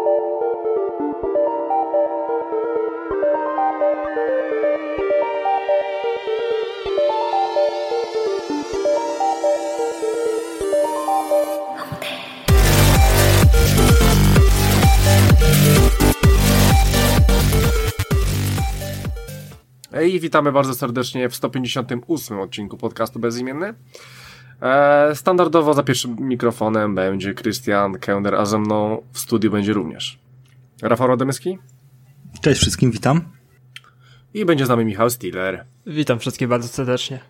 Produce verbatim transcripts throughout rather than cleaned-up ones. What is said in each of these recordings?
I witamy bardzo serdecznie w sto pięćdziesiątym ósmym odcinku podcastu Bezimienny. E, standardowo za pierwszym mikrofonem będzie Krystian Kender, a ze mną w studiu będzie również Rafał Radomyski. Cześć wszystkim, witam. I będzie z nami Michał Stiller. Witam wszystkich bardzo serdecznie.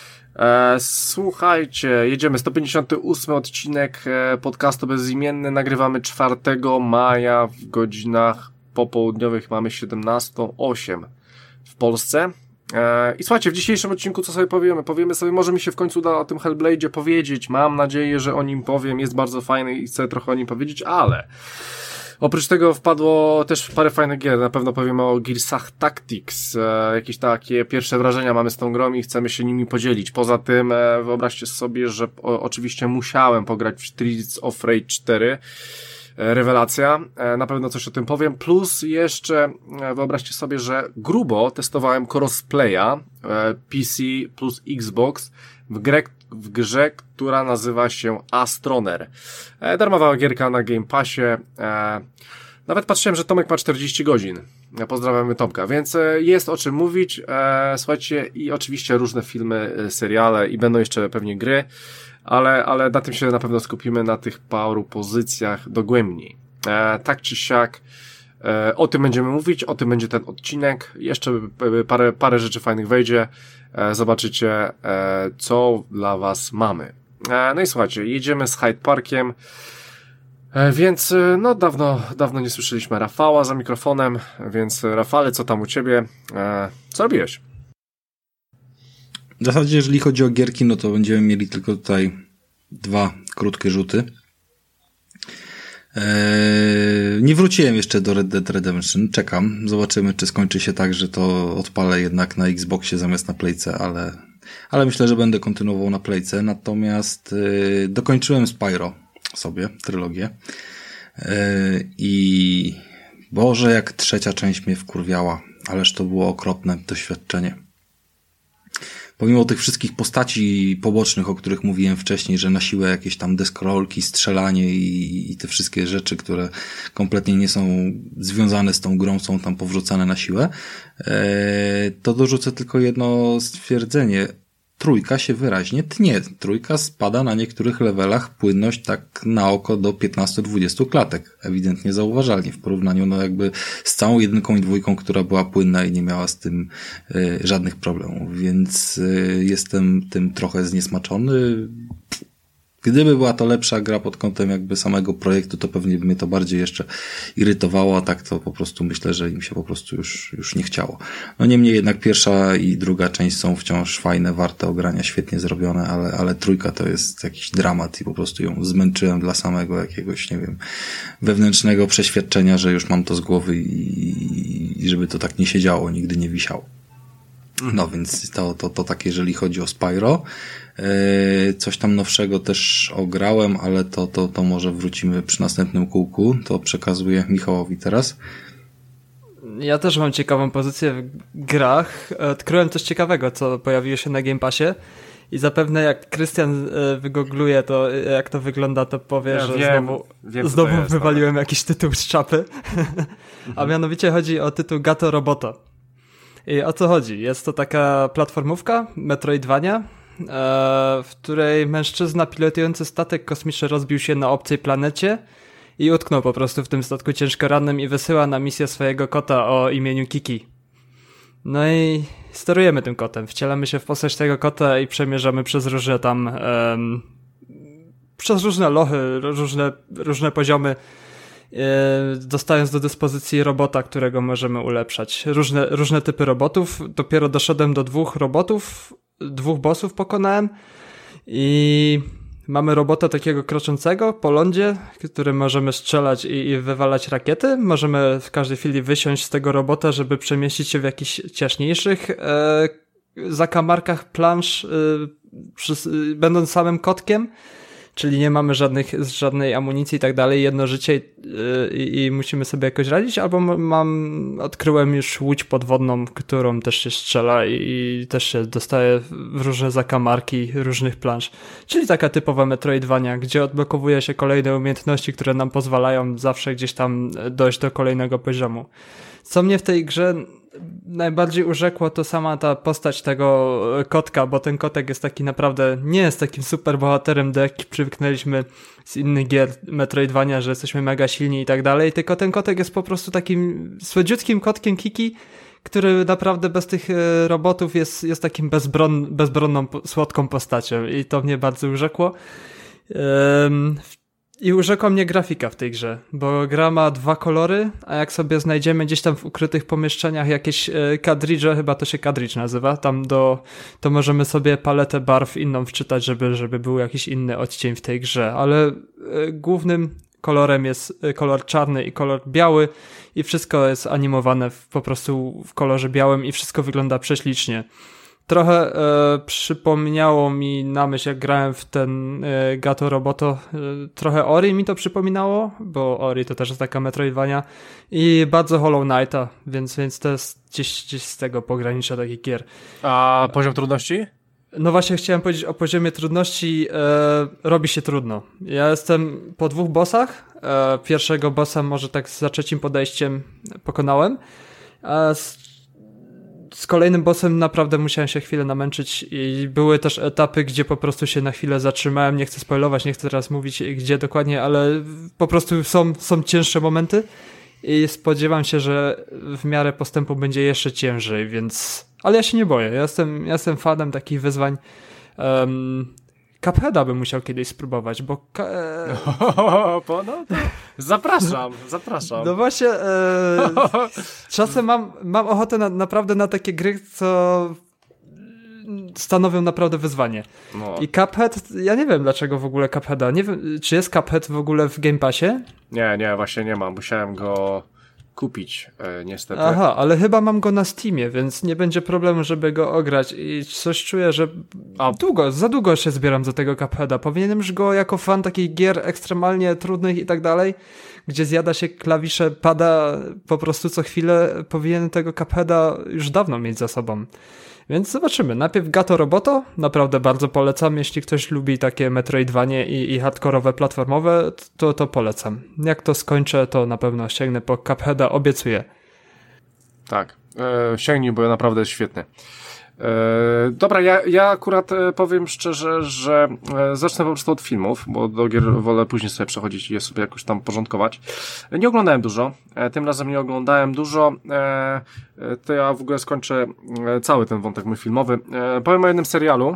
E, słuchajcie, jedziemy sto pięćdziesiąty ósmy odcinek podcastu Bezimienny. Nagrywamy czwartego maja w godzinach popołudniowych, mamy siedemnasta zero osiem w Polsce. I słuchajcie, w dzisiejszym odcinku co sobie powiemy? Powiemy sobie, może mi się w końcu uda o tym Hellblade'zie powiedzieć. Mam nadzieję, że o nim powiem. Jest bardzo fajny i chcę trochę o nim powiedzieć, ale oprócz tego wpadło też parę fajnych gier. Na pewno powiemy o Gearsach Tactics. E, jakieś takie pierwsze wrażenia mamy z tą grą i chcemy się nimi podzielić. Poza tym e, wyobraźcie sobie, że o, oczywiście musiałem pograć w Streets of Rage cztery. Rewelacja, na pewno coś o tym powiem, plus jeszcze wyobraźcie sobie, że grubo testowałem crossplaya P C plus Xbox w grze, w grze, która nazywa się Astroner. Darmowa gierka na Game Passie, nawet patrzyłem, że Tomek ma czterdzieści godzin. Pozdrawiamy Tomka, więc jest o czym mówić, słuchajcie, i oczywiście różne filmy, seriale i będą jeszcze pewnie gry. Ale, ale na tym się na pewno skupimy, na tych paru pozycjach dogłębniej. E, tak czy siak, e, o tym będziemy mówić, o tym będzie ten odcinek. Jeszcze parę, parę rzeczy fajnych wejdzie. E, zobaczycie, e, co dla was mamy. E, no i słuchajcie, jedziemy z Hyde Parkiem. E, więc, no dawno, dawno nie słyszeliśmy Rafała za mikrofonem, więc Rafale, co tam u ciebie? E, co robiłeś? W zasadzie, jeżeli chodzi o gierki, no to będziemy mieli tylko tutaj dwa krótkie rzuty. Eee, nie wróciłem jeszcze do Red Dead Redemption. Czekam. Zobaczymy, czy skończy się tak, że to odpalę jednak na Xboxie zamiast na Playce, ale, ale myślę, że będę kontynuował na Playce. Natomiast e, dokończyłem Spyro sobie, trylogię. E, I Boże, jak trzecia część mnie wkurwiała. Ależ to było okropne doświadczenie. Pomimo tych wszystkich postaci pobocznych, o których mówiłem wcześniej, że na siłę jakieś tam deskorolki, strzelanie i, i te wszystkie rzeczy, które kompletnie nie są związane z tą grą, są tam powrzucane na siłę, e, to dorzucę tylko jedno stwierdzenie. Trójka się wyraźnie tnie. Trójka spada na niektórych levelach płynność tak na oko do piętnaście do dwudziestu klatek. Ewidentnie zauważalnie w porównaniu no jakby z całą jedynką i dwójką, która była płynna i nie miała z tym y, żadnych problemów. Więc y, jestem tym trochę zniesmaczony. Gdyby była to lepsza gra pod kątem jakby samego projektu, to pewnie by mnie to bardziej jeszcze irytowało, a tak to po prostu myślę, że im się po prostu już, już nie chciało. No niemniej jednak pierwsza i druga część są wciąż fajne, warte ogrania, świetnie zrobione, ale, ale trójka to jest jakiś dramat i po prostu ją zmęczyłem dla samego jakiegoś, nie wiem, wewnętrznego przeświadczenia, że już mam to z głowy i, i żeby to tak nie siedziało, nigdy nie wisiało. No więc to, to, to tak jeżeli chodzi o Spyro. Yy, coś tam nowszego też ograłem, ale to, to, to może wrócimy przy następnym kółku. To przekazuję Michałowi teraz. Ja też mam ciekawą pozycję w grach. Odkryłem coś ciekawego, co pojawiło się na Game Passie i zapewne jak Krystian wygoogluje to, jak to wygląda, to powie, ja że wiem, znowu, wiem, znowu jest, wywaliłem ale... jakiś tytuł z czapy. A mianowicie chodzi o tytuł Gato Roboto. I o co chodzi? Jest to taka platformówka, Metroidvania, w której mężczyzna pilotujący statek kosmiczny rozbił się na obcej planecie i utknął po prostu w tym statku ciężko rannym i wysyła na misję swojego kota o imieniu Kiki. No i sterujemy tym kotem, wcielamy się w postać tego kota i przemierzamy przez różne tam um, przez różne lochy, różne, różne poziomy, dostając do dyspozycji robota, którego możemy ulepszać. Różne, różne typy robotów. Dopiero doszedłem do dwóch robotów, dwóch bossów pokonałem i mamy robota takiego kroczącego po lądzie, którym możemy strzelać i, i wywalać rakiety. Możemy w każdej chwili wysiąść z tego robota, żeby przemieścić się w jakichś ciaśniejszych e, zakamarkach plansz, e, przy, będąc samym kotkiem. czyli nie mamy żadnych, żadnej amunicji i tak dalej, jedno życie i, i, i musimy sobie jakoś radzić, albo mam, odkryłem już łódź podwodną, którą też się strzela i, i też się dostaje w różne zakamarki różnych plansz, czyli taka typowa Metroidvania, gdzie odblokowuje się kolejne umiejętności, które nam pozwalają zawsze gdzieś tam dojść do kolejnego poziomu. Co mnie w tej grze najbardziej urzekło, to sama ta postać tego kotka, bo ten kotek jest taki naprawdę, nie jest takim super bohaterem, do jakich przywyknęliśmy z innych gier Metroidvania, że jesteśmy mega silni i tak dalej, tylko ten kotek jest po prostu takim słodziutkim kotkiem Kiki, który naprawdę bez tych robotów jest, jest takim bezbron, bezbronną, słodką postacią i to mnie bardzo urzekło. Um, I urzekła mnie grafika w tej grze, bo gra ma dwa kolory, a jak sobie znajdziemy gdzieś tam w ukrytych pomieszczeniach jakieś kadridże, chyba to się kadridż nazywa, tam do, to możemy sobie paletę barw inną wczytać, żeby, żeby był jakiś inny odcień w tej grze, ale głównym kolorem jest kolor czarny i kolor biały i wszystko jest animowane w, po prostu w kolorze białym i wszystko wygląda prześlicznie. Trochę e, przypomniało mi na myśl, jak grałem w ten e, Gato Roboto, e, trochę Ori mi to przypominało, bo Ori to też jest taka Metroidvania i bardzo Hollow Knighta, więc, więc to jest gdzieś, gdzieś z tego pogranicza takich gier. A poziom trudności? No właśnie chciałem powiedzieć o poziomie trudności, e, robi się trudno. Ja jestem po dwóch bossach, e, pierwszego bossa może tak za trzecim podejściem pokonałem, a z Z kolejnym bossem naprawdę musiałem się chwilę namęczyć i były też etapy, gdzie po prostu się na chwilę zatrzymałem, nie chcę spoilować, nie chcę teraz mówić gdzie dokładnie, ale po prostu są, są cięższe momenty i spodziewam się, że w miarę postępu będzie jeszcze ciężej, więc... Ale ja się nie boję, ja jestem, ja jestem fanem takich wyzwań. Um, Cupheada bym musiał kiedyś spróbować, bo... E... O, no to zapraszam, zapraszam. No właśnie, e... czasem mam, mam ochotę na, naprawdę na takie gry, co stanowią naprawdę wyzwanie. No. I Cuphead, ja nie wiem dlaczego w ogóle Cupheada, nie wiem, czy jest Cuphead w ogóle w Game Passie? Nie, nie, właśnie nie mam, musiałem go kupić, e, niestety. Aha, ale chyba mam go na Steamie, więc nie będzie problemu, żeby go ograć i coś czuję, że A. długo, za długo się zbieram do tego Cupheada. Powinienem już go jako fan takich gier ekstremalnie trudnych i tak dalej, gdzie zjada się klawisze, pada po prostu co chwilę, powinienem tego Cupheada już dawno mieć za sobą. Więc zobaczymy. Najpierw Gato Roboto, naprawdę bardzo polecam. Jeśli ktoś lubi takie Metroidvanie i, i hardkorowe platformowe, to, to polecam. Jak to skończę, to na pewno sięgnę po Cupheada, obiecuję. Tak, e, sięgnij, bo naprawdę jest świetny. E, dobra, ja, ja akurat e, powiem szczerze, że e, zacznę po prostu od filmów, bo do gier wolę później sobie przechodzić i je sobie jakoś tam porządkować. E, nie oglądałem dużo, e, tym razem nie oglądałem dużo, e, e, to ja w ogóle skończę e, cały ten wątek mój filmowy. E, powiem o jednym serialu.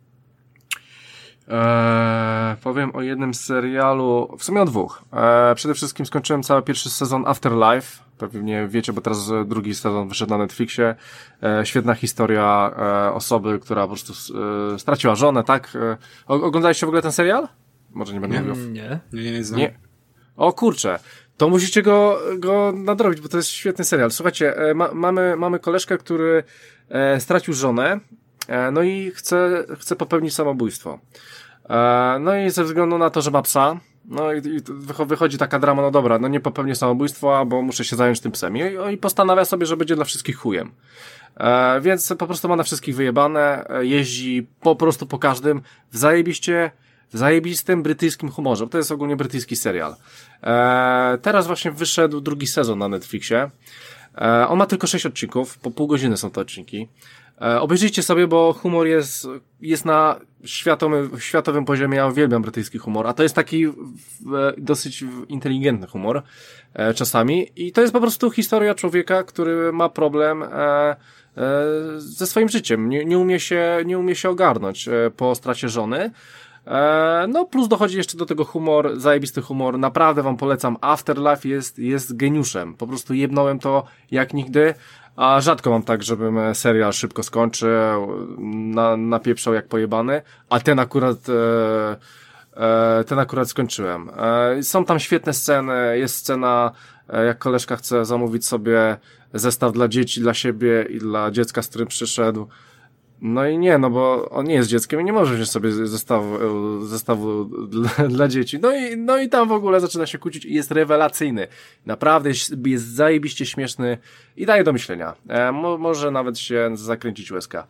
E, powiem o jednym serialu, w sumie o dwóch. E, przede wszystkim skończyłem cały pierwszy sezon Afterlife. Pewnie wiecie, bo teraz drugi sezon wyszedł na Netflixie. E, świetna historia e, osoby, która po prostu e, straciła żonę, tak? E, oglądaliście w ogóle ten serial? Może nie będę nie, mówił. Nie, nie, nie, znam. nie. O kurczę, to musicie go, go nadrobić, bo to jest świetny serial. Słuchajcie, e, ma, mamy, mamy koleżkę, który e, stracił żonę, e, no i chce, chce popełnić samobójstwo. E, no i ze względu na to, że ma psa, no i, i wychodzi taka drama, no dobra, no nie popełnię samobójstwa, bo muszę się zająć tym psem. I, i postanawia sobie, że będzie dla wszystkich chujem. E, więc po prostu ma na wszystkich wyjebane, jeździ po prostu po każdym w zajebiście, w zajebistym brytyjskim humorze, bo to jest ogólnie brytyjski serial. E, teraz właśnie wyszedł drugi sezon na Netflixie. E, on ma tylko sześć odcinków, po pół godziny są te odcinki. E, obejrzyjcie sobie, bo humor jest, jest na światowym, światowym poziomie. Ja uwielbiam brytyjski humor, a to jest taki w, dosyć inteligentny humor e, czasami i to jest po prostu historia człowieka, który ma problem e, e, ze swoim życiem. Nie, nie umie się, nie umie się ogarnąć e, po stracie żony. E, no plus dochodzi jeszcze do tego humor, zajebisty humor. Naprawdę wam polecam. Afterlife jest, jest geniuszem. Po prostu jebnąłem to jak nigdy. A rzadko mam tak, żebym serial szybko skończył, na, napieprzał jak pojebany, a ten akurat e, e, ten akurat skończyłem. E, są tam świetne sceny, jest scena, e, jak koleżka chce zamówić sobie zestaw dla dzieci, dla siebie i dla dziecka, z którym przyszedł. No i nie, no bo on nie jest dzieckiem i nie może wziąć sobie zestawu, zestawu dla, dla dzieci. No i, no i tam w ogóle zaczyna się kłócić i jest rewelacyjny. Naprawdę jest, jest zajebiście śmieszny i daje do myślenia. E, mo, może nawet się zakręcić łezka.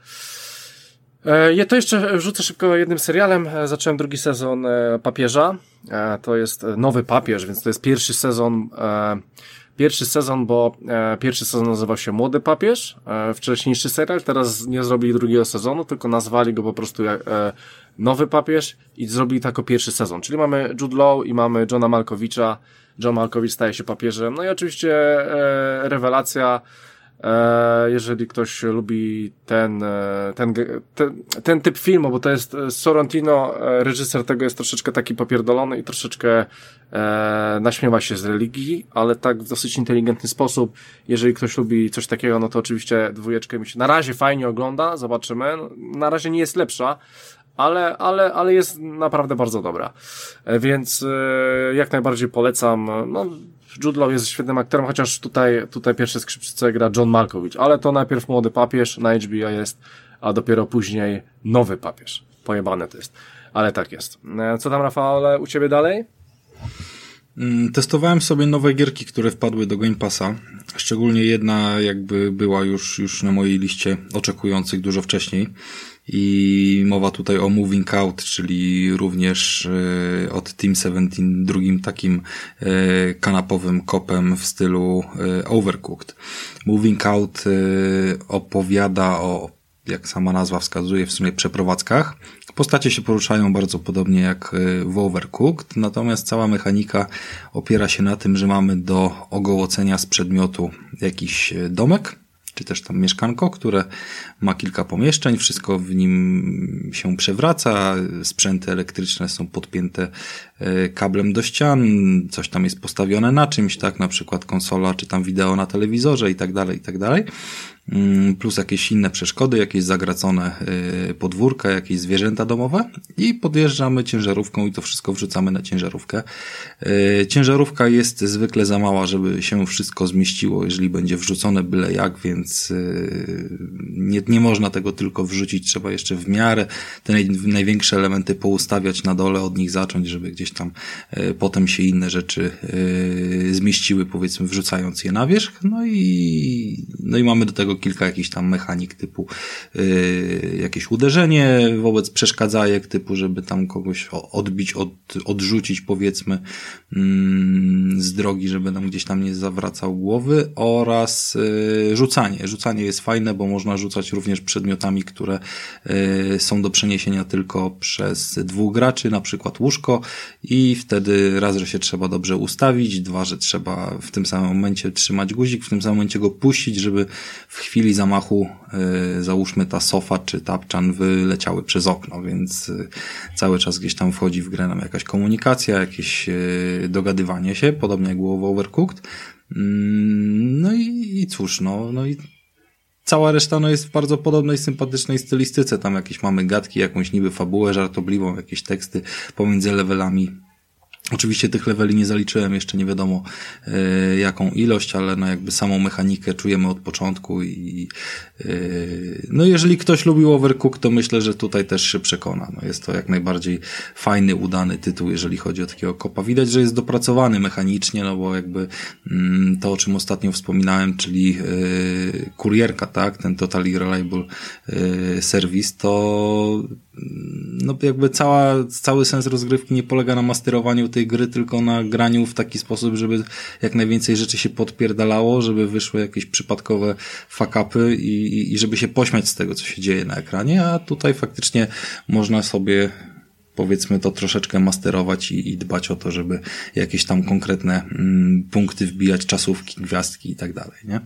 E, to jeszcze wrzucę szybko jednym serialem. E, zacząłem drugi sezon e, Papieża. E, to jest nowy papież, więc to jest pierwszy sezon e, Pierwszy sezon, bo e, pierwszy sezon nazywał się Młody Papież, e, wcześniejszy serial, teraz nie zrobili drugiego sezonu, tylko nazwali go po prostu jak e, Nowy Papież i zrobili tak jako pierwszy sezon. Czyli mamy Jude Law i mamy Johna Malkovicza. John Malkovich staje się papieżem. No i oczywiście e, rewelacja, e, jeżeli ktoś lubi ten, e, ten, ten, ten typ filmu, bo to jest Sorrentino, e, reżyser tego jest troszeczkę taki popierdolony i troszeczkę e, naśmiewa się z religii, ale tak w dosyć inteligentny sposób. Jeżeli ktoś lubi coś takiego, no to oczywiście dwójeczkę mi się na razie fajnie ogląda, zobaczymy. Na razie nie jest lepsza, ale, ale, ale jest naprawdę bardzo dobra. E, więc e, jak najbardziej polecam. No, Jude Law jest świetnym aktorem, chociaż tutaj, tutaj pierwsze skrzypce gra John Malkovich, ale to najpierw Młody Papież na H B O jest, a dopiero później Nowy Papież. Pojebane to jest. Ale tak jest. E, co tam, Rafale, u ciebie dalej? Testowałem sobie nowe gierki, które wpadły do Game Passa. Szczególnie jedna jakby była już, już na mojej liście oczekujących dużo wcześniej. I mowa tutaj o Moving Out, czyli również y, od Team siedemnaście, drugim takim y, kanapowym kopem w stylu y, Overcooked. Moving Out y, opowiada o, jak sama nazwa wskazuje, w sumie przeprowadzkach. Postacie się poruszają bardzo podobnie jak w Overcooked, natomiast cała mechanika opiera się na tym, że mamy do ogołocenia z przedmiotu jakiś domek, czy też tam mieszkanko, które ma kilka pomieszczeń, wszystko w nim się przewraca, sprzęty elektryczne są podpięte kablem do ścian, coś tam jest postawione na czymś, tak, na przykład konsola, czy tam wideo na telewizorze i tak dalej, i tak dalej. Plus jakieś inne przeszkody, jakieś zagracone podwórka, jakieś zwierzęta domowe i podjeżdżamy ciężarówką i to wszystko wrzucamy na ciężarówkę. Ciężarówka jest zwykle za mała, żeby się wszystko zmieściło, jeżeli będzie wrzucone byle jak, więc nie, nie można tego tylko wrzucić, trzeba jeszcze w miarę te naj, największe elementy poustawiać na dole, od nich zacząć, żeby gdzieś tam potem się inne rzeczy zmieściły, powiedzmy wrzucając je na wierzch, no i no i mamy do tego kilka jakichś tam mechanik typu yy, jakieś uderzenie wobec przeszkadzajek typu, żeby tam kogoś odbić, od, odrzucić powiedzmy yy, z drogi, żeby nam gdzieś tam nie zawracał głowy oraz yy, rzucanie. Rzucanie jest fajne, bo można rzucać również przedmiotami, które yy, są do przeniesienia tylko przez dwóch graczy, na przykład łóżko i wtedy raz, że się trzeba dobrze ustawić, dwa, że trzeba w tym samym momencie trzymać guzik, w tym samym momencie go puścić, żeby w chwili zamachu yy, załóżmy ta sofa czy tapczan wyleciały przez okno, więc yy, cały czas gdzieś tam wchodzi w grę nam jakaś komunikacja, jakieś yy, dogadywanie się, podobnie jak było w Overcooked. Yy, no i, i cóż, no, no i cała reszta no jest w bardzo podobnej, sympatycznej stylistyce. Tam jakieś mamy gadki, jakąś niby fabułę żartobliwą, jakieś teksty pomiędzy levelami. Oczywiście tych leveli nie zaliczyłem, jeszcze nie wiadomo y, jaką ilość, ale no jakby samą mechanikę czujemy od początku i y, no jeżeli ktoś lubił Overcooked, to myślę, że tutaj też się przekona. No jest to jak najbardziej fajny, udany tytuł, jeżeli chodzi o takiego kopa. Widać, że jest dopracowany mechanicznie, no bo jakby mm, to, o czym ostatnio wspominałem, czyli y, kurierka, tak, ten Totally Reliable y, serwis, to no jakby cała, cały sens rozgrywki nie polega na masterowaniu tej gry, tylko na graniu w taki sposób, żeby jak najwięcej rzeczy się podpierdalało, żeby wyszły jakieś przypadkowe fuck-upy i, i żeby się pośmiać z tego, co się dzieje na ekranie, a tutaj faktycznie można sobie powiedzmy to troszeczkę masterować i, i dbać o to, żeby jakieś tam konkretne mm, punkty wbijać, czasówki, gwiazdki i tak dalej, nie?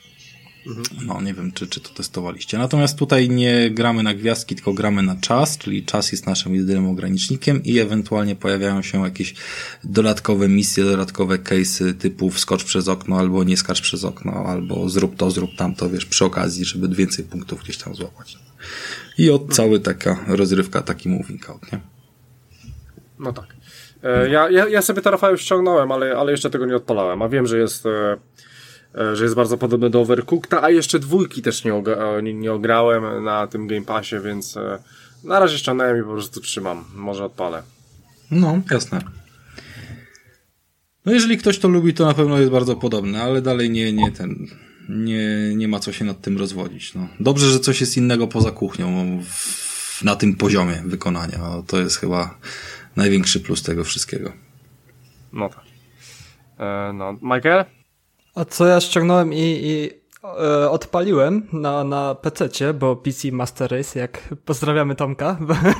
No, nie wiem, czy, czy to testowaliście. Natomiast tutaj nie gramy na gwiazdki, tylko gramy na czas, czyli czas jest naszym jedynym ogranicznikiem i ewentualnie pojawiają się jakieś dodatkowe misje, dodatkowe case'y typu wskocz przez okno, albo nie skacz przez okno, albo zrób to, zrób tamto, wiesz, przy okazji, żeby więcej punktów gdzieś tam złapać. I od cały taka rozrywka, taki moving out, nie? No tak. E, ja, ja, ja sobie to Rafał już ściągnąłem, ale, ale jeszcze tego nie odpalałem, a wiem, że jest... E... że jest bardzo podobny do Overcooked'a, a jeszcze dwójki też nie, oga- nie, nie ograłem na tym Game Passie, więc na razie ściągnąłem i po prostu trzymam. Może odpalę. No, jasne. No jeżeli ktoś to lubi, to na pewno jest bardzo podobny, ale dalej nie, nie ten, nie, nie ma co się nad tym rozwodzić. No. Dobrze, że coś jest innego poza kuchnią w, na tym poziomie wykonania. No, to jest chyba największy plus tego wszystkiego. No tak. E, no, Michael? A co ja ściągnąłem i, i e, odpaliłem na, na pececie, bo P C Master Race, jak pozdrawiamy Tomka.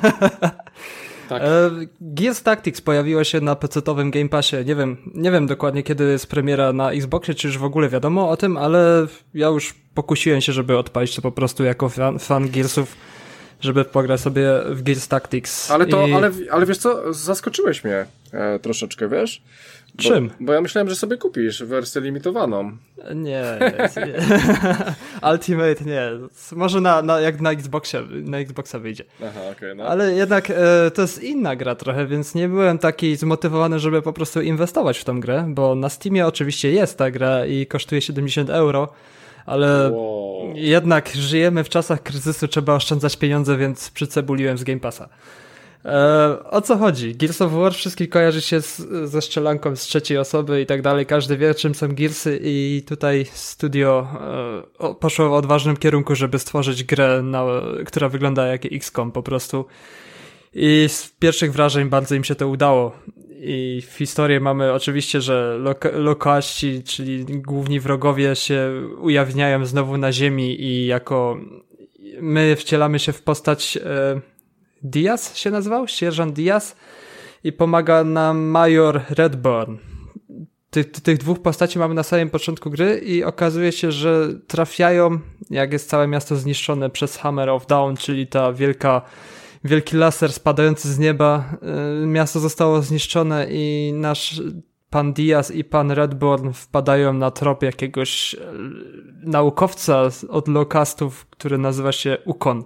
Tak. E, Gears Tactics pojawiło się na pecetowym Game Passie. Nie wiem, nie wiem dokładnie kiedy jest premiera na Xboxie, czy już w ogóle wiadomo o tym, ale ja już pokusiłem się, żeby odpalić to po prostu jako fan, fan Gearsów, żeby pograć sobie w Gears Tactics. Ale to, I... ale, ale wiesz co, zaskoczyłeś mnie e, troszeczkę, wiesz? Bo, Czym? Bo ja myślałem, że sobie kupisz wersję limitowaną. Nie, nie, nie. Ultimate nie. Może na, na, jak na Xboxie, na Xboxa wyjdzie. Aha, okej, okay, no. Ale jednak e, to jest inna gra trochę, więc nie byłem taki zmotywowany, żeby po prostu inwestować w tą grę, bo na Steamie oczywiście jest ta gra i kosztuje siedemdziesiąt euro, ale wow. jednak żyjemy w czasach kryzysu, trzeba oszczędzać pieniądze, więc przycebuliłem z Game Passa. E, o co chodzi? Gears of War wszystkich kojarzy się z, ze strzelanką z trzeciej osoby i tak dalej. Każdy wie, czym są Gearsy i tutaj studio e, poszło w odważnym kierunku, żeby stworzyć grę, na, która wygląda jak X COM po prostu. I z pierwszych wrażeń bardzo im się to udało. I w historii mamy oczywiście, że loka- lokaści, czyli główni wrogowie się ujawniają znowu na ziemi i jako my wcielamy się w postać e, Diaz się nazywał? Sierżant Diaz i pomaga nam major Redburn. Ty, ty, tych dwóch postaci mamy na samym początku gry i okazuje się, że trafiają, jak jest całe miasto zniszczone przez Hammer of Dawn, czyli ta wielka, wielki laser spadający z nieba. Yy, miasto zostało zniszczone i nasz pan Diaz i pan Redburn wpadają na trop jakiegoś naukowca od Locustów, który nazywa się Ukon.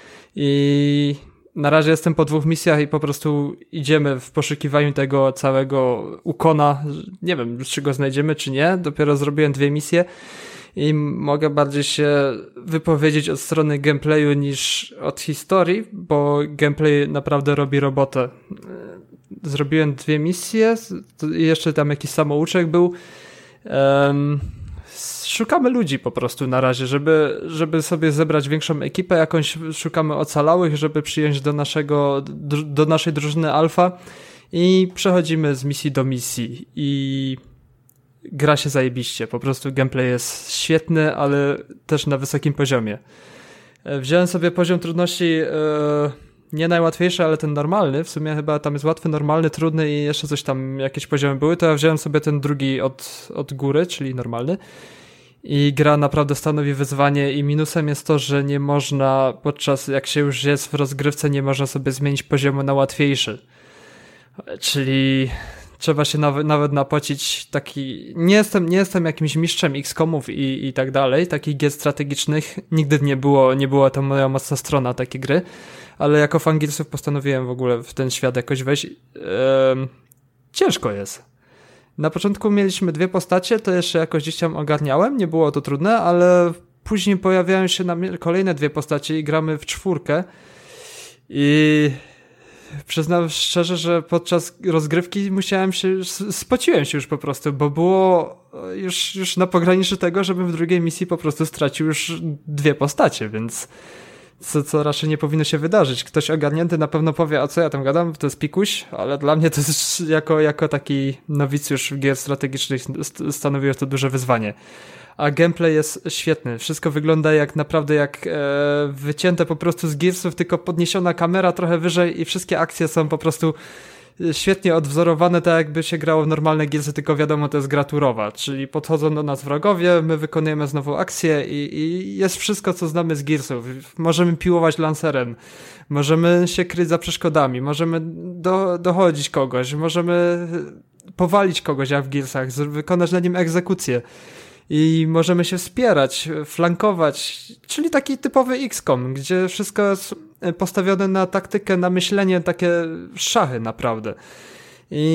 I na razie jestem po dwóch misjach i po prostu idziemy w poszukiwaniu tego całego Ukona. Nie wiem, czy go znajdziemy, czy nie. Dopiero zrobiłem dwie misje i mogę bardziej się wypowiedzieć od strony gameplayu niż od historii, bo gameplay naprawdę robi robotę. Zrobiłem dwie misje i jeszcze tam jakiś samouczek był. Um, Szukamy ludzi po prostu na razie, żeby, żeby sobie zebrać większą ekipę, jakąś szukamy ocalałych, żeby przyjąć do naszego, do naszej drużyny alfa i przechodzimy z misji do misji i gra się zajebiście, po prostu gameplay jest świetny, ale też na wysokim poziomie. Wziąłem sobie poziom trudności yy, nie najłatwiejszy, ale ten normalny, w sumie chyba tam jest łatwy, normalny, trudny i jeszcze coś tam, jakieś poziomy były, to ja wziąłem sobie ten drugi od, od góry, czyli normalny. I gra naprawdę stanowi wyzwanie i minusem jest to, że nie można podczas, jak się już jest w rozgrywce, nie można sobie zmienić poziomu na łatwiejszy. Czyli trzeba się nawet, nawet napocić taki... Nie jestem, nie jestem jakimś mistrzem X COMów i, i tak dalej, takich gier strategicznych. Nigdy nie było, nie była to moja mocna strona, takie gry. Ale jako fan Gearsów postanowiłem w ogóle w ten świat jakoś wejść. Ehm, ciężko jest. Na początku mieliśmy dwie postacie, to jeszcze jakoś gdzieś tam ogarniałem, nie było to trudne, ale później pojawiają się nam kolejne dwie postacie i gramy w czwórkę i przyznam szczerze, że podczas rozgrywki musiałem się, spociłem się już po prostu, bo było już, już na pograniczu tego, żebym w drugiej misji po prostu stracił już dwie postacie, więc co, co raczej nie powinno się wydarzyć. Ktoś ogarnięty na pewno powie, a co ja tam gadam, to jest pikuś, ale dla mnie to jest jako, jako taki nowicjusz gier strategicznych stanowiło to duże wyzwanie. A gameplay jest świetny. Wszystko wygląda jak naprawdę jak e, wycięte po prostu z Gearsów, tylko podniesiona kamera trochę wyżej i wszystkie akcje są po prostu świetnie odwzorowane, tak jakby się grało w normalne Gearsy, tylko wiadomo, to jest gra turowa, czyli podchodzą do nas wrogowie, my wykonujemy znowu akcję i, i jest wszystko, co znamy z Gearsów. Możemy piłować lancerem, możemy się kryć za przeszkodami, możemy do, dochodzić kogoś, możemy powalić kogoś jak w Gearsach, wykonać na nim egzekucję. I możemy się wspierać, flankować, czyli taki typowy X COM, gdzie wszystko jest postawione na taktykę, na myślenie, takie szachy naprawdę. I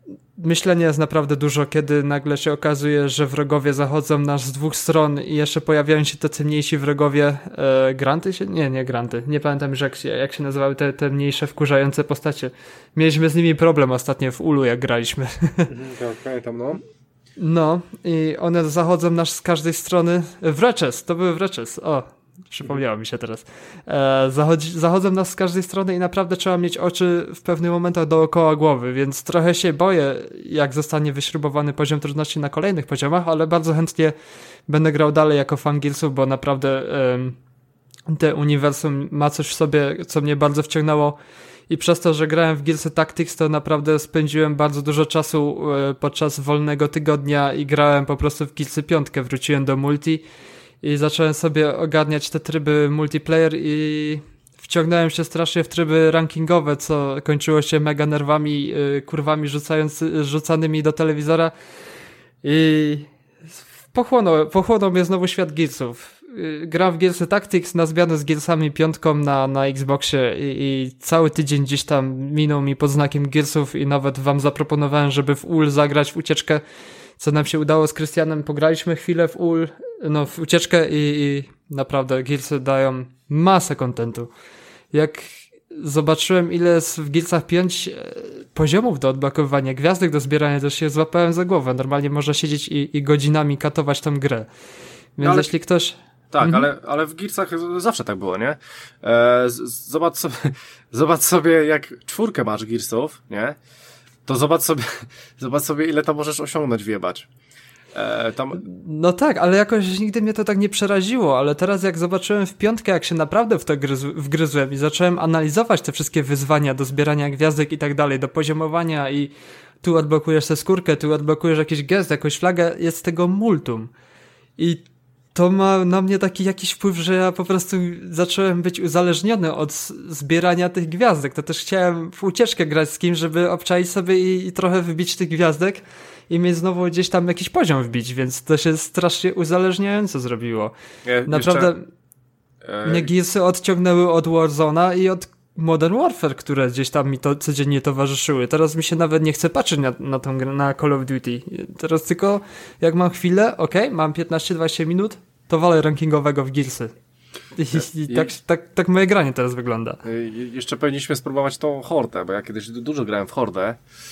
myślenia jest naprawdę dużo, kiedy nagle się okazuje, że wrogowie zachodzą nas z dwóch stron i jeszcze pojawiają się tacy mniejsi wrogowie. E, granty się? Nie, nie granty. Nie pamiętam już jak się, jak się nazywały te, te mniejsze, wkurzające postacie. Mieliśmy z nimi problem ostatnio w Ulu, jak graliśmy. Tak, pamiętam, no. No i one zachodzą nas z każdej strony. Wreches, to były Wreches. O, przypomniało mi się teraz. E, zachodzi, zachodzą nas z każdej strony i naprawdę trzeba mieć oczy w pewnych momentach dookoła głowy, więc trochę się boję, jak zostanie wyśrubowany poziom trudności na kolejnych poziomach, ale bardzo chętnie będę grał dalej jako fan Gearsów, bo naprawdę e, te uniwersum ma coś w sobie, co mnie bardzo wciągnęło. I przez to, że grałem w Gearsy Tactics, to naprawdę spędziłem bardzo dużo czasu e, podczas wolnego tygodnia i grałem po prostu w Gearsy piątkę. Wróciłem do multi i zacząłem sobie ogarniać te tryby multiplayer i wciągnąłem się strasznie w tryby rankingowe, co kończyło się mega nerwami, e, kurwami rzucając, rzucanymi do telewizora i pochłonął, pochłonął mnie znowu świat Gearsów. Gram w Gearsy Tactics na zmianę z Gearsami piątką na, na Xboxie i, i cały tydzień gdzieś tam minął mi pod znakiem Gearsów i nawet wam zaproponowałem, żeby w U L zagrać w ucieczkę, co nam się udało z Krystianem. Pograliśmy chwilę w U L, no w ucieczkę i, i naprawdę Gearsy dają masę kontentu. Jak zobaczyłem, ile jest w Gearsach pięć poziomów do odblokowywania, gwiazdek do zbierania, to się złapałem za głowę. Normalnie można siedzieć i, i godzinami katować tą grę. Więc ale... jeśli ktoś... Tak, mhm. ale, ale w Gearsach zawsze tak było, nie? E, z, zobacz sobie, zobacz sobie, jak czwórkę masz Gearsów, nie? To zobacz sobie, zobacz sobie, ile tam możesz osiągnąć, wjebać. E, tam... No tak, ale jakoś nigdy mnie to tak nie przeraziło, ale teraz jak zobaczyłem w piątkę, jak się naprawdę w to gryz- wgryzłem i zacząłem analizować te wszystkie wyzwania do zbierania gwiazdek i tak dalej, do poziomowania i tu odblokujesz tę skórkę, tu odblokujesz jakiś gest, jakąś flagę, jest tego multum. I to ma na mnie taki jakiś wpływ, że ja po prostu zacząłem być uzależniony od zbierania tych gwiazdek. To też chciałem w ucieczkę grać z kimś, żeby obczaić sobie i, i trochę wybić tych gwiazdek i mieć znowu gdzieś tam jakiś poziom wbić, więc to się strasznie uzależniająco zrobiło. Ja, Naprawdę jeszcze... mnie Gearsy odciągnęły od Warzona i od Modern Warfare, które gdzieś tam mi to codziennie towarzyszyły. Teraz mi się nawet nie chce patrzeć na, na tą grę, na Call of Duty. Teraz tylko jak mam chwilę, okej, okay, mam piętnaście dwadzieścia minut, to walę rankingowego w Gearsy. I, i tak, tak, tak moje granie teraz wygląda. Jeszcze powinniśmy spróbować tą Hordę, bo ja kiedyś dużo grałem w Hordę,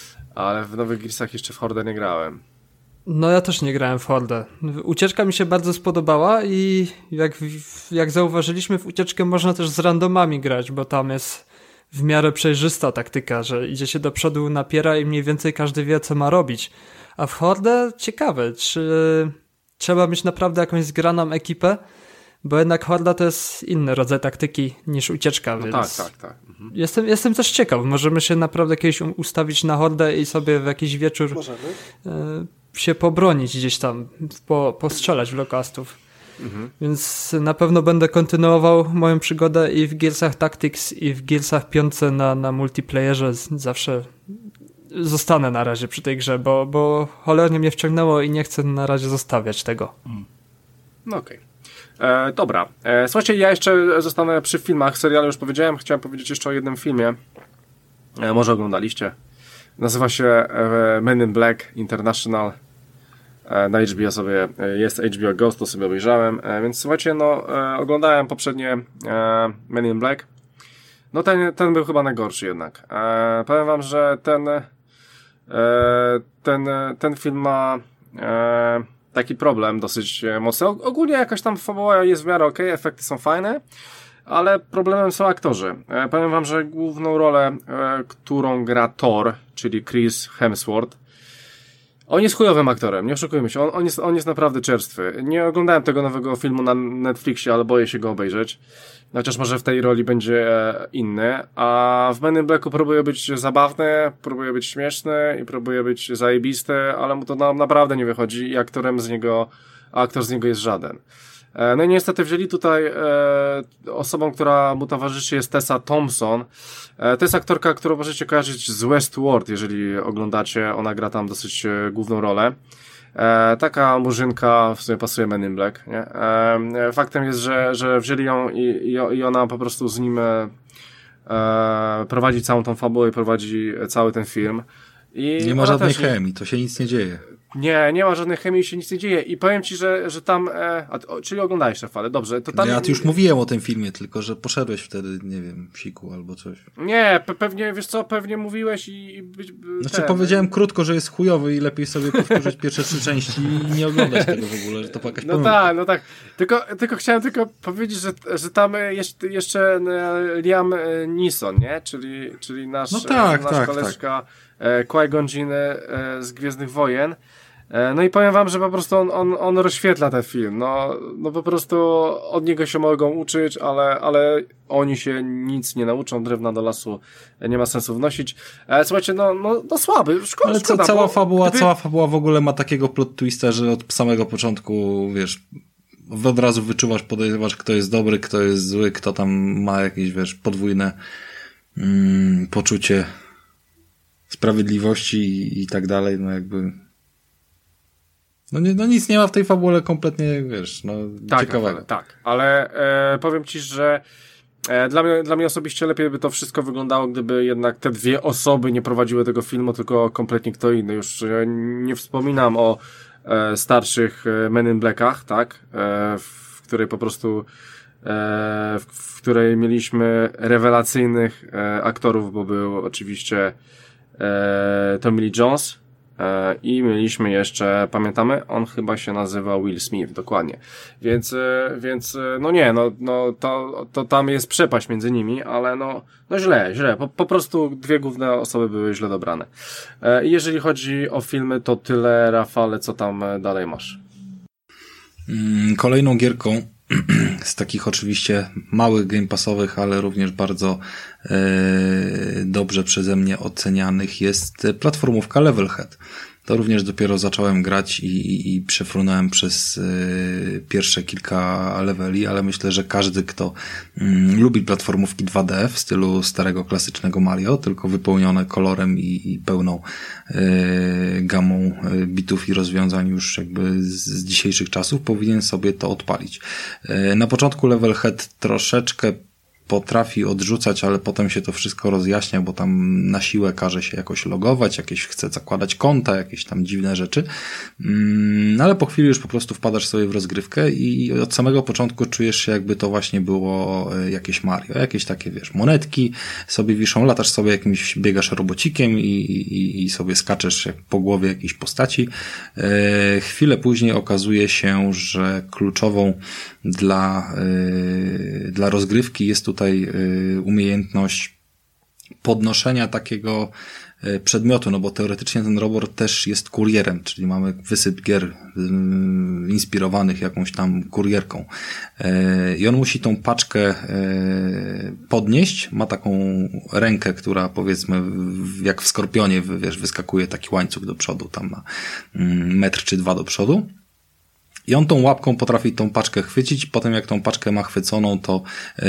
ale w nowych Gearsach jeszcze w Hordę nie grałem. No ja też nie grałem w Hordę. Ucieczka mi się bardzo spodobała i jak, jak zauważyliśmy, w ucieczkę można też z randomami grać, bo tam jest w miarę przejrzysta taktyka, że idzie się do przodu, napiera i mniej więcej każdy wie, co ma robić. A w Hordę ciekawe, czy trzeba mieć naprawdę jakąś zgraną ekipę, bo jednak Horda to jest inny rodzaj taktyki niż ucieczka, no więc tak, tak, tak. Mhm. Jestem, jestem też ciekaw. Możemy się naprawdę kiedyś ustawić na Hordę i sobie w jakiś wieczór Możemy. się pobronić gdzieś tam, po, postrzelać w lokastów. Mhm. Więc na pewno będę kontynuował moją przygodę i w Gearsach Tactics, i w Gearsach piątce na, na multiplayerze. Zawsze zostanę na razie przy tej grze, bo, bo cholernie mnie wciągnęło i nie chcę na razie zostawiać tego. Mm. No okej. Okay. Dobra. E, słuchajcie, ja jeszcze zostanę przy filmach. Seriale już powiedziałem. Chciałem powiedzieć jeszcze o jednym filmie. E, może oglądaliście. Nazywa się e, Men in Black International. E, na H B O sobie jest H B O Ghost, to sobie obejrzałem. E, więc słuchajcie, no e, oglądałem poprzednie e, Men in Black. No ten, ten był chyba najgorszy jednak. E, powiem wam, że ten e, ten, ten film ma e, taki problem dosyć mocny. Ogólnie jakaś tam fabuła jest w miarę okej, okay, efekty są fajne, ale problemem są aktorzy. E, powiem wam, że główną rolę, e, którą gra Thor, czyli Chris Hemsworth, on jest chujowym aktorem, nie oszukujmy się, on, on, jest, on jest naprawdę czerstwy. Nie oglądałem tego nowego filmu na Netflixie, ale boję się go obejrzeć. Chociaż może w tej roli będzie inny. A w Men in Blacku próbuje być zabawny, próbuje być śmieszny i próbuje być zajebisty, ale mu to na, naprawdę nie wychodzi i aktorem z niego, aktor z niego jest żaden. No i niestety wzięli tutaj e, osobą, która mu towarzyszy, jest Tessa Thompson. E, to jest aktorka, którą możecie kojarzyć z Westworld, jeżeli oglądacie. Ona gra tam dosyć e, główną rolę. E, taka murzynka, w sumie pasuje Men in Black, nie? E, faktem jest, że, że wzięli ją i, i, i ona po prostu z nim e, prowadzi całą tą fabułę i prowadzi cały ten film. I nie ma żadnej chemii, to się nic nie dzieje. Nie, nie ma żadnej chemii, się nic nie dzieje. I powiem ci, że, że tam... E, a, o, czyli oglądałeś Szefale, dobrze. To tam... Ja tu już mówiłem o tym filmie, tylko że poszedłeś wtedy, nie wiem, siku albo coś. Nie, pe- pewnie, wiesz co, pewnie mówiłeś i... i być, znaczy ten, powiedziałem krótko, że jest chujowy i lepiej sobie powtórzyć pierwsze trzy części i nie oglądać tego w ogóle, że to jakaś No pomyłka. tak, no tak. Tylko, tylko chciałem tylko powiedzieć, że, że tam jest jeszcze Liam Neeson, nie? Czyli, czyli nasz, no tak, nasz tak, koleżka tak. Qui-Gon Jinn z Gwiezdnych Wojen. No i powiem wam, że po prostu on, on, on rozświetla ten film. No, no po prostu od niego się mogą uczyć, ale, ale oni się nic nie nauczą, drewna do lasu nie ma sensu wnosić. E, słuchajcie, no, no, no słaby, szkoda. Ale szkoda, cała bo fabuła, gdyby... cała fabuła w ogóle ma takiego plot twista, że od samego początku, wiesz, od razu wyczuwasz, podejrzewasz, kto jest dobry, kto jest zły, kto tam ma jakieś, wiesz, podwójne mm, poczucie sprawiedliwości i, i tak dalej, no jakby... No, nie, no nic nie ma w tej fabule kompletnie, wiesz, no tak, ciekawego. Ale, tak, ale e, powiem ci, że e, dla, mnie, dla mnie osobiście lepiej by to wszystko wyglądało, gdyby jednak te dwie osoby nie prowadziły tego filmu, tylko kompletnie kto inny. Już e, nie wspominam o e, starszych e, Men in Blackach, tak, e, w której po prostu e, w, w której mieliśmy rewelacyjnych e, aktorów, bo był oczywiście e, Tommy Lee Jones, i mieliśmy jeszcze, pamiętamy? On chyba się nazywał Will Smith, dokładnie. Więc, więc no nie, no, no to, to tam jest przepaść między nimi, ale no, no źle, źle. Po, po prostu dwie główne osoby były źle dobrane. I jeżeli chodzi o filmy, to tyle, Rafale, co tam dalej masz? Kolejną gierką z takich oczywiście małych game passowych, ale również bardzo e, dobrze przeze mnie ocenianych jest platformówka Levelhead. To również dopiero zacząłem grać i, i, i przefrunąłem przez y, pierwsze kilka leveli, ale myślę, że każdy, kto mm, lubi platformówki dwa D w stylu starego, klasycznego Mario, tylko wypełnione kolorem i, i pełną y, gamą y, bitów i rozwiązań już jakby z, z dzisiejszych czasów, powinien sobie to odpalić. Y, na początku Levelhead troszeczkę potrafi odrzucać, ale potem się to wszystko rozjaśnia, bo tam na siłę każe się jakoś logować, jakieś chce zakładać konta, jakieś tam dziwne rzeczy. Mm, ale po chwili już po prostu wpadasz sobie w rozgrywkę i od samego początku czujesz się, jakby to właśnie było jakieś Mario. Jakieś takie, wiesz, monetki sobie wiszą, latasz sobie jakimś, biegasz robocikiem i, i, i sobie skaczesz po głowie jakiejś postaci. E, chwilę później okazuje się, że kluczową dla, e, dla rozgrywki jest tutaj umiejętność podnoszenia takiego przedmiotu, no bo teoretycznie ten robot też jest kurierem, czyli mamy wysyp gier inspirowanych jakąś tam kurierką. I on musi tą paczkę podnieść, ma taką rękę, która powiedzmy jak w Skorpionie, wiesz, wyskakuje taki łańcuch do przodu, tam na metr czy dwa do przodu. I on tą łapką potrafi tą paczkę chwycić, potem jak tą paczkę ma chwyconą, to yy,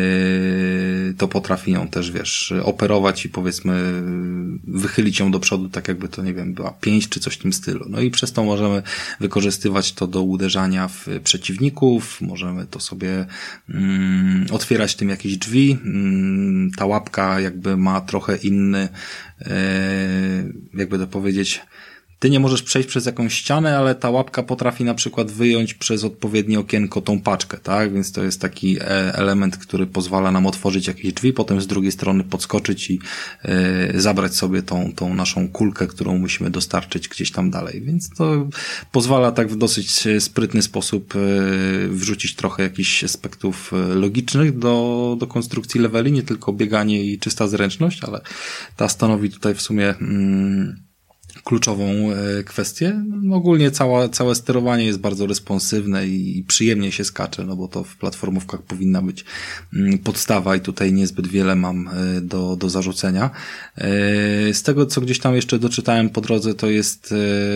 to potrafi ją też, wiesz, operować i powiedzmy wychylić ją do przodu, tak jakby to, nie wiem, była pięść czy coś w tym stylu. No i przez to możemy wykorzystywać to do uderzania w przeciwników, możemy to sobie yy, otwierać tym jakieś drzwi. Yy, ta łapka jakby ma trochę inny, yy, jakby to powiedzieć, ty nie możesz przejść przez jakąś ścianę, ale ta łapka potrafi na przykład wyjąć przez odpowiednie okienko tą paczkę, tak? Więc to jest taki element, który pozwala nam otworzyć jakieś drzwi, potem z drugiej strony podskoczyć i e, zabrać sobie tą, tą naszą kulkę, którą musimy dostarczyć gdzieś tam dalej. Więc to pozwala tak w dosyć sprytny sposób e, wrzucić trochę jakichś aspektów logicznych do, do konstrukcji leveli, nie tylko bieganie i czysta zręczność, ale ta stanowi tutaj w sumie mm, kluczową kwestię. Ogólnie cała, całe sterowanie jest bardzo responsywne i przyjemnie się skacze, no bo to w platformówkach powinna być podstawa i tutaj niezbyt wiele mam do, do zarzucenia. Z tego, co gdzieś tam jeszcze doczytałem po drodze, to jest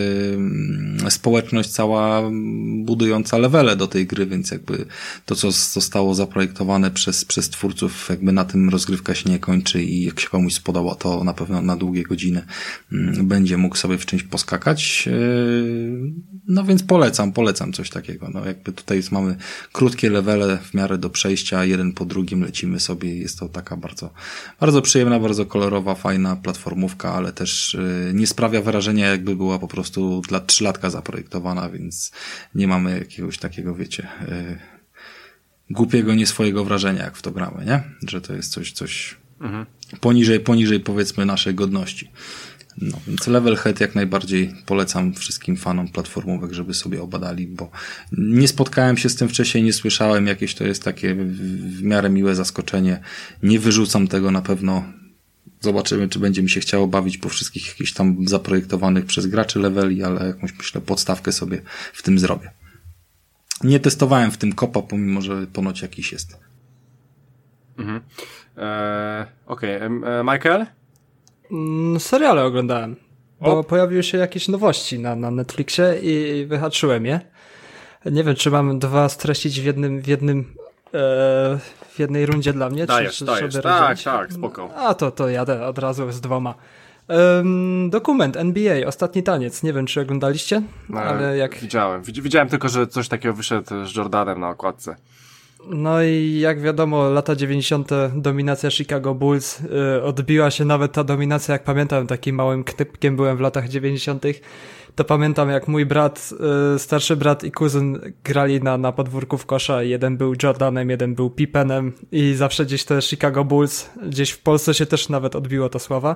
społeczność cała budująca levele do tej gry, więc jakby to, co zostało zaprojektowane przez, przez twórców, jakby na tym rozgrywka się nie kończy i jak się komuś spodoba, to na pewno na długie godziny będzie mógł sobie w czymś poskakać. No więc polecam, polecam coś takiego. No jakby tutaj mamy krótkie levele w miarę do przejścia, jeden po drugim lecimy sobie. Jest to taka bardzo, bardzo przyjemna, bardzo kolorowa, fajna platformówka, ale też yy, nie sprawia wrażenia, jakby była po prostu dla trzylatka zaprojektowana, więc nie mamy jakiegoś takiego, wiecie, yy, głupiego, nie swojego wrażenia, jak w to gramy, nie? Że to jest coś, coś mhm. poniżej, poniżej powiedzmy naszej godności. No, więc Level Head jak najbardziej polecam wszystkim fanom platformówek, żeby sobie obadali, bo nie spotkałem się z tym wcześniej, nie słyszałem, jakieś to jest takie w miarę miłe zaskoczenie. Nie wyrzucam tego na pewno. Zobaczymy, czy będzie mi się chciało bawić po wszystkich jakichś tam zaprojektowanych przez graczy leveli, ale jakąś, myślę, podstawkę sobie w tym zrobię. Nie testowałem w tym kopa, pomimo że ponoć jakiś jest. Mhm. Eee, Okej, okay. Michael? Seriale oglądałem, bo o. pojawiły się jakieś nowości na, na Netflixie i wyhaczyłem je. Nie wiem, czy mam dwa streścić w jednym, w jednym e, w jednej rundzie dla mnie, dajesz, czy, dajesz. czy Tak, tak, spoko. A to, to jadę od razu z dwoma. Um, dokument N B A, Ostatni taniec. Nie wiem, czy oglądaliście, no, ale jak... Widziałem. Widziałem tylko, że coś takiego wyszedł z Jordanem na okładce. No i jak wiadomo, lata dziewięćdziesiąte dominacja Chicago Bulls, yy, odbiła się nawet ta dominacja, jak pamiętam, takim małym knypkiem byłem w latach dziewięćdziesiątych. To pamiętam, jak mój brat, yy, starszy brat i kuzyn grali na, na podwórku w kosza. Jeden był Jordanem, jeden był Pippenem i zawsze gdzieś te Chicago Bulls, gdzieś w Polsce się też nawet odbiło ta sława.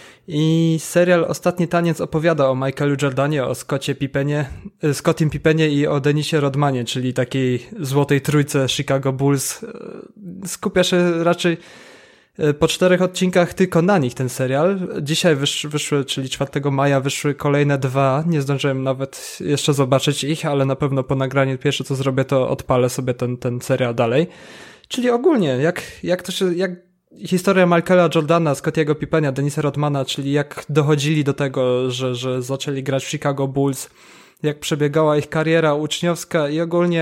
I serial Ostatni taniec opowiada o Michaelu Jordanie, o Scottie Pippenie, Scottim Pippenie i o Dennisie Rodmanie, czyli takiej złotej trójce Chicago Bulls. Skupia się raczej po czterech odcinkach tylko na nich ten serial. Dzisiaj wysz, wyszły, czyli czwartego maja wyszły kolejne dwa. Nie zdążyłem nawet jeszcze zobaczyć ich, ale na pewno po nagraniu pierwsze co zrobię, to odpalę sobie ten, ten serial dalej. Czyli ogólnie, jak, jak to się... Jak historia Michaela Jordana, Scottiego Pippena, Dennisa Rodmana, czyli jak dochodzili do tego, że, że zaczęli grać w Chicago Bulls, jak przebiegała ich kariera uczniowska i ogólnie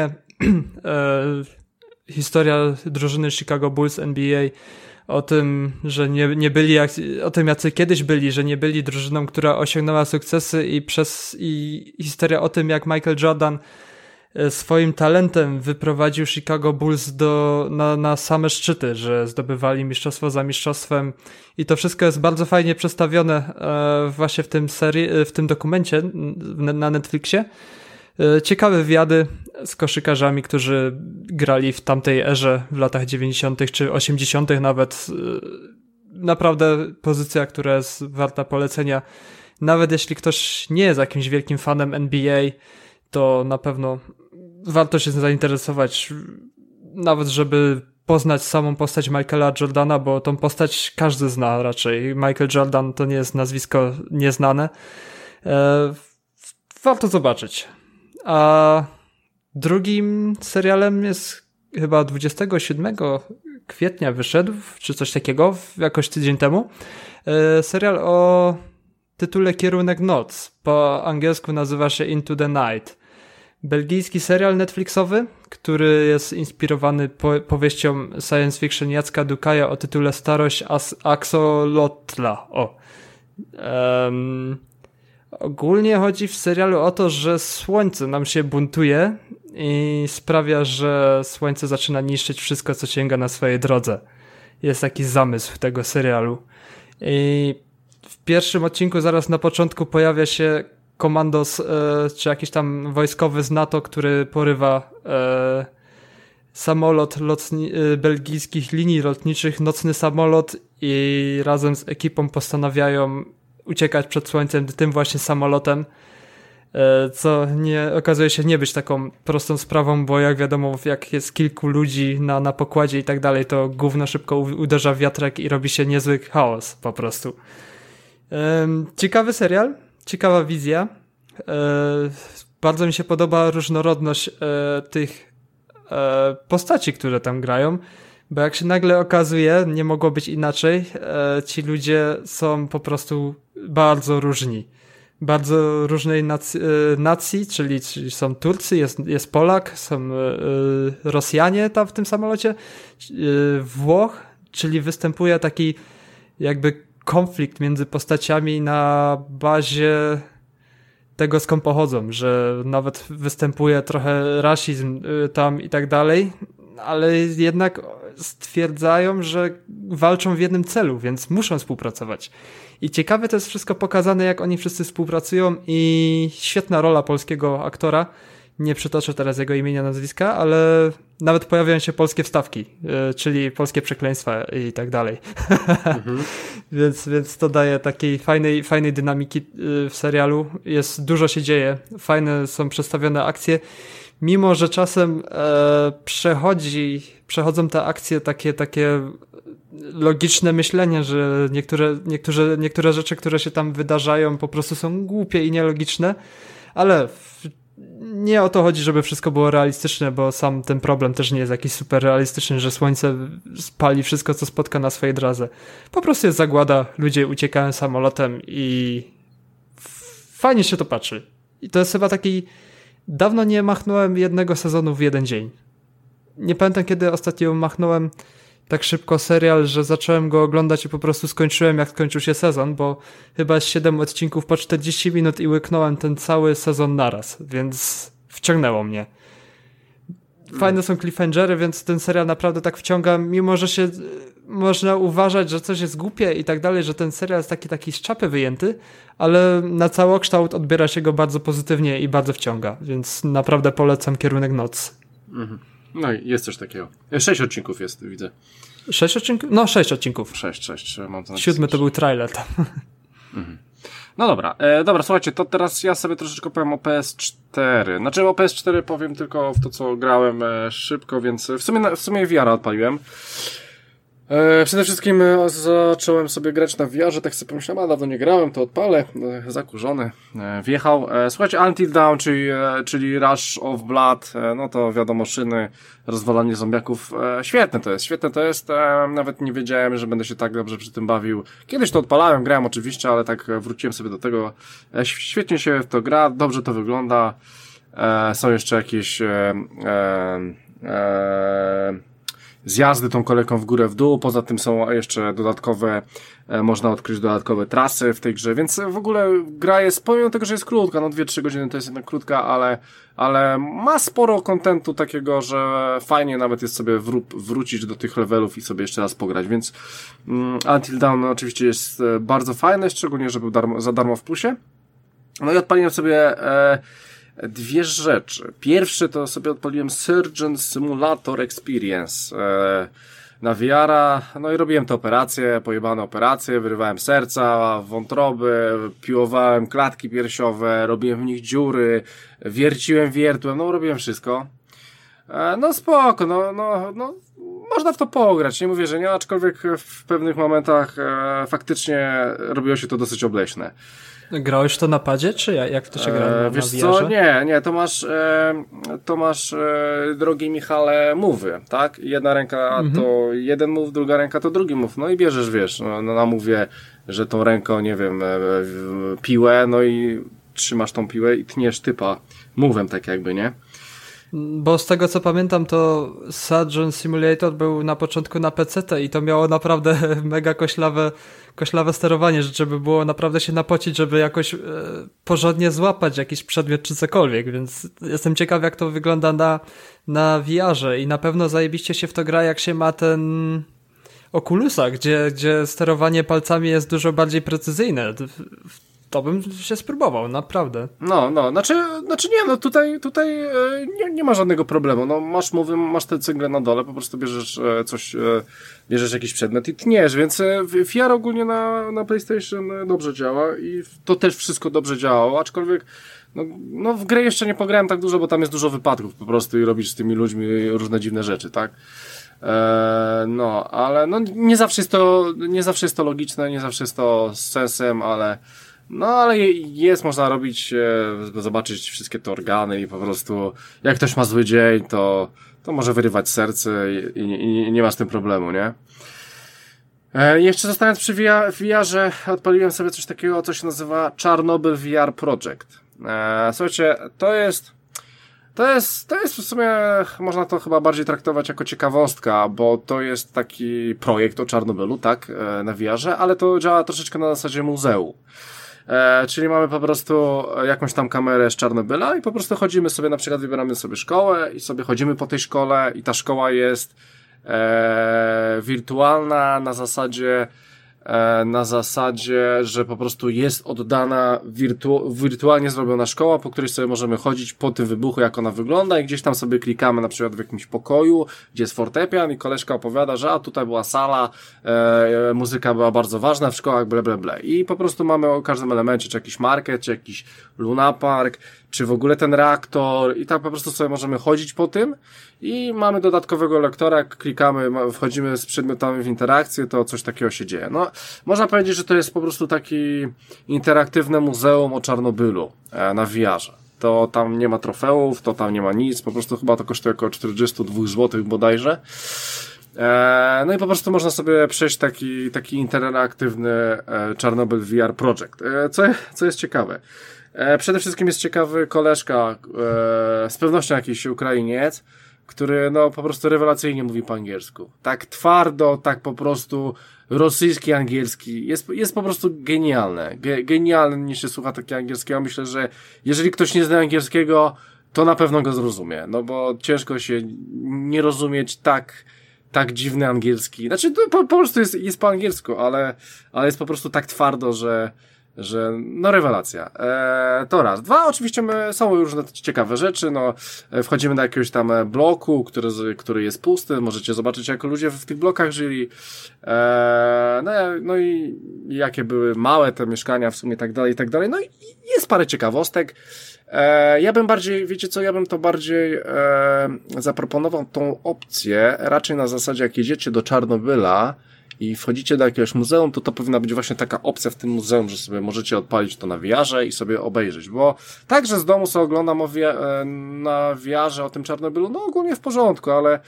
e, historia drużyny Chicago Bulls N B A, o tym, że nie, nie byli, jak, o tym jacy kiedyś byli, że nie byli drużyną, która osiągnęła sukcesy i przez i historia o tym, jak Michael Jordan swoim talentem wyprowadził Chicago Bulls do, na, na same szczyty, że zdobywali mistrzostwo za mistrzostwem i to wszystko jest bardzo fajnie przedstawione e, właśnie w tym serii, w tym dokumencie na, na Netflixie. E, ciekawe wywiady z koszykarzami, którzy grali w tamtej erze w latach dziewięćdziesiątych czy osiemdziesiątych nawet. E, naprawdę pozycja, która jest warta polecenia. Nawet jeśli ktoś nie jest jakimś wielkim fanem N B A, to na pewno warto się zainteresować, nawet żeby poznać samą postać Michaela Jordana, bo tą postać każdy zna raczej. Michael Jordan to nie jest nazwisko nieznane. E, warto zobaczyć. A drugim serialem jest chyba dwudziestego siódmego kwietnia wyszedł, czy coś takiego, jakoś tydzień temu. E, serial o tytule Kierunek Noc. Po angielsku nazywa się Into the Night. Belgijski serial Netflixowy, który jest inspirowany po- powieścią science fiction Jacka Dukaja o tytule Starość As- Axolotla. O. Um, ogólnie chodzi w serialu o to, że słońce nam się buntuje i sprawia, że słońce zaczyna niszczyć wszystko, co sięga na swojej drodze. Jest taki zamysł tego serialu. I w pierwszym odcinku zaraz na początku pojawia się komandos, e, czy jakiś tam wojskowy z NATO, który porywa e, samolot lotni- e, belgijskich linii lotniczych, nocny samolot i razem z ekipą postanawiają uciekać przed słońcem tym właśnie samolotem, e, co nie okazuje się nie być taką prostą sprawą, bo jak wiadomo, jak jest kilku ludzi na, na pokładzie i tak dalej, to gówno szybko u- uderza w wiatrek i robi się niezły chaos po prostu. E, ciekawy serial. Ciekawa wizja. E, bardzo mi się podoba różnorodność e, tych e, postaci, które tam grają, bo jak się nagle okazuje, nie mogło być inaczej, e, ci ludzie są po prostu bardzo różni. Bardzo różnej nacji, e, nacji czyli, czyli są Turcy, jest, jest Polak, są e, Rosjanie tam w tym samolocie, e, Włoch, czyli występuje taki jakby konflikt między postaciami na bazie tego skąd pochodzą, że nawet występuje trochę rasizm tam i tak dalej, ale jednak stwierdzają, że walczą w jednym celu, więc muszą współpracować. I ciekawe to jest wszystko pokazane, jak oni wszyscy współpracują i świetna rola polskiego aktora. Nie przytoczę teraz jego imienia, nazwiska, ale nawet pojawiają się polskie wstawki, yy, czyli polskie przekleństwa i tak dalej. Mhm. więc, więc to daje takiej fajnej, fajnej dynamiki yy, w serialu. Jest, dużo się dzieje, fajne są przedstawione akcje, mimo że czasem e, przechodzi, przechodzą te akcje takie, takie logiczne myślenie, że niektóre, niektóre, niektóre rzeczy, które się tam wydarzają, po prostu są głupie i nielogiczne, ale w, nie o to chodzi, żeby wszystko było realistyczne, bo sam ten problem też nie jest jakiś super realistyczny, że słońce spali wszystko, co spotka na swojej drodze. Po prostu jest zagłada, ludzie uciekają samolotem i fajnie się to patrzy. I to jest chyba taki... Dawno nie machnąłem jednego sezonu w jeden dzień. Nie pamiętam, kiedy ostatnio machnąłem tak szybko serial, że zacząłem go oglądać i po prostu skończyłem, jak skończył się sezon, bo chyba siedem odcinków po czterdzieści minut i łyknąłem ten cały sezon naraz, więc wciągnęło mnie. Fajne są cliffhangery, więc ten serial naprawdę tak wciąga, mimo że się można uważać, że coś jest głupie i tak dalej, że ten serial jest taki, taki z czapy wyjęty, ale na całokształt odbiera się go bardzo pozytywnie i bardzo wciąga, więc naprawdę polecam Kierunek Noc. Mhm. No i jest coś takiego. Sześć odcinków jest, widzę. Sześć odcinków? No, sześć odcinków. Sześć, sześć. Mam to Siódmy to był trailer tam. Mhm. No dobra, e, dobra, słuchajcie, to teraz ja sobie troszeczkę powiem o P S cztery. Znaczy o P S cztery powiem tylko w to, co grałem e, szybko, więc w sumie, w sumie V R odpaliłem. E, przede wszystkim e, zacząłem sobie grać na V R-ze, tak sobie pomyślałem, a dawno nie grałem, to odpalę, e, zakurzony, e, wjechał. E, słuchajcie, Until Dawn, czyli, e, czyli Rush of Blood, e, no to wiadomo, szyny, rozwalanie zombiaków, e, świetne to jest, świetne to jest, e, nawet nie wiedziałem, że będę się tak dobrze przy tym bawił. Kiedyś to odpalałem, grałem oczywiście, ale tak wróciłem sobie do tego, e, świetnie się w to gra, dobrze to wygląda, e, są jeszcze jakieś e, e, e, zjazdy tą kolejką w górę, w dół, poza tym są jeszcze dodatkowe, e, można odkryć dodatkowe trasy w tej grze, więc w ogóle gra jest, pomimo tego, że jest krótka, no dwie trzy godziny to jest jednak krótka, ale, ale ma sporo kontentu takiego, że fajnie nawet jest sobie wró- wrócić do tych levelów i sobie jeszcze raz pograć, więc mm, Until Dawn no, oczywiście jest bardzo fajne, szczególnie, że był darmo, za darmo w plusie. No i odpaliłem sobie e, dwie rzeczy. Pierwszy to sobie odpaliłem Surgeon Simulator Experience e, na V R-a, no i robiłem te operacje, pojebane operacje, wyrywałem serca, wątroby, piłowałem klatki piersiowe, robiłem w nich dziury, wierciłem wiertłem, no robiłem wszystko. E, no spoko, no, no, no można w to pograć, nie mówię, że nie, aczkolwiek w pewnych momentach e, faktycznie robiło się to dosyć obleśne. Grałeś to na padzie, czy jak to się gra? E, na, wiesz na co, nie, nie, to masz, e, to masz, e, drogi Michale, move'y, tak? Jedna ręka mhm. to jeden move, druga ręka to drugi move, no i bierzesz, wiesz, no, no na move'ie, że tą ręką, nie wiem, e, piłę, no i trzymasz tą piłę i tniesz typa move'em, tak jakby, nie? Bo z tego co pamiętam, to Surgeon Simulator był na początku na P C T i to miało naprawdę mega koślawe, koślawe sterowanie, że żeby było naprawdę się napocić, żeby jakoś e, porządnie złapać jakiś przedmiot czy cokolwiek, więc jestem ciekaw, jak to wygląda na, na V R-ze i na pewno zajebiście się w to gra, jak się ma ten Oculusa, gdzie, gdzie sterowanie palcami jest dużo bardziej precyzyjne. To bym się spróbował, naprawdę. No, no, znaczy, znaczy nie, no tutaj, tutaj e, nie, nie ma żadnego problemu, no masz mowy, masz te cyngle na dole, po prostu bierzesz e, coś, e, bierzesz jakiś przedmiot i tniesz, więc e, V R ogólnie na, na PlayStation dobrze działa i to też wszystko dobrze działało, aczkolwiek no, no w grę jeszcze nie pograłem tak dużo, bo tam jest dużo wypadków po prostu i robisz z tymi ludźmi różne dziwne rzeczy, tak? E, no, ale no nie zawsze jest to, nie zawsze jest to logiczne, nie zawsze jest to z sensem, ale no, ale jest, można robić, e, zobaczyć wszystkie te organy i po prostu, jak ktoś ma zły dzień, to, to może wyrywać serce i, i, i nie ma z tym problemu, nie? E, jeszcze zostając przy V R-ze, odpaliłem sobie coś takiego, co się nazywa Chernobyl V R Project. E, słuchajcie, to jest, to jest, to jest w sumie, można to chyba bardziej traktować jako ciekawostka, bo to jest taki projekt o Czarnobylu, tak, e, na V R-ze, ale to działa troszeczkę na zasadzie muzeum. E, czyli mamy po prostu jakąś tam kamerę z Czarnobyla i po prostu chodzimy sobie, na przykład wybieramy sobie szkołę i sobie chodzimy po tej szkole i ta szkoła jest e, wirtualna na zasadzie na zasadzie, że po prostu jest oddana wirtu- wirtualnie zrobiona szkoła, po której sobie możemy chodzić po tym wybuchu, jak ona wygląda i gdzieś tam sobie klikamy na przykład w jakimś pokoju, gdzie jest fortepian i koleżka opowiada, że a tutaj była sala, e, muzyka była bardzo ważna w szkołach, ble, ble, ble. I po prostu mamy o każdym elemencie, czy jakiś market, czy jakiś lunapark, czy w ogóle ten reaktor i tak po prostu sobie możemy chodzić po tym i mamy dodatkowego lektora, jak klikamy, wchodzimy z przedmiotami w interakcję, to coś takiego się dzieje. No, można powiedzieć, że to jest po prostu taki interaktywne muzeum o Czarnobylu e, na V R-ze. To tam nie ma trofeów, to tam nie ma nic, po prostu chyba to kosztuje około czterdzieści dwa złote bodajże. E, no i po prostu można sobie przejść taki, taki interaktywny e, Czarnobyl V R Project. E, co, co jest ciekawe. E, przede wszystkim jest ciekawy koleżka, e, z pewnością jakiś Ukrainiec, który no po prostu rewelacyjnie mówi po angielsku. Tak twardo, tak po prostu rosyjski, angielski. Jest, jest po prostu genialne. Ge, genialne, niż się słucha takiego angielskiego. Myślę, że jeżeli ktoś nie zna angielskiego, to na pewno go zrozumie. No bo ciężko się nie rozumieć tak, tak dziwny angielski. Znaczy, to po, po prostu jest, jest po angielsku, ale, ale jest po prostu tak twardo, że że no rewelacja. Eee, to raz. Dwa, oczywiście my, są różne ciekawe rzeczy, no wchodzimy do jakiegoś tam bloku, który, który jest pusty, możecie zobaczyć, jak ludzie w tych blokach żyli, eee, no, no i jakie były małe te mieszkania w sumie i tak dalej, i tak dalej, no i jest parę ciekawostek. Eee, ja bym bardziej, wiecie co, ja bym to bardziej eee, zaproponował tą opcję, raczej na zasadzie, jak jedziecie do Czarnobyla i wchodzicie do jakiegoś muzeum, to to powinna być właśnie taka opcja w tym muzeum, że sobie możecie odpalić to na V R-ze i sobie obejrzeć, bo także z domu sobie oglądam o na V R-ze o tym Czarnobylu, no ogólnie w porządku, ale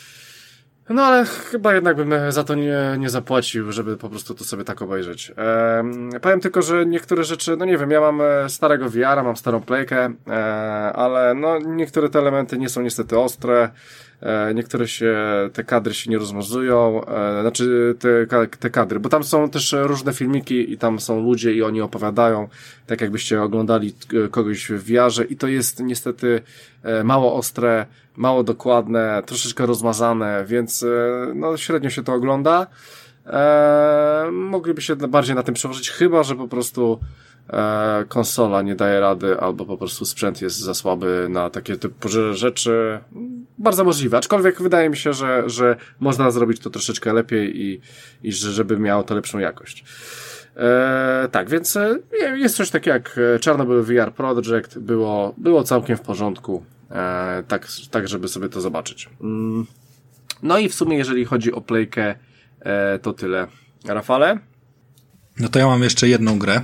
no ale chyba jednak bym za to nie, nie zapłacił, żeby po prostu to sobie tak obejrzeć. Ehm, powiem tylko, że niektóre rzeczy, no nie wiem, ja mam starego V R-a, mam starą playkę, e, ale no niektóre te elementy nie są niestety ostre, e, niektóre się, te kadry się nie rozmazują, e, znaczy te, te kadry, bo tam są też różne filmiki i tam są ludzie i oni opowiadają, tak jakbyście oglądali kogoś w V R-ze i to jest niestety e, mało ostre, mało dokładne, troszeczkę rozmazane, więc no średnio się to ogląda. Eee, mogliby się bardziej na tym przełożyć, chyba że po prostu e, konsola nie daje rady, albo po prostu sprzęt jest za słaby na takie typu rzeczy. Bardzo możliwe, aczkolwiek wydaje mi się, że, że można zrobić to troszeczkę lepiej i, i że, żeby miało to lepszą jakość. Eee, tak, więc jest coś takiego jak Czarnobyl V R Project, było, było całkiem w porządku. E, tak, tak, żeby sobie to zobaczyć. Mm. No i w sumie, jeżeli chodzi o playkę, e, to tyle. Rafale? No to ja mam jeszcze jedną grę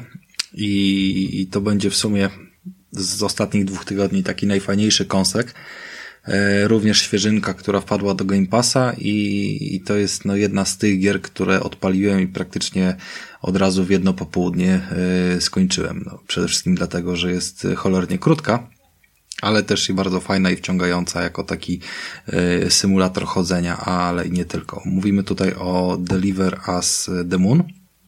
i, i to będzie w sumie z ostatnich dwóch tygodni taki najfajniejszy kąsek. E, również świeżynka, która wpadła do Game Passa i, i to jest no jedna z tych gier, które odpaliłem i praktycznie od razu w jedno popołudnie e, skończyłem. No, przede wszystkim dlatego, że jest cholernie krótka, ale też i bardzo fajna i wciągająca jako taki y, symulator chodzenia, ale i nie tylko. Mówimy tutaj o Deliver Us the Moon.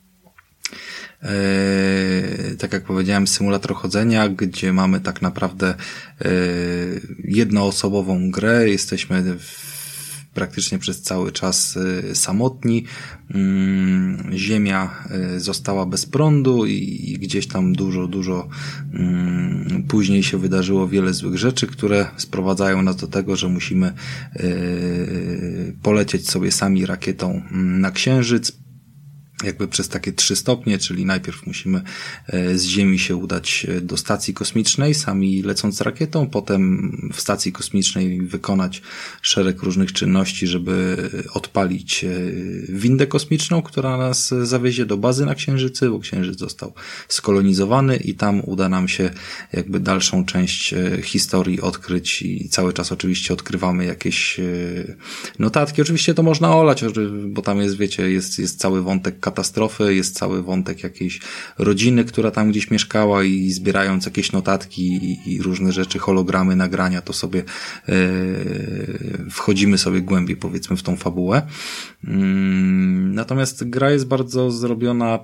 Y, tak jak powiedziałem, symulator chodzenia, gdzie mamy tak naprawdę y, jednoosobową grę. Jesteśmy w praktycznie przez cały czas y, samotni. Y, ziemia y, została bez prądu i, i gdzieś tam dużo, dużo y, później się wydarzyło wiele złych rzeczy, które sprowadzają nas do tego, że musimy y, polecieć sobie sami rakietą na Księżyc. Jakby przez takie trzy stopnie, czyli najpierw musimy z Ziemi się udać do stacji kosmicznej, sami lecąc rakietą, potem w stacji kosmicznej wykonać szereg różnych czynności, żeby odpalić windę kosmiczną, która nas zawiezie do bazy na Księżycu, bo Księżyc został skolonizowany i tam uda nam się jakby dalszą część historii odkryć i cały czas oczywiście odkrywamy jakieś notatki. Oczywiście to można olać, bo tam jest, wiecie, jest, jest cały wątek katastrofy, jest cały wątek jakiejś rodziny, która tam gdzieś mieszkała i zbierając jakieś notatki i, i różne rzeczy, hologramy, nagrania, to sobie yy, wchodzimy sobie głębiej, powiedzmy, w tą fabułę. Yy, natomiast gra jest bardzo zrobiona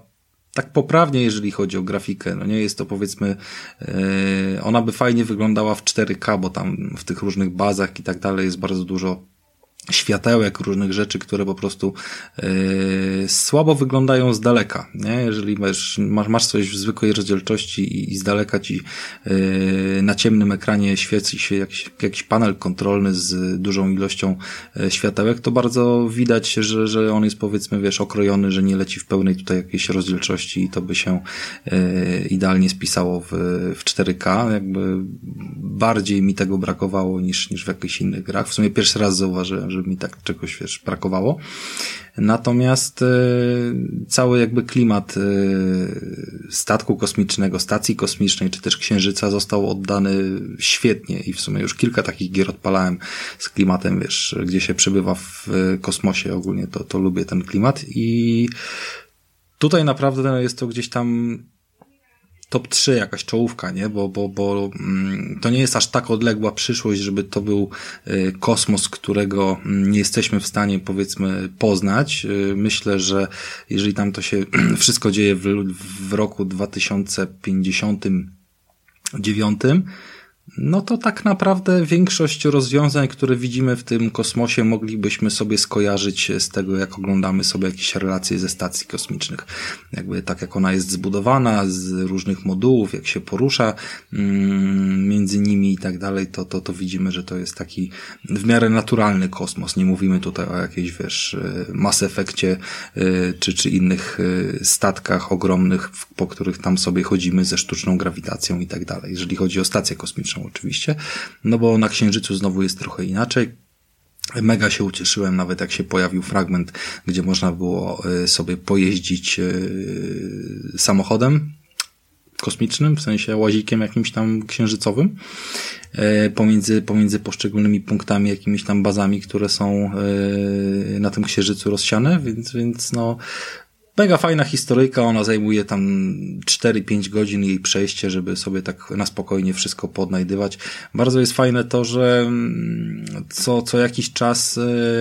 tak poprawnie, jeżeli chodzi o grafikę. No nie jest to, powiedzmy, yy, ona by fajnie wyglądała w cztery K, bo tam w tych różnych bazach i tak dalej jest bardzo dużo światełek, różnych rzeczy, które po prostu yy, słabo wyglądają z daleka, nie? Jeżeli masz, masz, masz coś w zwykłej rozdzielczości i, i z daleka ci yy, na ciemnym ekranie świeci się jakiś, jakiś panel kontrolny z dużą ilością yy, światełek, to bardzo widać, że, że on jest, powiedzmy, wiesz, okrojony, że nie leci w pełnej tutaj jakiejś rozdzielczości i to by się yy, idealnie spisało w, w cztery K. Jakby bardziej mi tego brakowało niż, niż w jakichś innych grach. W sumie pierwszy raz zauważyłem, że mi tak czegoś, wiesz, brakowało. Natomiast y, cały jakby klimat y, statku kosmicznego, stacji kosmicznej, czy też Księżyca został oddany świetnie i w sumie już kilka takich gier odpalałem z klimatem, wiesz, gdzie się przebywa w y, kosmosie ogólnie, to, to lubię ten klimat i tutaj naprawdę jest to gdzieś tam top trzy, jakaś czołówka, nie? Bo, bo, bo mm, to nie jest aż tak odległa przyszłość, żeby to był y, kosmos, którego nie jesteśmy w stanie, powiedzmy, poznać. Y, myślę, że jeżeli tam to się wszystko dzieje w, w roku dwa tysiące pięćdziesiątym dziewiątym, no to tak naprawdę większość rozwiązań, które widzimy w tym kosmosie, moglibyśmy sobie skojarzyć z tego, jak oglądamy sobie jakieś relacje ze stacji kosmicznych. Jakby tak jak ona jest zbudowana, z różnych modułów, jak się porusza mm, między nimi i tak dalej, to, to, to widzimy, że to jest taki w miarę naturalny kosmos. Nie mówimy tutaj o jakiejś, wiesz, Mass Effectie y, czy, czy innych y, statkach ogromnych, po których tam sobie chodzimy ze sztuczną grawitacją i tak dalej. Jeżeli chodzi o stację kosmiczną, oczywiście, no bo na Księżycu znowu jest trochę inaczej. Mega się ucieszyłem, nawet jak się pojawił fragment, gdzie można było sobie pojeździć samochodem kosmicznym, w sensie łazikiem jakimś tam księżycowym, pomiędzy, pomiędzy poszczególnymi punktami, jakimiś tam bazami, które są na tym Księżycu rozsiane, więc, więc no mega fajna historyjka, ona zajmuje tam cztery pięć godzin jej przejście, żeby sobie tak na spokojnie wszystko poodnajdywać. Bardzo jest fajne to, że co, co jakiś czas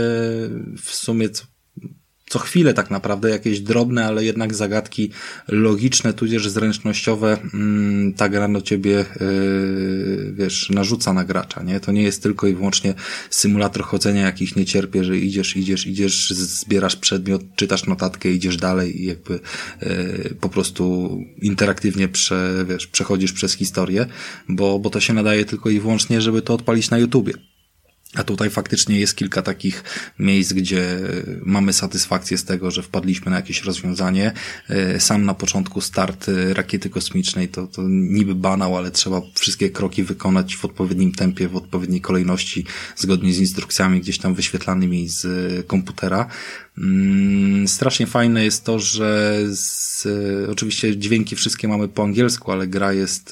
w sumie co, co chwilę tak naprawdę jakieś drobne, ale jednak zagadki logiczne, tudzież zręcznościowe ta gra do ciebie, wiesz, narzuca na gracza, nie? To nie jest tylko i wyłącznie symulator chodzenia, jakich nie cierpię, że idziesz, idziesz, idziesz, zbierasz przedmiot, czytasz notatkę, idziesz dalej i jakby po prostu interaktywnie prze, wiesz, przechodzisz przez historię, bo, bo to się nadaje tylko i wyłącznie, żeby to odpalić na YouTubie. A tutaj faktycznie jest kilka takich miejsc, gdzie mamy satysfakcję z tego, że wpadliśmy na jakieś rozwiązanie. Sam na początku start rakiety kosmicznej to, to niby banał, ale trzeba wszystkie kroki wykonać w odpowiednim tempie, w odpowiedniej kolejności, zgodnie z instrukcjami gdzieś tam wyświetlanymi z komputera. Strasznie fajne jest to, że z, oczywiście dźwięki wszystkie mamy po angielsku, ale gra jest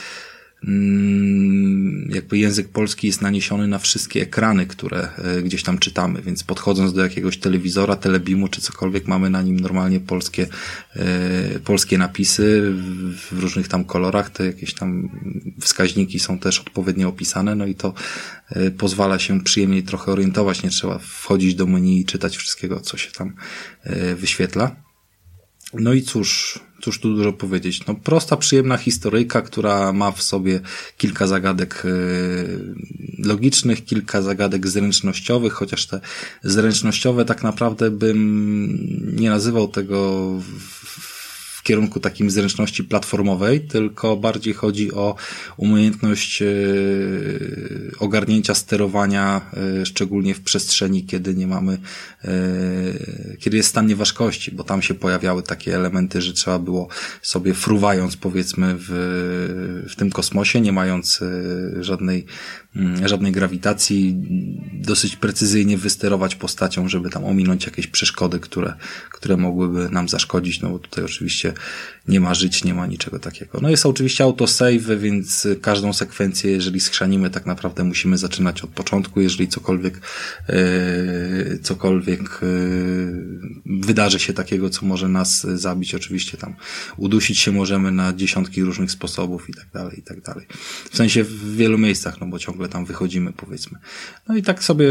jakby język polski jest naniesiony na wszystkie ekrany, które gdzieś tam czytamy, więc podchodząc do jakiegoś telewizora, telebimu czy cokolwiek, mamy na nim normalnie polskie polskie napisy w różnych tam kolorach, te jakieś tam wskaźniki są też odpowiednio opisane, no i to pozwala się przyjemniej trochę orientować, nie trzeba wchodzić do menu i czytać wszystkiego, co się tam wyświetla. No i cóż, cóż tu dużo powiedzieć. No prosta, przyjemna historyjka, która ma w sobie kilka zagadek yy, logicznych, kilka zagadek zręcznościowych, chociaż te zręcznościowe tak naprawdę bym nie nazywał tego w, w kierunku takim zręczności platformowej, tylko bardziej chodzi o umiejętność yy, ogarnięcia sterowania, yy, szczególnie w przestrzeni, kiedy nie mamy, yy, kiedy jest stan nieważkości, bo tam się pojawiały takie elementy, że trzeba było sobie fruwając, powiedzmy, w, w tym kosmosie, nie mając yy, żadnej żadnej grawitacji, dosyć precyzyjnie wysterować postacią, żeby tam ominąć jakieś przeszkody, które, które mogłyby nam zaszkodzić, no bo tutaj oczywiście nie ma żyć, nie ma niczego takiego. No jest oczywiście autosave, więc każdą sekwencję, jeżeli schrzanimy, tak naprawdę musimy zaczynać od początku, jeżeli cokolwiek yy, cokolwiek yy, wydarzy się takiego, co może nas zabić, oczywiście tam udusić się możemy na dziesiątki różnych sposobów i tak dalej, i tak dalej. W sensie w wielu miejscach, no bo ciągle tam wychodzimy, powiedzmy. No i tak sobie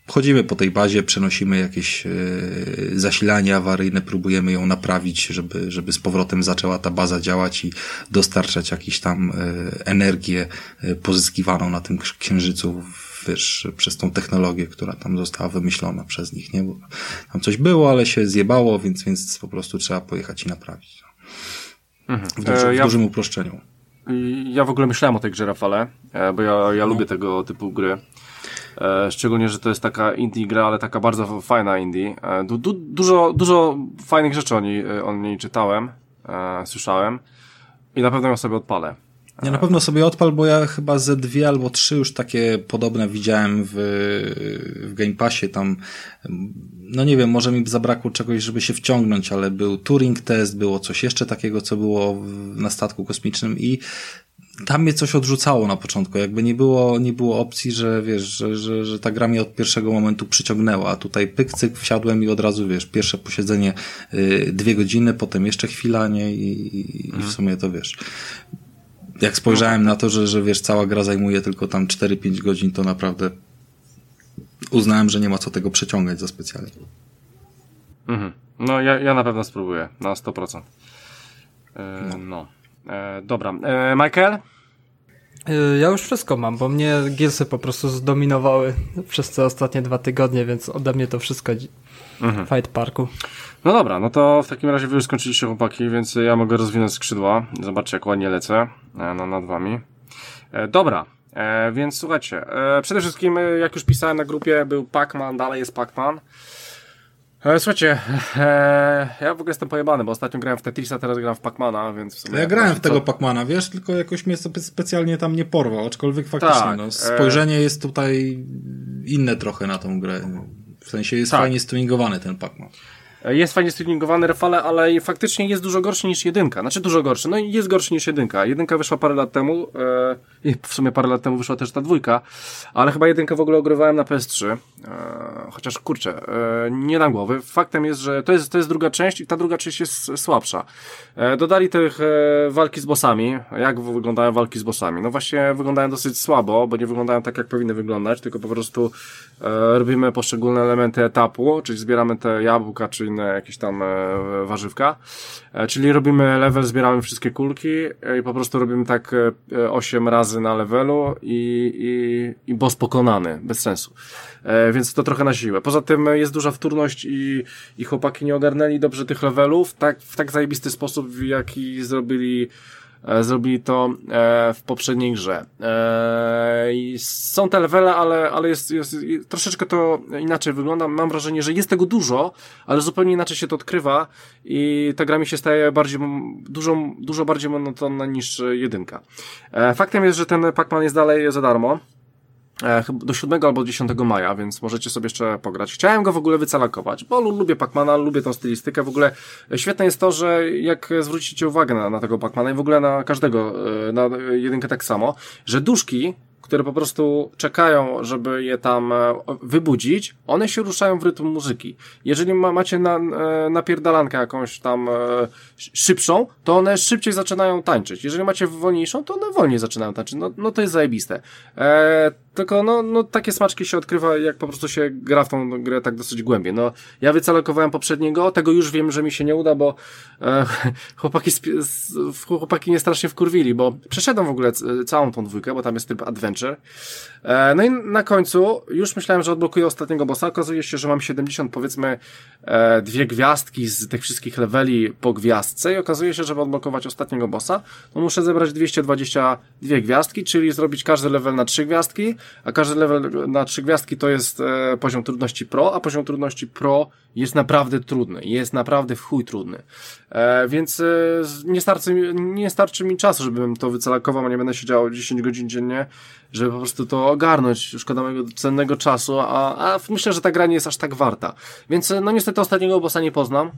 chodzimy po tej bazie, przenosimy jakieś e, zasilanie awaryjne, próbujemy ją naprawić, żeby, żeby z powrotem zaczęła ta baza działać i dostarczać jakąś tam e, energię e, pozyskiwaną na tym księżycu, wiesz, przez tą technologię, która tam została wymyślona przez nich, nie? Bo tam coś było, ale się zjebało, więc, więc po prostu trzeba pojechać i naprawić. Mhm. W, duży, w ja, dużym uproszczeniu. Ja w ogóle myślałem o tej grze, Rafale, bo ja, ja no. lubię tego typu gry. Szczególnie, że to jest taka indie gra, ale taka bardzo fajna indie. Du, du, dużo, dużo fajnych rzeczy o niej, o niej czytałem, słyszałem i na pewno ją sobie odpalę. Ja na pewno sobie odpal, bo ja chyba ze dwie albo trzy już takie podobne widziałem w, w Game Passie. Tam, no nie wiem, może mi zabrakło czegoś, żeby się wciągnąć, ale był Turing Test, było coś jeszcze takiego, co było na statku kosmicznym i tam mnie coś odrzucało na początku, jakby nie było, nie było opcji, że wiesz, że, że, że ta gra mnie od pierwszego momentu przyciągnęła, a tutaj pyk, cyk, wsiadłem i od razu, wiesz, pierwsze posiedzenie y, dwie godziny, potem jeszcze chwila, nie, i, i, i w sumie to wiesz. Jak spojrzałem na to, że, że wiesz, cała gra zajmuje tylko tam cztery pięć godzin, to naprawdę uznałem, że nie ma co tego przeciągać za specjalnie. Mhm. No ja, ja na pewno spróbuję, na sto procent. E, no. no. E, dobra. E, Michael? Ja już wszystko mam, bo mnie Gearsy po prostu zdominowały przez te ostatnie dwa tygodnie, więc ode mnie to wszystko mhm. Fight Parku. No dobra, no to w takim razie wy już skończyliście, chłopaki, więc ja mogę rozwinąć skrzydła. Zobaczcie, jak ładnie lecę e, no, nad wami. E, dobra, e, więc słuchajcie, e, przede wszystkim, jak już pisałem na grupie, był Pac-Man, dalej jest Pac-Man. E, słuchajcie, e, ja w ogóle jestem pojebany, bo ostatnio grałem w Tetrisa, teraz gram w Pac-Mana, więc w sumie... Ja grałem w tego co... Pac-Mana, wiesz, tylko jakoś mnie specjalnie tam nie porwał, aczkolwiek faktycznie, tak, no, spojrzenie e... jest tutaj inne trochę na tą grę. W sensie jest tak. fajnie stringowany ten Pac-Man. Jest fajnie stringowany, Rafale, ale faktycznie jest dużo gorszy niż jedynka. Znaczy dużo gorszy. No i jest gorszy niż jedynka. Jedynka wyszła parę lat temu i e, w sumie parę lat temu wyszła też ta dwójka, ale chyba jedynkę w ogóle ogrywałem na P S trzy. E, chociaż kurczę, e, nie dam głowy. Faktem jest, że to jest, to jest druga część i ta druga część jest słabsza. E, dodali tych e, walki z bossami. Jak wyglądają walki z bossami? No właśnie wyglądają dosyć słabo, bo nie wyglądają tak, jak powinny wyglądać, tylko po prostu e, robimy poszczególne elementy etapu, czyli zbieramy te jabłka, czy inne jakieś tam e, warzywka. E, czyli robimy level, zbieramy wszystkie kulki e, i po prostu robimy tak e, osiem razy na levelu i, i, i boss pokonany. Bez sensu. E, więc to trochę na siłę. Poza tym jest duża wtórność i, i chłopaki nie ogarnęli dobrze tych levelów tak, w tak zajebisty sposób, w jaki zrobili E, zrobili to e, w poprzedniej grze. E, i są te levele, ale, ale jest, jest, jest troszeczkę to inaczej wygląda. Mam wrażenie, że jest tego dużo, ale zupełnie inaczej się to odkrywa i ta gra mi się staje bardziej, dużo, dużo bardziej monotonna niż jedynka. E, faktem jest, że ten Pac-Man jest dalej za darmo. Do siódmego albo dziesiątego maja, więc możecie sobie jeszcze pograć. Chciałem go w ogóle wycalakować, bo lubię Pac-Mana, lubię tą stylistykę. W ogóle świetne jest to, że jak zwrócicie uwagę na, na tego Pac-Mana i w ogóle na każdego, na jedynkę tak samo, że duszki, które po prostu czekają, żeby je tam wybudzić, one się ruszają w rytm muzyki. Jeżeli ma, macie na, napierdalankę jakąś tam szybszą, to one szybciej zaczynają tańczyć. Jeżeli macie wolniejszą, to one wolniej zaczynają tańczyć. No, no to jest zajebiste. E, tylko no, no takie smaczki się odkrywa, jak po prostu się gra w tą grę tak dosyć głębiej. No ja wycalokowałem poprzedniego, tego już wiem, że mi się nie uda, bo e, chłopaki, chłopaki mnie strasznie wkurwili, bo przeszedłem w ogóle całą tą dwójkę, bo tam jest tryb adventure. E, no i na końcu już myślałem, że odblokuję ostatniego bossa. Okazuje się, że mam siedemdziesiąt, powiedzmy, e, dwie gwiazdki z tych wszystkich leveli po gwiazdce i okazuje się, że żeby odblokować ostatniego bossa, to muszę zebrać dwieście dwadzieścia dwie gwiazdki, czyli zrobić każdy level na trzy gwiazdki, a każdy level na trzy gwiazdki to jest e, poziom trudności pro, a poziom trudności pro jest naprawdę trudny, jest naprawdę w chuj trudny. E, więc e, nie, starczy, nie starczy mi czasu, żebym to wycalakował, a nie będę siedział dziesięć godzin dziennie, żeby po prostu to ogarnąć. Szkoda mojego cennego czasu, a, a myślę, że ta gra nie jest aż tak warta. Więc no niestety ostatniego bossa nie poznam.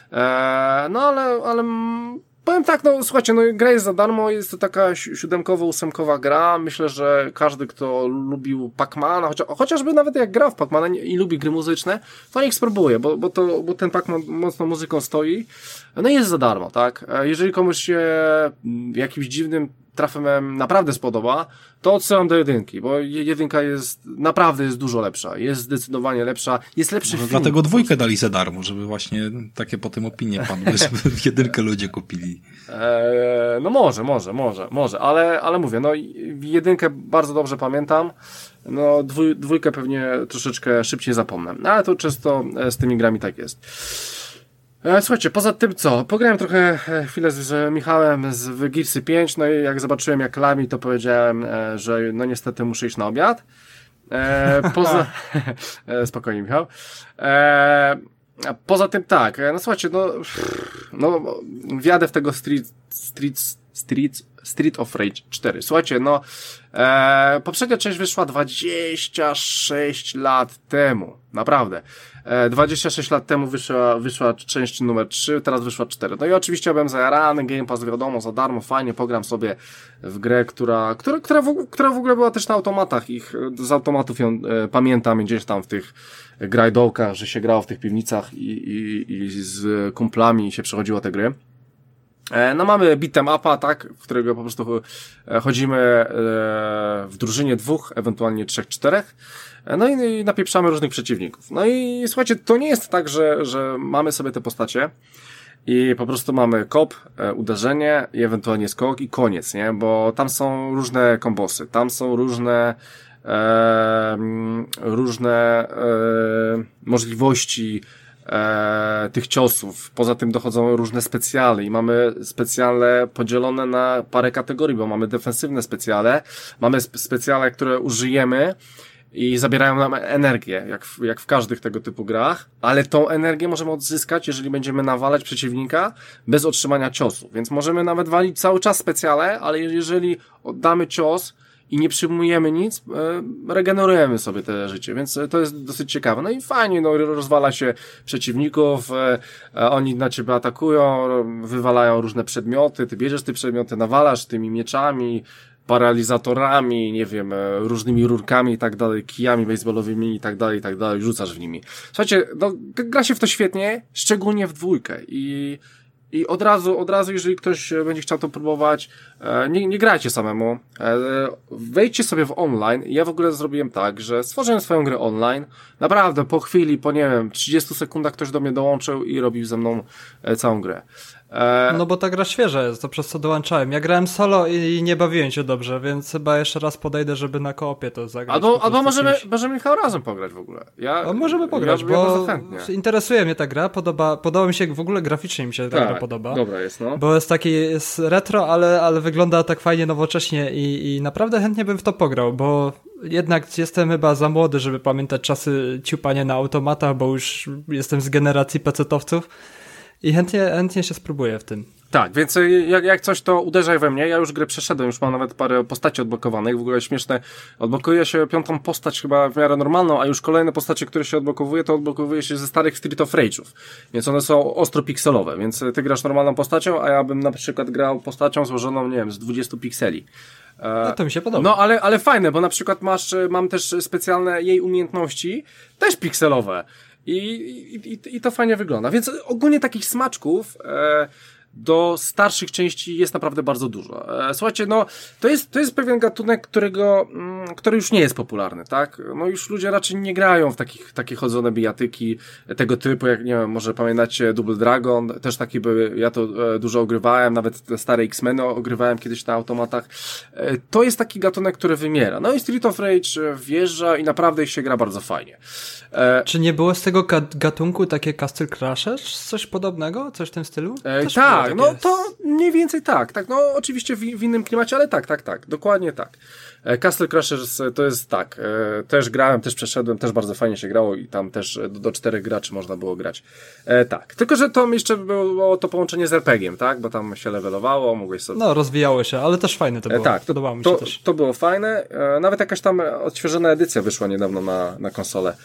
E, no ale, ale powiem tak, no słuchajcie, no gra jest za darmo, jest to taka siódemkowo-ósemkowa gra. Myślę, że każdy, kto lubił Pac-Mana, chociaż, chociażby nawet jak gra w Pac-Mana i lubi gry muzyczne, to niech spróbuje, bo, bo, to, bo ten Pac-Man mocno muzyką stoi. No i jest za darmo, tak? Jeżeli komuś się jakimś dziwnym trafem naprawdę spodoba, to odsyłam do jedynki, bo jedynka jest, naprawdę jest dużo lepsza, jest zdecydowanie lepsza, jest lepszy no, film. Dlatego dwójkę dali za darmo, żeby właśnie takie potem opinie padły, żeby jedynkę ludzie kupili. Eee, no może, może, może, może, ale, ale mówię, no jedynkę bardzo dobrze pamiętam, no dwój, dwójkę pewnie troszeczkę szybciej zapomnę, ale to często z tymi grami tak jest. Słuchajcie, poza tym co? Pograłem trochę chwilę z Michałem z w Gearsy pięć, no i jak zobaczyłem jak lami, to powiedziałem, że no niestety muszę iść na obiad. E, poza... Spokojnie, Michał. E, poza tym tak, no słuchajcie, no, no wjadę w tego Street, Street, Street, Street of Rage cztery. Słuchajcie, no e, poprzednia część wyszła dwadzieścia sześć lat temu. Naprawdę. E, dwadzieścia sześć lat temu wyszła, wyszła część numer trzy, teraz wyszła cztery. No i oczywiście byłem zajarany, Game Pass wiadomo, za darmo, fajnie, pogram sobie w grę, która, która, która, w, która w ogóle była też na automatach. Ich, z automatów ją e, pamiętam gdzieś tam w tych grajdołkach, że się grało w tych piwnicach i, i, i z kumplami się przechodziło te gry. No mamy beat'em upa, tak, w którego po prostu chodzimy w drużynie dwóch, ewentualnie trzech, czterech, no i napieprzamy różnych przeciwników. No i słuchajcie, to nie jest tak, że, że mamy sobie te postacie i po prostu mamy kop, uderzenie i ewentualnie skok i koniec, nie, bo tam są różne kombosy, tam są różne e, różne e, możliwości E, tych ciosów. Poza tym dochodzą różne specjale i mamy specjale podzielone na parę kategorii, bo mamy defensywne specjale, mamy spe- specjale, które użyjemy i zabierają nam energię, jak w, jak w każdych tego typu grach, ale tą energię możemy odzyskać, jeżeli będziemy nawalać przeciwnika bez otrzymania ciosu, więc możemy nawet walić cały czas specjale, ale jeżeli oddamy cios i nie przyjmujemy nic, e, regenerujemy sobie te życie, więc to jest dosyć ciekawe. No i fajnie, no rozwala się przeciwników, e, e, oni na ciebie atakują, wywalają różne przedmioty, ty bierzesz te przedmioty, nawalasz tymi mieczami, paralizatorami, nie wiem, e, różnymi rurkami i tak dalej, kijami baseballowymi i tak dalej, i tak dalej, rzucasz w nimi. Słuchajcie, no, gra się w to świetnie, szczególnie w dwójkę i I od razu, od razu, jeżeli ktoś będzie chciał to próbować, nie, nie grajcie samemu, wejdźcie sobie w online. Ja w ogóle zrobiłem tak, że stworzyłem swoją grę online, naprawdę po chwili, po nie wiem, trzydziestu sekundach ktoś do mnie dołączył i robił ze mną całą grę. No bo ta gra świeża jest, to przez co dołączałem. Ja grałem solo i nie bawiłem się dobrze, więc chyba jeszcze raz podejdę, żeby na koopie to zagrać. Albo, albo możemy, możemy Michał razem pograć w ogóle. Ja, A możemy pograć, ja, bo ja interesuje mnie ta gra, podoba, podoba mi się, w ogóle graficznie mi się ta tak, gra podoba. Dobra jest, no. Bo jest taki, jest retro, ale, ale wygląda tak fajnie nowocześnie i, i naprawdę chętnie bym w to pograł, bo jednak jestem chyba za młody, żeby pamiętać czasy ciupania na automatach, bo już jestem z generacji pecetowców. I chętnie, chętnie się spróbuję w tym. Tak, więc jak, jak coś, to uderzaj we mnie. Ja już grę przeszedłem, już mam nawet parę postaci odblokowanych. W ogóle śmieszne, odblokuje się piątą postać chyba w miarę normalną, a już kolejne postacie, które się odblokowuje, to odblokowuje się ze starych Street of Rage'ów. Więc one są ostro pikselowe, więc ty grasz normalną postacią, a ja bym na przykład grał postacią złożoną, nie wiem, z dwudziestu pikseli. No to mi się podoba. No ale, ale fajne, bo na przykład masz, mam też specjalne jej umiejętności, też pikselowe. I, i, i, i to fajnie wygląda. Więc ogólnie takich smaczków e, do starszych części jest naprawdę bardzo dużo. E, słuchajcie, no to jest, to jest pewien gatunek, którego, mm, który już nie jest popularny, tak? No już ludzie raczej nie grają w takich, takie chodzone bijatyki tego typu, jak nie wiem, może pamiętacie Double Dragon, też taki były, ja to e, dużo ogrywałem, nawet te stare X-Meny ogrywałem kiedyś na automatach. E, to jest taki gatunek, który wymiera. No i Street of Rage wjeżdża i naprawdę się gra bardzo fajnie. E, Czy nie było z tego gatunku takie Castle Crashers? Coś podobnego? Coś w tym stylu? E, tak, no to mniej więcej tak. tak no oczywiście w, w innym klimacie, ale tak, tak, tak. Dokładnie tak. E, Castle Crashers to jest tak. E, też grałem, też przeszedłem, też bardzo fajnie się grało i tam też do, do czterech graczy można było grać. E, tak. Tylko, że to jeszcze było to połączenie z er pe gie em, tak? Bo tam się levelowało, mogłeś sobie... No, rozwijało się, ale też fajne to było. E, tak. To, Podobało mi się to, też. To było fajne. E, nawet jakaś tam odświeżona edycja wyszła niedawno na, na konsolę.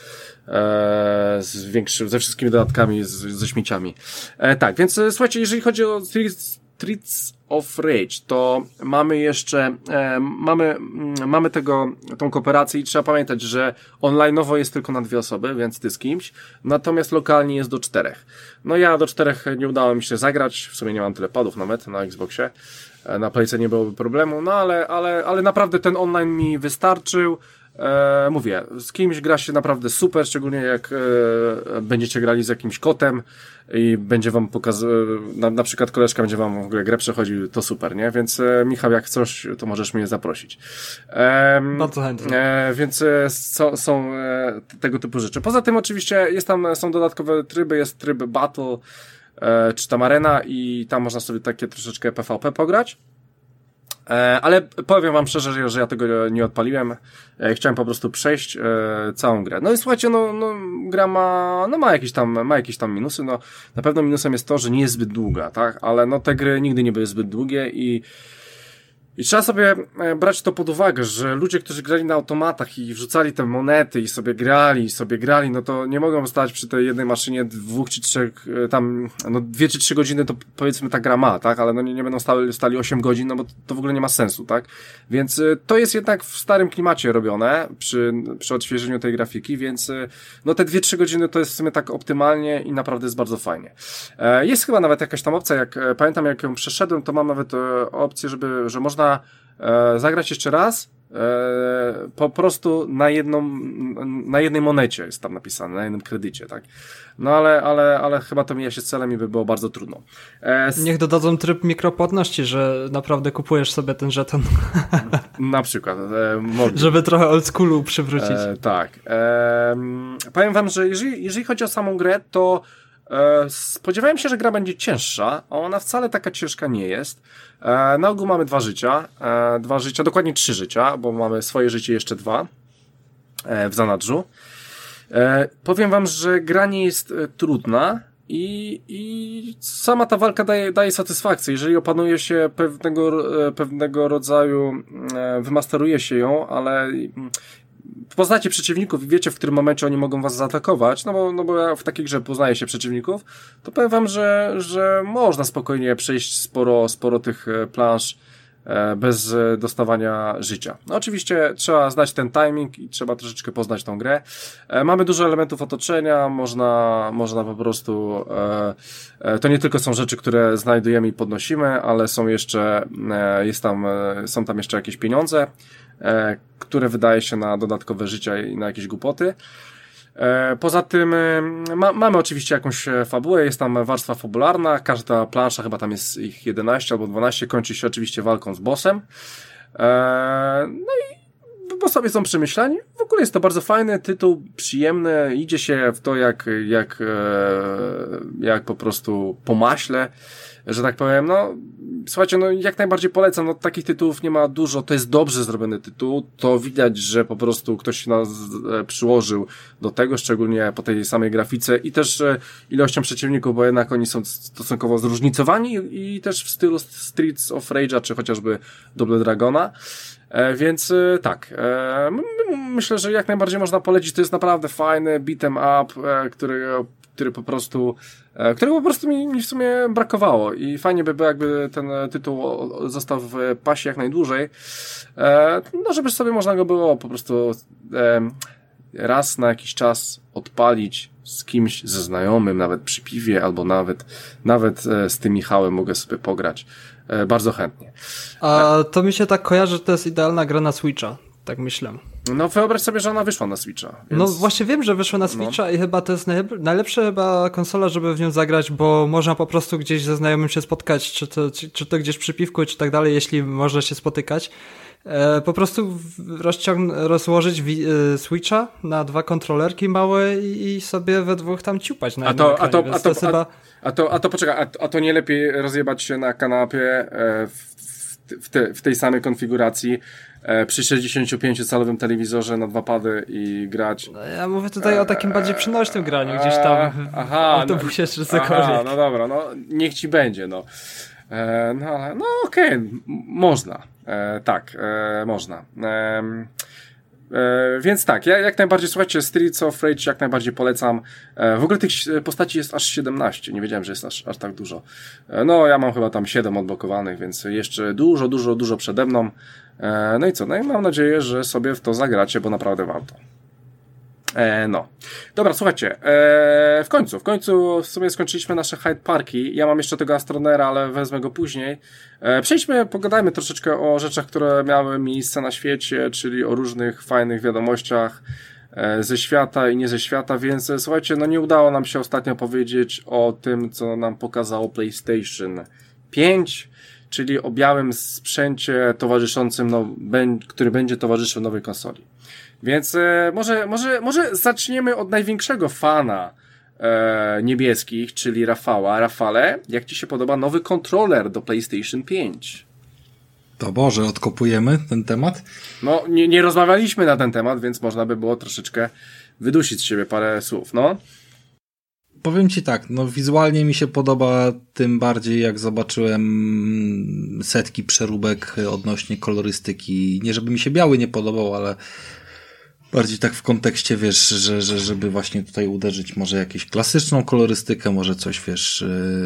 E, z większym, ze wszystkimi dodatkami, z, ze śmieciami. E, tak, więc słuchajcie, jeżeli chodzi o Streets of Rage, to mamy jeszcze, e, mamy, mamy tego, tą kooperację i trzeba pamiętać, że online'owo jest tylko na dwie osoby, więc ty z kimś, natomiast lokalnie jest do czterech. No ja do czterech nie udało mi się zagrać, w sumie nie mam tyle padów nawet na Xboxie, na Playce nie byłoby problemu, no ale, ale, ale naprawdę ten online mi wystarczył. E, mówię, z kimś gra się naprawdę super, szczególnie jak e, będziecie grali z jakimś kotem i będzie wam pokazywał, na, na przykład koleżka będzie wam w ogóle grę przechodził, to super, nie? Więc e, Michał, jak coś, to możesz mnie zaprosić. E, Bardzo chętnie. E, więc e, so, są e, tego typu rzeczy. Poza tym oczywiście jest tam, są dodatkowe tryby, jest tryb Battle, e, czy tam Arena i tam można sobie takie troszeczkę P V P pograć. Ale powiem wam szczerze, że ja tego nie odpaliłem. Chciałem po prostu przejść e, całą grę. No i słuchajcie, no, no gra ma, no ma jakieś tam, ma jakieś tam minusy. No na pewno minusem jest to, że nie jest zbyt długa, tak? Ale no te gry nigdy nie były zbyt długie i I trzeba sobie brać to pod uwagę, że ludzie, którzy grali na automatach i wrzucali te monety i sobie grali, i sobie grali, no to nie mogą stać przy tej jednej maszynie dwóch czy trzech, tam, no dwie czy trzy godziny to powiedzmy ta gra ma, tak? Ale no nie, nie będą stali, stali osiem godzin, no bo to w ogóle nie ma sensu, tak? Więc to jest jednak w starym klimacie robione przy, przy odświeżeniu tej grafiki, więc no te dwie trzy godziny to jest w sumie tak optymalnie i naprawdę jest bardzo fajnie. Jest chyba nawet jakaś tam opcja, jak pamiętam jak ją przeszedłem, to mam nawet opcję, żeby, że można E, zagrać jeszcze raz e, po prostu na jedną na jednej monecie jest tam napisane, na jednym kredycie, tak? No ale, ale, ale chyba to mija się z celem i by było bardzo trudno. E, s- Niech dodadzą tryb mikropłatności, że naprawdę kupujesz sobie ten żeton. Na przykład. E, Żeby trochę old schoolu przywrócić. E, tak. E, powiem wam, że jeżeli, jeżeli chodzi o samą grę, to e, spodziewałem się, że gra będzie cięższa, a ona wcale taka ciężka nie jest. E, na ogół mamy dwa życia, e, dwa życia, dokładnie trzy życia, bo mamy swoje życie jeszcze dwa e, w zanadrzu. E, powiem wam, że gra nie jest e, trudna i, i sama ta walka daje, daje satysfakcję. Jeżeli opanuje się pewnego, e, pewnego rodzaju, e, wymasteruje się ją, ale poznacie przeciwników i wiecie, w którym momencie oni mogą was zaatakować, no bo, no bo ja w takiej grze poznaję się przeciwników, to powiem wam, że, że można spokojnie przejść sporo, sporo tych planż e, bez dostawania życia. No oczywiście trzeba znać ten timing i trzeba troszeczkę poznać tą grę. E, mamy dużo elementów otoczenia, można, można po prostu, e, e, to nie tylko są rzeczy, które znajdujemy i podnosimy, ale są jeszcze, e, jest tam, e, są tam jeszcze jakieś pieniądze, E, które wydaje się na dodatkowe życia i na jakieś głupoty. E, poza tym e, ma, mamy oczywiście jakąś fabułę, jest tam warstwa fabularna, każda plansza, chyba tam jest ich jedenaście albo dwanaście, kończy się oczywiście walką z bossem. E, no i bossowie są przemyślani. W ogóle jest to bardzo fajny tytuł, przyjemny, idzie się w to jak, jak, e, jak po prostu po maśle, że tak powiem, no słuchajcie, no jak najbardziej polecam, no takich tytułów nie ma dużo, to jest dobrze zrobiony tytuł, to widać, że po prostu ktoś nas e, przyłożył do tego, szczególnie po tej samej grafice i też e, ilością przeciwników, bo jednak oni są stosunkowo zróżnicowani i, i też w stylu Streets of Rage'a, czy chociażby Double Dragona. E, więc e, tak, e, m- myślę, że jak najbardziej można polecić, to jest naprawdę fajny beat'em up, e, który, który po prostu, e, którego po prostu mi, mi w sumie brakowało i fajnie by było, jakby ten tytuł został w pasie jak najdłużej, e, no żeby sobie można go było po prostu e, raz na jakiś czas odpalić z kimś, ze znajomym, nawet przy piwie, albo nawet, nawet e, z tym Michałem mogę sobie pograć. E, bardzo chętnie. A to mi się tak kojarzy, że to jest idealna gra na Switcha. Tak myślę. No wyobraź sobie, że ona wyszła na Switcha. Więc... No właśnie wiem, że wyszła na Switcha no. I chyba to jest najlep- najlepsza chyba konsola, żeby w nią zagrać, bo można po prostu gdzieś ze znajomym się spotkać, czy to, czy, czy to gdzieś przy piwku, czy tak dalej, jeśli można się spotykać. E, po prostu rozciąg- rozłożyć wi- e, Switcha na dwa kontrolerki małe i, i sobie we dwóch tam ciupać na a to, a to, a to, to, to chyba... a to, a to poczekaj, a, a to nie lepiej rozjebać się na kanapie e, w, w, te, w tej samej konfiguracji e, przy sześćdziesięciopięciocalowym telewizorze na dwa pady i grać. No, ja mówię tutaj e, o takim bardziej przynośnym graniu, gdzieś tam w aha, autobusie no, czy cokolwiek. Aha, no dobra, no niech ci będzie, no. E, no no okej, okay, można. E, tak, e, można. E, E, więc tak, ja jak najbardziej, słuchajcie, Streets of Rage jak najbardziej polecam. E, w ogóle tych postaci jest aż siedemnaście, nie wiedziałem, że jest aż, aż tak dużo. E, no, ja mam chyba tam siedem odblokowanych, więc jeszcze dużo, dużo, dużo przede mną. E, no i co, no i mam nadzieję, że sobie w to zagracie, bo naprawdę warto. E, no. Dobra, słuchajcie, e, w końcu, w końcu w sumie skończyliśmy nasze Hyde Parki. Ja mam jeszcze tego Astronera, ale wezmę go później. E, przejdźmy, pogadajmy troszeczkę o rzeczach, które miały miejsce na świecie, czyli o różnych fajnych wiadomościach e, ze świata i nie ze świata, więc e, słuchajcie, no nie udało nam się ostatnio powiedzieć o tym, co nam pokazało PlayStation pięć, czyli o białym sprzęcie towarzyszącym, no, ben, który będzie towarzyszył nowej konsoli. Więc e, może, może, może zaczniemy od największego fana e, niebieskich, czyli Rafała. Rafale, jak Ci się podoba nowy kontroler do PlayStation pięć? To Boże, odkopujemy ten temat? No, nie, nie rozmawialiśmy na ten temat, więc można by było troszeczkę wydusić z siebie parę słów, no. Powiem Ci tak, no wizualnie mi się podoba, tym bardziej jak zobaczyłem setki przeróbek odnośnie kolorystyki. Nie żeby mi się biały nie podobał, ale bardziej tak w kontekście, wiesz, że, że żeby właśnie tutaj uderzyć może jakąś klasyczną kolorystykę, może coś, wiesz,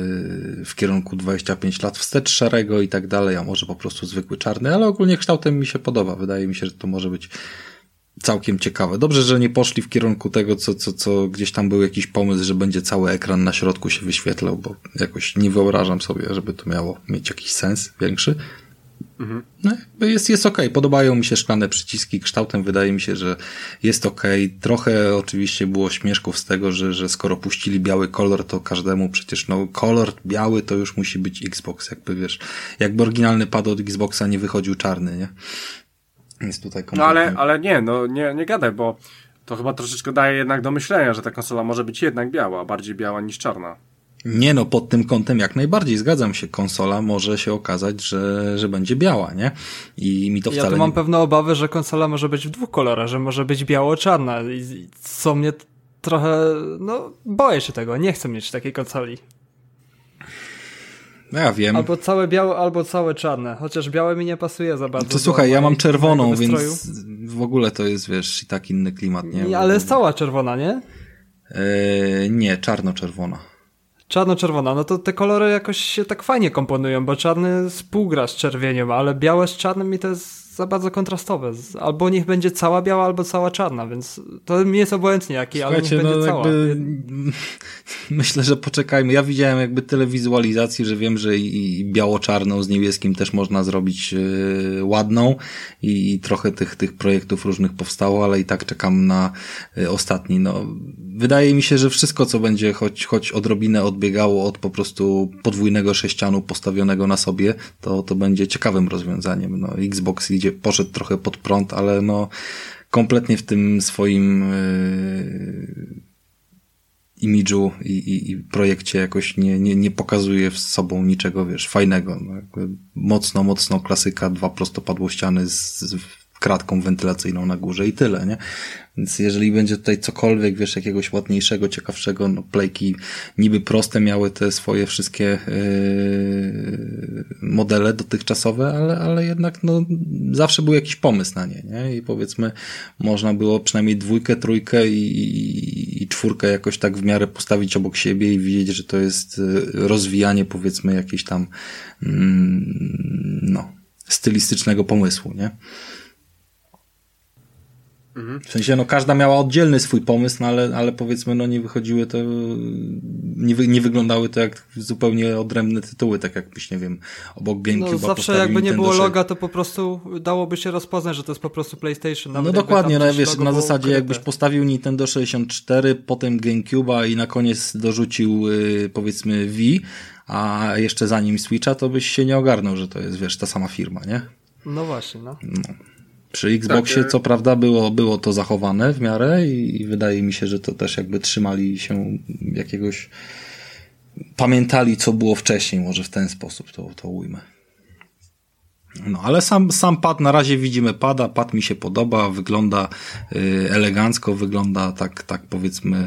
w kierunku dwadzieścia pięć lat wstecz szarego i tak dalej, a może po prostu zwykły czarny, ale ogólnie kształtem mi się podoba. Wydaje mi się, że to może być całkiem ciekawe. Dobrze, że nie poszli w kierunku tego, co, co, co gdzieś tam był jakiś pomysł, że będzie cały ekran na środku się wyświetlał, bo jakoś nie wyobrażam sobie, żeby to miało mieć jakiś sens większy. Mhm. No, jest, jest okej. Okay. Podobają mi się szklane przyciski. Kształtem wydaje mi się, że jest okej. Okay. Trochę oczywiście było śmieszków z tego, że, że skoro puścili biały kolor, to każdemu przecież no kolor biały to już musi być Xbox. Jakby wiesz, jakby oryginalny pad od Xboxa nie wychodził czarny, nie? Jest tutaj kompletnie... No ale, ale nie, no nie, nie gadaj, bo to chyba troszeczkę daje jednak do myślenia, że ta konsola może być jednak biała, bardziej biała niż czarna. Nie no, pod tym kątem jak najbardziej zgadzam się. Konsola może się okazać, że, że będzie biała, nie? I mi to wcale Ja tu mam nie... pewne obawy, że konsola może być w dwóch kolorach, że może być biało-czarna i co mnie trochę, no boję się tego, nie chcę mieć takiej konsoli. No ja wiem. Albo całe białe, albo całe czarne, chociaż białe mi nie pasuje za bardzo. To słuchaj, ja mam czerwoną, więc w ogóle to jest, wiesz, i tak inny klimat, nie? nie ale jest cała czerwona, nie? Eee, nie, czarno-czerwona. Czarno-czerwona, no to te kolory jakoś się tak fajnie komponują, bo czarny współgra z czerwieniem, ale białe z czarnym mi to jest za bardzo kontrastowe. Albo niech będzie cała biała, albo cała czarna, więc to mi jest obojętnie jaki, ale niech będzie no, cała. Jakby... Myślę, że poczekajmy. Ja widziałem jakby tyle wizualizacji, że wiem, że i biało-czarną z niebieskim też można zrobić yy, ładną i, i trochę tych, tych projektów różnych powstało, ale i tak czekam na yy, ostatni. No, wydaje mi się, że wszystko, co będzie choć, choć odrobinę odbiegało od po prostu podwójnego sześcianu postawionego na sobie, to, to będzie ciekawym rozwiązaniem. No, Xbox idzie, poszedł trochę pod prąd, ale no kompletnie w tym swoim yy, imidżu i, i, i projekcie jakoś nie, nie, nie pokazuje z sobą niczego, wiesz, fajnego. No, jakby mocno, mocno klasyka, dwa prostopadłościany z, z kratką wentylacyjną na górze i tyle, nie? Więc jeżeli będzie tutaj cokolwiek, wiesz, jakiegoś ładniejszego, ciekawszego, no playki niby proste miały te swoje wszystkie yy, modele dotychczasowe, ale, ale jednak no zawsze był jakiś pomysł na nie, nie? I powiedzmy można było przynajmniej dwójkę, trójkę i, i, i czwórkę jakoś tak w miarę postawić obok siebie i widzieć, że to jest rozwijanie powiedzmy jakiejś tam mm, no stylistycznego pomysłu, nie? W sensie, no każda miała oddzielny swój pomysł, no ale, ale powiedzmy, no nie wychodziły to, nie, wy, nie wyglądały to jak zupełnie odrębne tytuły, tak jakbyś, nie wiem, obok GameCube'a no, zawsze jakby nie było loga, to po prostu dałoby się rozpoznać, że to jest po prostu PlayStation. Nawet no dokładnie, no wiesz, na zasadzie ukryte. Jakbyś postawił Nintendo sześćdziesiąt cztery, potem GameCube'a i na koniec dorzucił yy, powiedzmy Wii, a jeszcze zanim Switcha, to byś się nie ogarnął, że to jest, wiesz, ta sama firma, nie? No właśnie, no. no. Przy Xboxie, tak, co prawda, było, było to zachowane w miarę i, i wydaje mi się, że to też jakby trzymali się jakiegoś... Pamiętali, co było wcześniej, może w ten sposób to, to ujmę. No, ale sam, sam pad, na razie widzimy pada, pad mi się podoba, wygląda y, elegancko, wygląda tak, tak powiedzmy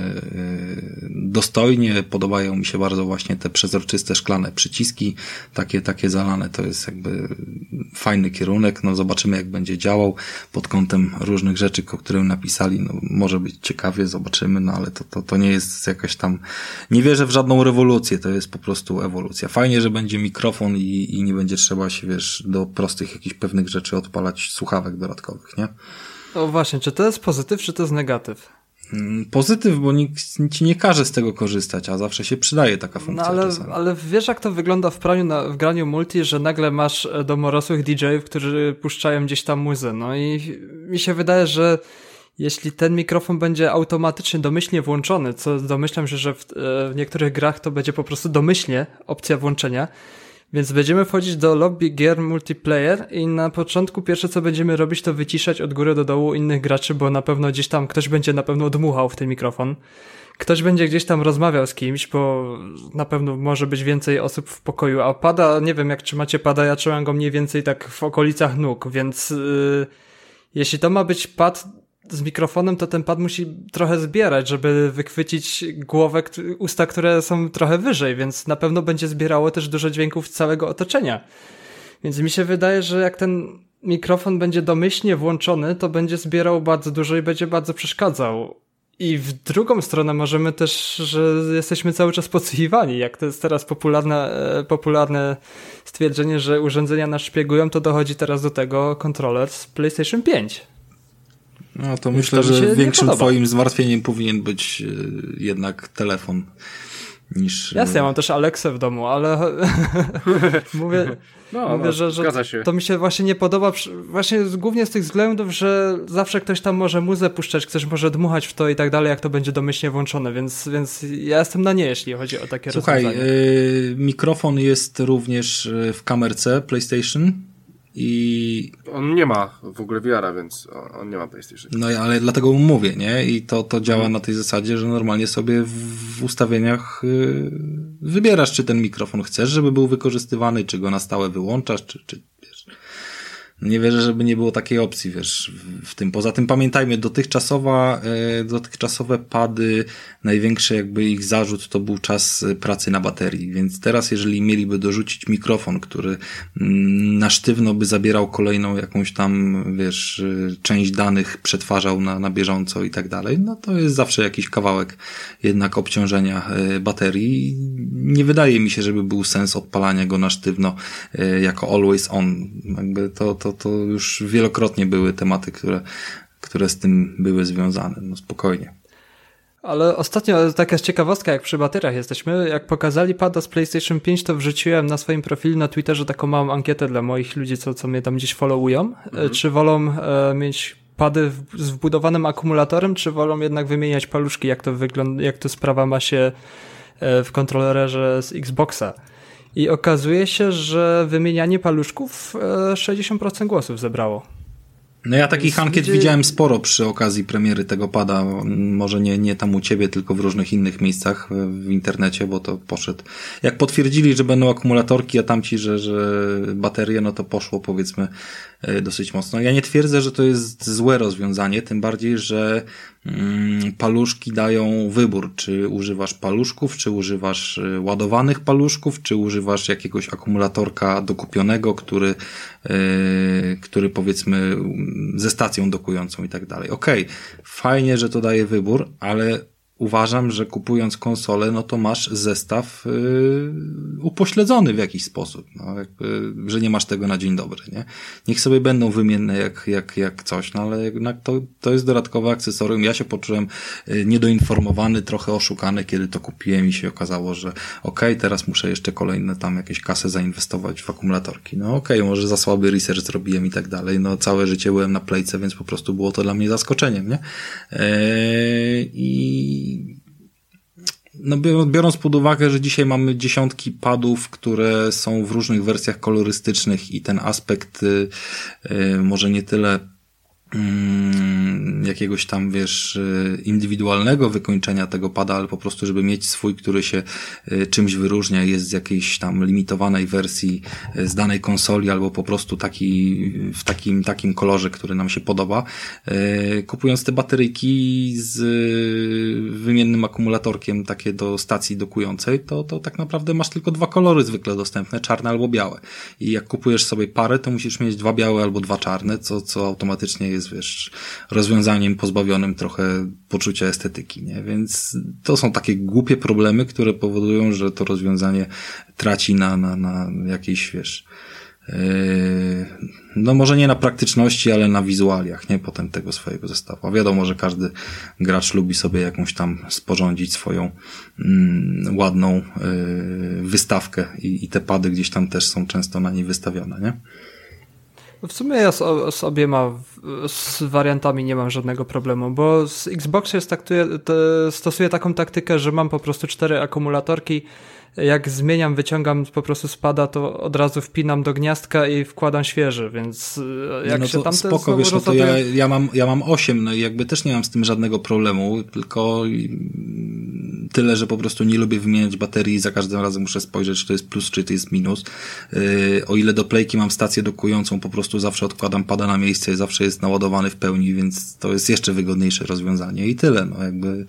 y, dostojnie, podobają mi się bardzo właśnie te przezroczyste szklane przyciski, takie, takie zalane, to jest jakby fajny kierunek, no zobaczymy jak będzie działał pod kątem różnych rzeczy, o których napisali, no może być ciekawie, zobaczymy, no ale to, to, to nie jest jakaś tam, nie wierzę w żadną rewolucję, to jest po prostu ewolucja. Fajnie, że będzie mikrofon i, i nie będzie trzeba się, wiesz, do prostych jakichś pewnych rzeczy odpalać słuchawek dodatkowych, nie? No właśnie, czy to jest pozytyw, czy to jest negatyw? Pozytyw, bo nikt ci nie każe z tego korzystać, a zawsze się przydaje taka funkcja. No ale, czasami. ale wiesz jak to wygląda w, praniu na, w graniu multi, że nagle masz domorosłych D J-ów, którzy puszczają gdzieś tam muzę, no i mi się wydaje, że jeśli ten mikrofon będzie automatycznie domyślnie włączony, co domyślam się, że w, w niektórych grach to będzie po prostu domyślnie opcja włączenia, więc będziemy wchodzić do lobby gier multiplayer i na początku pierwsze co będziemy robić to wyciszać od góry do dołu innych graczy, bo na pewno gdzieś tam ktoś będzie na pewno dmuchał w ten mikrofon. Ktoś będzie gdzieś tam rozmawiał z kimś, bo na pewno może być więcej osób w pokoju, a pada, nie wiem jak trzymacie pada, ja trzymam go mniej więcej tak w okolicach nóg, więc yy, jeśli to ma być pad z mikrofonem, to ten pad musi trochę zbierać, żeby wychwycić głowę, usta, które są trochę wyżej, więc na pewno będzie zbierało też dużo dźwięków z całego otoczenia. Więc mi się wydaje, że jak ten mikrofon będzie domyślnie włączony, to będzie zbierał bardzo dużo i będzie bardzo przeszkadzał. I w drugą stronę możemy też, że jesteśmy cały czas podsłuchiwani. Jak to jest teraz popularne, popularne stwierdzenie, że urządzenia nas szpiegują, to dochodzi teraz do tego kontroler z PlayStation pięć. No to myślę, to że większym twoim zmartwieniem powinien być jednak telefon niż... Jasne, ja mam też Alexę w domu, ale mówię, no, mówię no, że, że się. to mi się właśnie nie podoba, właśnie głównie z tych względów, że zawsze ktoś tam może muzę puszczać, ktoś może dmuchać w to i tak dalej, jak to będzie domyślnie włączone, więc, więc ja jestem na nie, jeśli chodzi o takie Słuchaj, rozwiązanie. Yy, mikrofon jest również w kamerce PlayStation. I on nie ma w ogóle V R-a, więc on nie ma PlayStation. No ale dlatego mówię, nie? I to, to działa hmm. na tej zasadzie, że normalnie sobie w, w ustawieniach yy, wybierasz, czy ten mikrofon chcesz, żeby był wykorzystywany, czy go na stałe wyłączasz, czy, czy wiesz. Nie wierzę, żeby nie było takiej opcji, wiesz, w, w tym. Poza tym pamiętajmy, dotychczasowa, yy, dotychczasowe pady, największy jakby ich zarzut to był czas pracy na baterii, więc teraz jeżeli mieliby dorzucić mikrofon, który mm, na sztywno by zabierał kolejną jakąś tam, wiesz, yy, część danych, przetwarzał na, na bieżąco i tak dalej, no to jest zawsze jakiś kawałek jednak obciążenia yy, baterii. Nie wydaje mi się, żeby był sens odpalania go na sztywno yy, jako always on. Jakby to, to To, to już wielokrotnie były tematy, które, które z tym były związane. No spokojnie. Ale ostatnio taka jest ciekawostka, jak przy bateriach jesteśmy, jak pokazali pada z PlayStation pięć, to wrzuciłem na swoim profilu na Twitterze taką małą ankietę dla moich ludzi, co, co mnie tam gdzieś followują. Mhm. Czy wolą e, mieć pady w, z wbudowanym akumulatorem, czy wolą jednak wymieniać paluszki, jak to wygląda, jak to sprawa ma się e, w kontrolerze z Xboxa. I okazuje się, że wymienianie paluszków e, sześćdziesiąt procent głosów zebrało. No ja takich ankiet gdzie... widziałem sporo przy okazji premiery tego pada. Może nie, nie tam u ciebie, tylko w różnych innych miejscach w internecie, bo to poszedł. Jak potwierdzili, że będą akumulatorki, a tamci, że, że baterie, no to poszło powiedzmy dosyć mocno. Ja nie twierdzę, że to jest złe rozwiązanie, tym bardziej, że mm, paluszki dają wybór, czy używasz paluszków, czy używasz ładowanych paluszków, czy używasz jakiegoś akumulatorka dokupionego, który, yy, który powiedzmy ze stacją dokującą i tak dalej. Okej, okay, fajnie, że to daje wybór, ale uważam, że kupując konsolę, no to masz zestaw yy, upośledzony w jakiś sposób, no, jakby, że nie masz tego na dzień dobry, nie? Niech sobie będą wymienne jak, jak, jak coś, no ale jednak to, to jest dodatkowe akcesorium. Ja się poczułem yy, niedoinformowany, trochę oszukany, kiedy to kupiłem i się okazało, że okej, okay, teraz muszę jeszcze kolejne tam jakieś kasę zainwestować w akumulatorki. No okej, okay, może za słaby research zrobiłem i tak dalej. No całe życie byłem na Playce, więc po prostu było to dla mnie zaskoczeniem, nie? Yy, I no biorąc pod uwagę, że dzisiaj mamy dziesiątki padów, które są w różnych wersjach kolorystycznych i ten aspekt y, y, może nie tyle y, jakiegoś tam, wiesz, indywidualnego wykończenia tego pada, ale po prostu, żeby mieć swój, który się czymś wyróżnia, jest z jakiejś tam limitowanej wersji z danej konsoli, albo po prostu taki, w takim, takim kolorze, który nam się podoba. Kupując te bateryjki z wymiennym akumulatorkiem takie do stacji dokującej, to, to tak naprawdę masz tylko dwa kolory zwykle dostępne, czarne albo białe. I jak kupujesz sobie parę, to musisz mieć dwa białe albo dwa czarne, co, co automatycznie jest, wiesz, rozwiązaniem pozbawionym trochę poczucia estetyki, nie? Więc to są takie głupie problemy, które powodują, że to rozwiązanie traci na, na, na jakiejś, wiesz, yy, no może nie na praktyczności, ale na wizualiach, nie? Potem tego swojego zestawu. A wiadomo, że każdy gracz lubi sobie jakąś tam sporządzić swoją mm, ładną yy, wystawkę i, i te pady gdzieś tam też są często na niej wystawione, nie? W sumie ja z, z obiema z wariantami nie mam żadnego problemu, bo z Xboxa jest taktuję, te, stosuję taką taktykę, że mam po prostu cztery akumulatorki. Jak zmieniam, wyciągam po prostu spada, to od razu wpinam do gniazdka i wkładam świeży, więc jak no się tam spoko, wiesz, no to ja, ja mam, ja mam osiem, no i jakby też nie mam z tym żadnego problemu, tylko tyle, że po prostu nie lubię wymieniać baterii i za każdym razem muszę spojrzeć, czy to jest plus, czy to jest minus. Yy, o ile do playki mam stację dokującą, po prostu zawsze odkładam pada na miejsce i zawsze jest naładowany w pełni, więc to jest jeszcze wygodniejsze rozwiązanie i tyle, no jakby,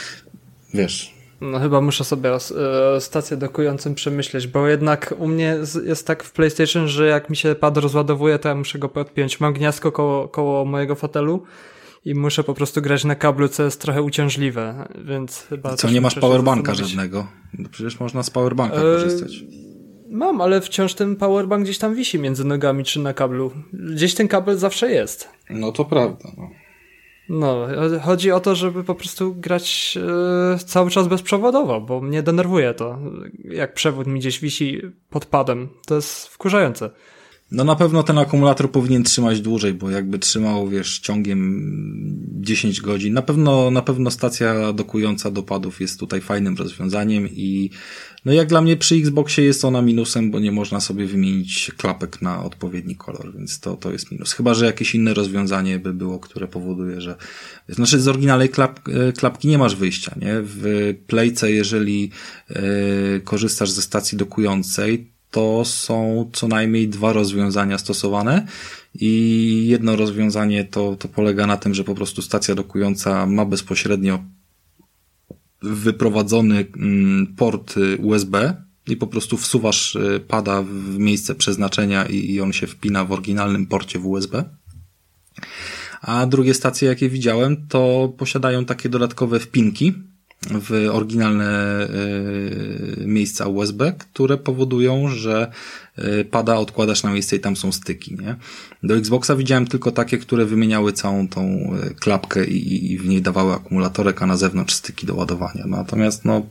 wiesz... No chyba muszę sobie stację dokującą przemyśleć, bo jednak u mnie jest tak w PlayStation, że jak mi się pad rozładowuje, to ja muszę go podpiąć. Mam gniazdko koło, koło mojego fotelu i muszę po prostu grać na kablu, co jest trochę uciążliwe, więc chyba... Co, nie masz powerbanka żadnego? No przecież można z powerbanka e... korzystać. Mam, ale wciąż ten powerbank gdzieś tam wisi między nogami czy na kablu. Gdzieś ten kabel zawsze jest. No to prawda, no. No, chodzi o to, żeby po prostu grać e, cały czas bezprzewodowo, bo mnie denerwuje to, jak przewód mi gdzieś wisi pod padem. To jest wkurzające. No na pewno ten akumulator powinien trzymać dłużej, bo jakby trzymał, wiesz, ciągiem dziesięć godzin. Na pewno, na pewno stacja dokująca do padów jest tutaj fajnym rozwiązaniem i no jak dla mnie przy Xboxie jest ona minusem, bo nie można sobie wymienić klapek na odpowiedni kolor, więc to, to jest minus. Chyba że jakieś inne rozwiązanie by było, które powoduje, że znaczy z oryginalnej klap, klapki nie masz wyjścia, nie? W Playce, jeżeli yy, korzystasz ze stacji dokującej, to są co najmniej dwa rozwiązania stosowane i jedno rozwiązanie to, to polega na tym, że po prostu stacja dokująca ma bezpośrednio wyprowadzony port U S B i po prostu wsuwasz pada w miejsce przeznaczenia i, i on się wpina w oryginalnym porcie w U S B. A drugie stacje, jakie widziałem, to posiadają takie dodatkowe wpinki w oryginalne y, miejsca U S B, które powodują, że y, pada odkładasz na miejsce i tam są styki, nie? Do Xboxa widziałem tylko takie, które wymieniały całą tą y, klapkę i, i w niej dawały akumulatorek, a na zewnątrz styki do ładowania. Natomiast no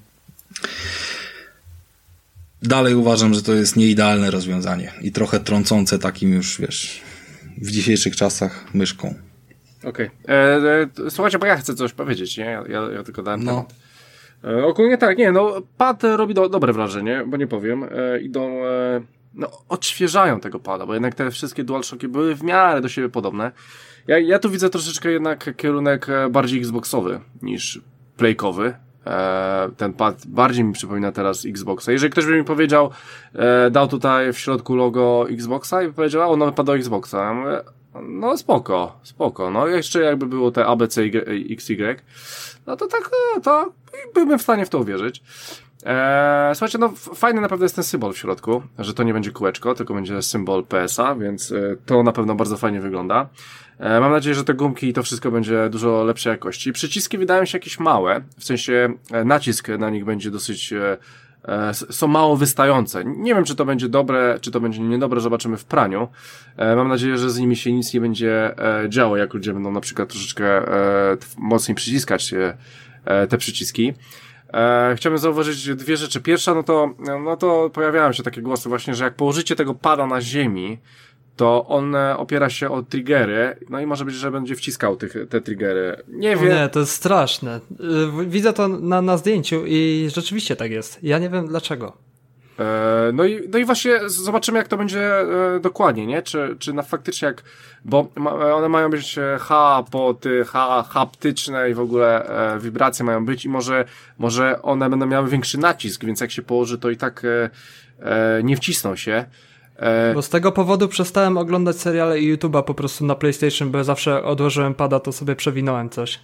dalej uważam, że to jest nieidealne rozwiązanie i trochę trącące takim już, wiesz, w dzisiejszych czasach myszką. Okej. Okay. Słuchajcie, bo ja chcę coś powiedzieć, nie? Ja, ja, ja tylko dałem no. temat. E, ogólnie tak, nie, no pad robi do, dobre wrażenie, bo nie powiem. E, idą, e, no odświeżają tego pada, bo jednak te wszystkie DualShocki były w miarę do siebie podobne. Ja, ja tu widzę troszeczkę jednak kierunek bardziej Xboxowy niż Playkowy. E, ten pad bardziej mi przypomina teraz Xboxa. Jeżeli ktoś by mi powiedział, e, dał tutaj w środku logo Xboxa i powiedział, o, nowy pad do Xboxa. Ja mówię, no spoko, spoko. No jeszcze jakby było te A B C X Y, no to tak, no, to byłbym w stanie w to uwierzyć. Eee, słuchajcie, no fajny naprawdę jest ten symbol w środku, że to nie będzie kółeczko, tylko będzie symbol P S A, więc e, to na pewno bardzo fajnie wygląda. E, mam nadzieję, że te gumki i to wszystko będzie dużo lepszej jakości. Przyciski wydają się jakieś małe, w sensie e, nacisk na nich będzie dosyć e, e, są mało wystające. Nie wiem, czy to będzie dobre, czy to będzie niedobre, zobaczymy w praniu. E, mam nadzieję, że z nimi się nic nie będzie e, działo, jak ludzie będą na przykład troszeczkę e, mocniej przyciskać e, te przyciski. E, chciałbym zauważyć dwie rzeczy. Pierwsza, no to, no to pojawiają się takie głosy właśnie, że jak położycie tego pada na ziemi, to on opiera się o triggery, no i może być, że będzie wciskał tych, te triggery. Nie wiem. Nie, to jest straszne. Widzę to na, na zdjęciu i rzeczywiście tak jest. Ja nie wiem dlaczego. No i, no i właśnie zobaczymy, jak to będzie dokładnie, nie? Czy, czy na faktycznie jak, bo one mają być ha, poty, ha, haptyczne i w ogóle e, wibracje mają być i może, może one będą miały większy nacisk, więc jak się położy, to i tak e, e, nie wcisną się. E... Bo z tego powodu przestałem oglądać seriale i YouTube'a po prostu na PlayStation, bo zawsze odłożyłem pada, to sobie przewinąłem coś.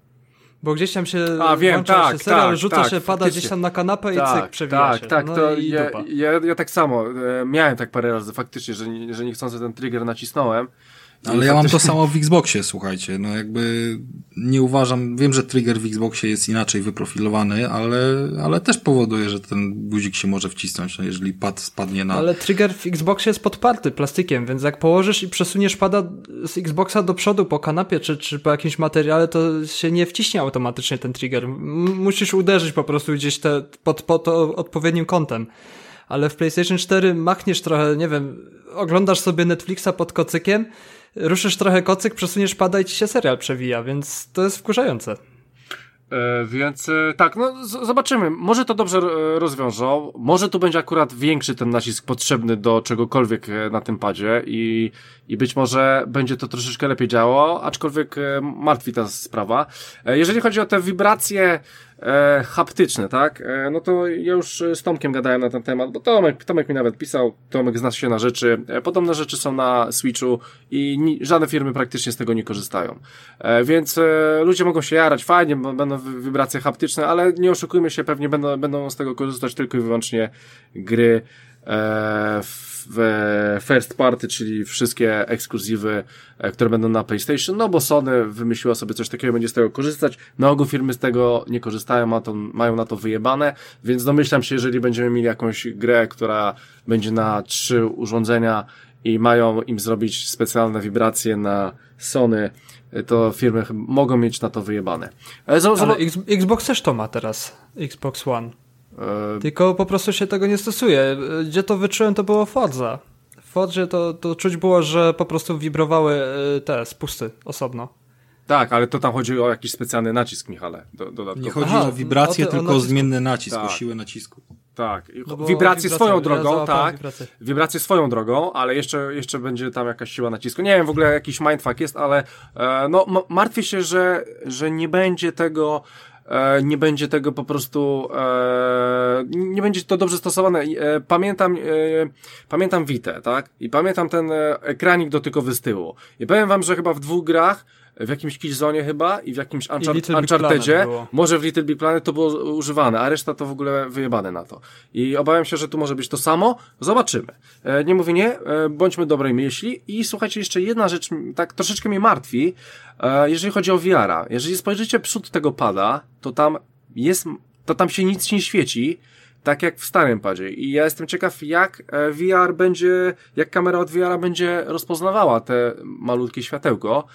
Bo gdzieś tam się A, wiem, włącza tak, się serial, tak, rzuca tak, się, pada faktycznie. gdzieś tam na kanapę tak, i cyk, przewija tak, się. Tak, no to i ja, dupa. ja, ja tak samo. E, miałem tak parę razy faktycznie, że, że niechcący ten trigger nacisnąłem. Ale ja mam to samo w Xboxie, słuchajcie, no jakby nie uważam, wiem, że trigger w Xboxie jest inaczej wyprofilowany, ale, ale też powoduje, że ten guzik się może wcisnąć, no jeżeli pad spadnie na... Ale trigger w Xboxie jest podparty plastikiem, więc jak położysz i przesuniesz pada z Xboxa do przodu po kanapie, czy, czy po jakimś materiale, to się nie wciśnie automatycznie ten trigger. M- musisz uderzyć po prostu gdzieś te, pod, pod odpowiednim kątem. Ale w PlayStation cztery machniesz trochę, nie wiem, oglądasz sobie Netflixa pod kocykiem, ruszysz trochę kocyk, przesuniesz pada i ci się serial przewija, więc to jest wkurzające. E, więc e, tak, no z- zobaczymy. Może to dobrze e, rozwiążą. Może tu będzie akurat większy ten nacisk potrzebny do czegokolwiek e, na tym padzie i, i być może będzie to troszeczkę lepiej działało, aczkolwiek e, martwi ta sprawa. E, jeżeli chodzi o te wibracje e, haptyczne, tak, e, no to ja już z Tomkiem gadałem na ten temat, bo Tomek, Tomek mi nawet pisał, Tomek zna się na rzeczy. E, podobne rzeczy są na Switchu i ni- żadne firmy praktycznie z tego nie korzystają. E, więc e, ludzie mogą się jarać, fajnie, bo będą wibracje haptyczne, ale nie oszukujmy się, pewnie będą, będą z tego korzystać tylko i wyłącznie gry e, w first party, czyli wszystkie ekskluzywy, e, które będą na PlayStation, no bo Sony wymyśliła sobie coś takiego, będzie z tego korzystać. Na ogół firmy z tego nie korzystają, ma to, mają na to wyjebane, więc domyślam się, jeżeli będziemy mieli jakąś grę, która będzie na trzy urządzenia i mają im zrobić specjalne wibracje na Sony, to firmy mogą mieć na to wyjebane. Ale X- Xbox też to ma teraz. Xbox One. E... Tylko po prostu się tego nie stosuje. Gdzie to wyczułem, to było Forza. W Forzie to, to czuć było, że po prostu wibrowały te spusty osobno. Tak, ale to tam chodzi o jakiś specjalny nacisk, Michale. Do, dodatkowo. Nie chodzi Aha, o wibrację, o ty, tylko o zmienny nacisk, tak. O siłę nacisku. Tak, no wibracje swoją drogą, ja tak, wibrację. wibracje swoją drogą, ale jeszcze, jeszcze będzie tam jakaś siła nacisku. Nie wiem, w ogóle jakiś mindfuck jest, ale e, no m- martwię się, że, że nie będzie tego, e, nie będzie tego po prostu, e, nie będzie to dobrze stosowane. E, pamiętam, e, pamiętam Vitę, tak, i pamiętam ten ekranik dotykowy z tyłu. I powiem wam, że chyba w dwóch grach, w jakimś Killzone chyba i w jakimś Unchar- Unchartedzie, może w Little Big Planet to było używane, a reszta to w ogóle wyjebane na to. I obawiam się, że tu może być to samo. Zobaczymy. E, nie mówię nie, e, bądźmy dobrej myśli. I słuchajcie, jeszcze jedna rzecz tak troszeczkę mnie martwi, e, jeżeli chodzi o V R-a. Jeżeli spojrzycie przód tego pada, to tam jest, to tam się nic nie świeci, tak jak w starym padzie. I ja jestem ciekaw, jak V R będzie, jak kamera od V R-a będzie rozpoznawała te malutkie światełko.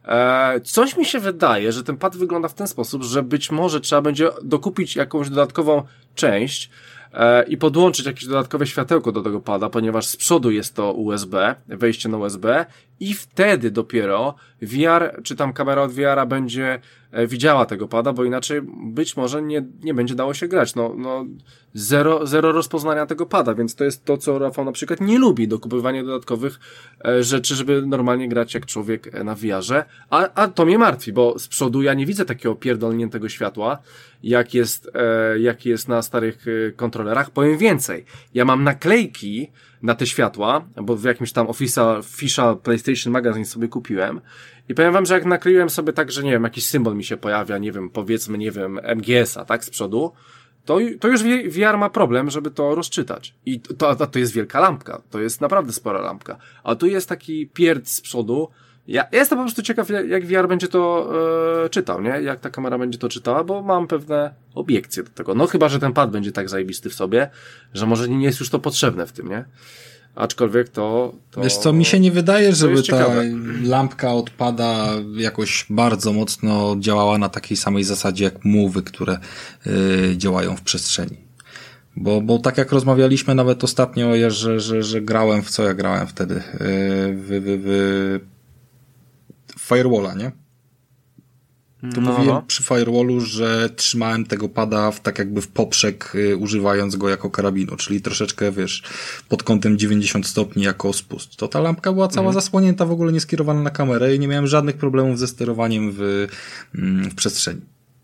E, coś mi się wydaje, że ten pad wygląda w ten sposób, że być może trzeba będzie dokupić jakąś dodatkową część e, i podłączyć jakieś dodatkowe światełko do tego pada, ponieważ z przodu jest to U S B, wejście na U S B i wtedy dopiero V R, czy tam kamera od V R-a będzie e, widziała tego pada, bo inaczej być może nie, nie będzie dało się grać. No, no zero, zero rozpoznania tego pada, więc to jest to, co Rafał na przykład nie lubi, dokupywanie dodatkowych e, rzeczy, żeby normalnie grać jak człowiek na V R-ze, a, a to mnie martwi, bo z przodu ja nie widzę takiego pierdolniętego światła, jak jest, e, jak jest na starych e, kontrolerach. Powiem więcej, ja mam naklejki na te światła, bo w jakimś tam official, official PlayStation Magazine sobie kupiłem i powiem wam, że jak nakleiłem sobie tak, że nie wiem, jakiś symbol mi się pojawia, nie wiem, powiedzmy, nie wiem, M G S-a, tak, z przodu, to, to już V R ma problem, żeby to rozczytać. I to, to, to jest wielka lampka, to jest naprawdę spora lampka. A tu jest taki pierd z przodu. Ja, ja jestem po prostu ciekaw, jak V R będzie to e, czytał, nie? Jak ta kamera będzie to czytała, bo mam pewne obiekcje do tego. No chyba, że ten pad będzie tak zajebisty w sobie, że może nie jest już to potrzebne w tym, nie? Aczkolwiek to... to Wiesz co, mi się nie wydaje, żeby ta lampka od pada jakoś bardzo mocno działała na takiej samej zasadzie jak move'y, które yy, działają w przestrzeni. Bo, bo tak jak rozmawialiśmy nawet ostatnio, że, że, że grałem w co ja grałem wtedy? Yy, w, w, w Firewalla, nie? To no, mówiłem no. przy Firewallu, że trzymałem tego pada w, tak jakby w poprzek, y, używając go jako karabinu, czyli troszeczkę, wiesz, pod kątem dziewięćdziesiąt stopni jako spust. To ta lampka była cała mhm. zasłonięta, w ogóle nie skierowana na kamerę i nie miałem żadnych problemów ze sterowaniem w, mm, w przestrzeni.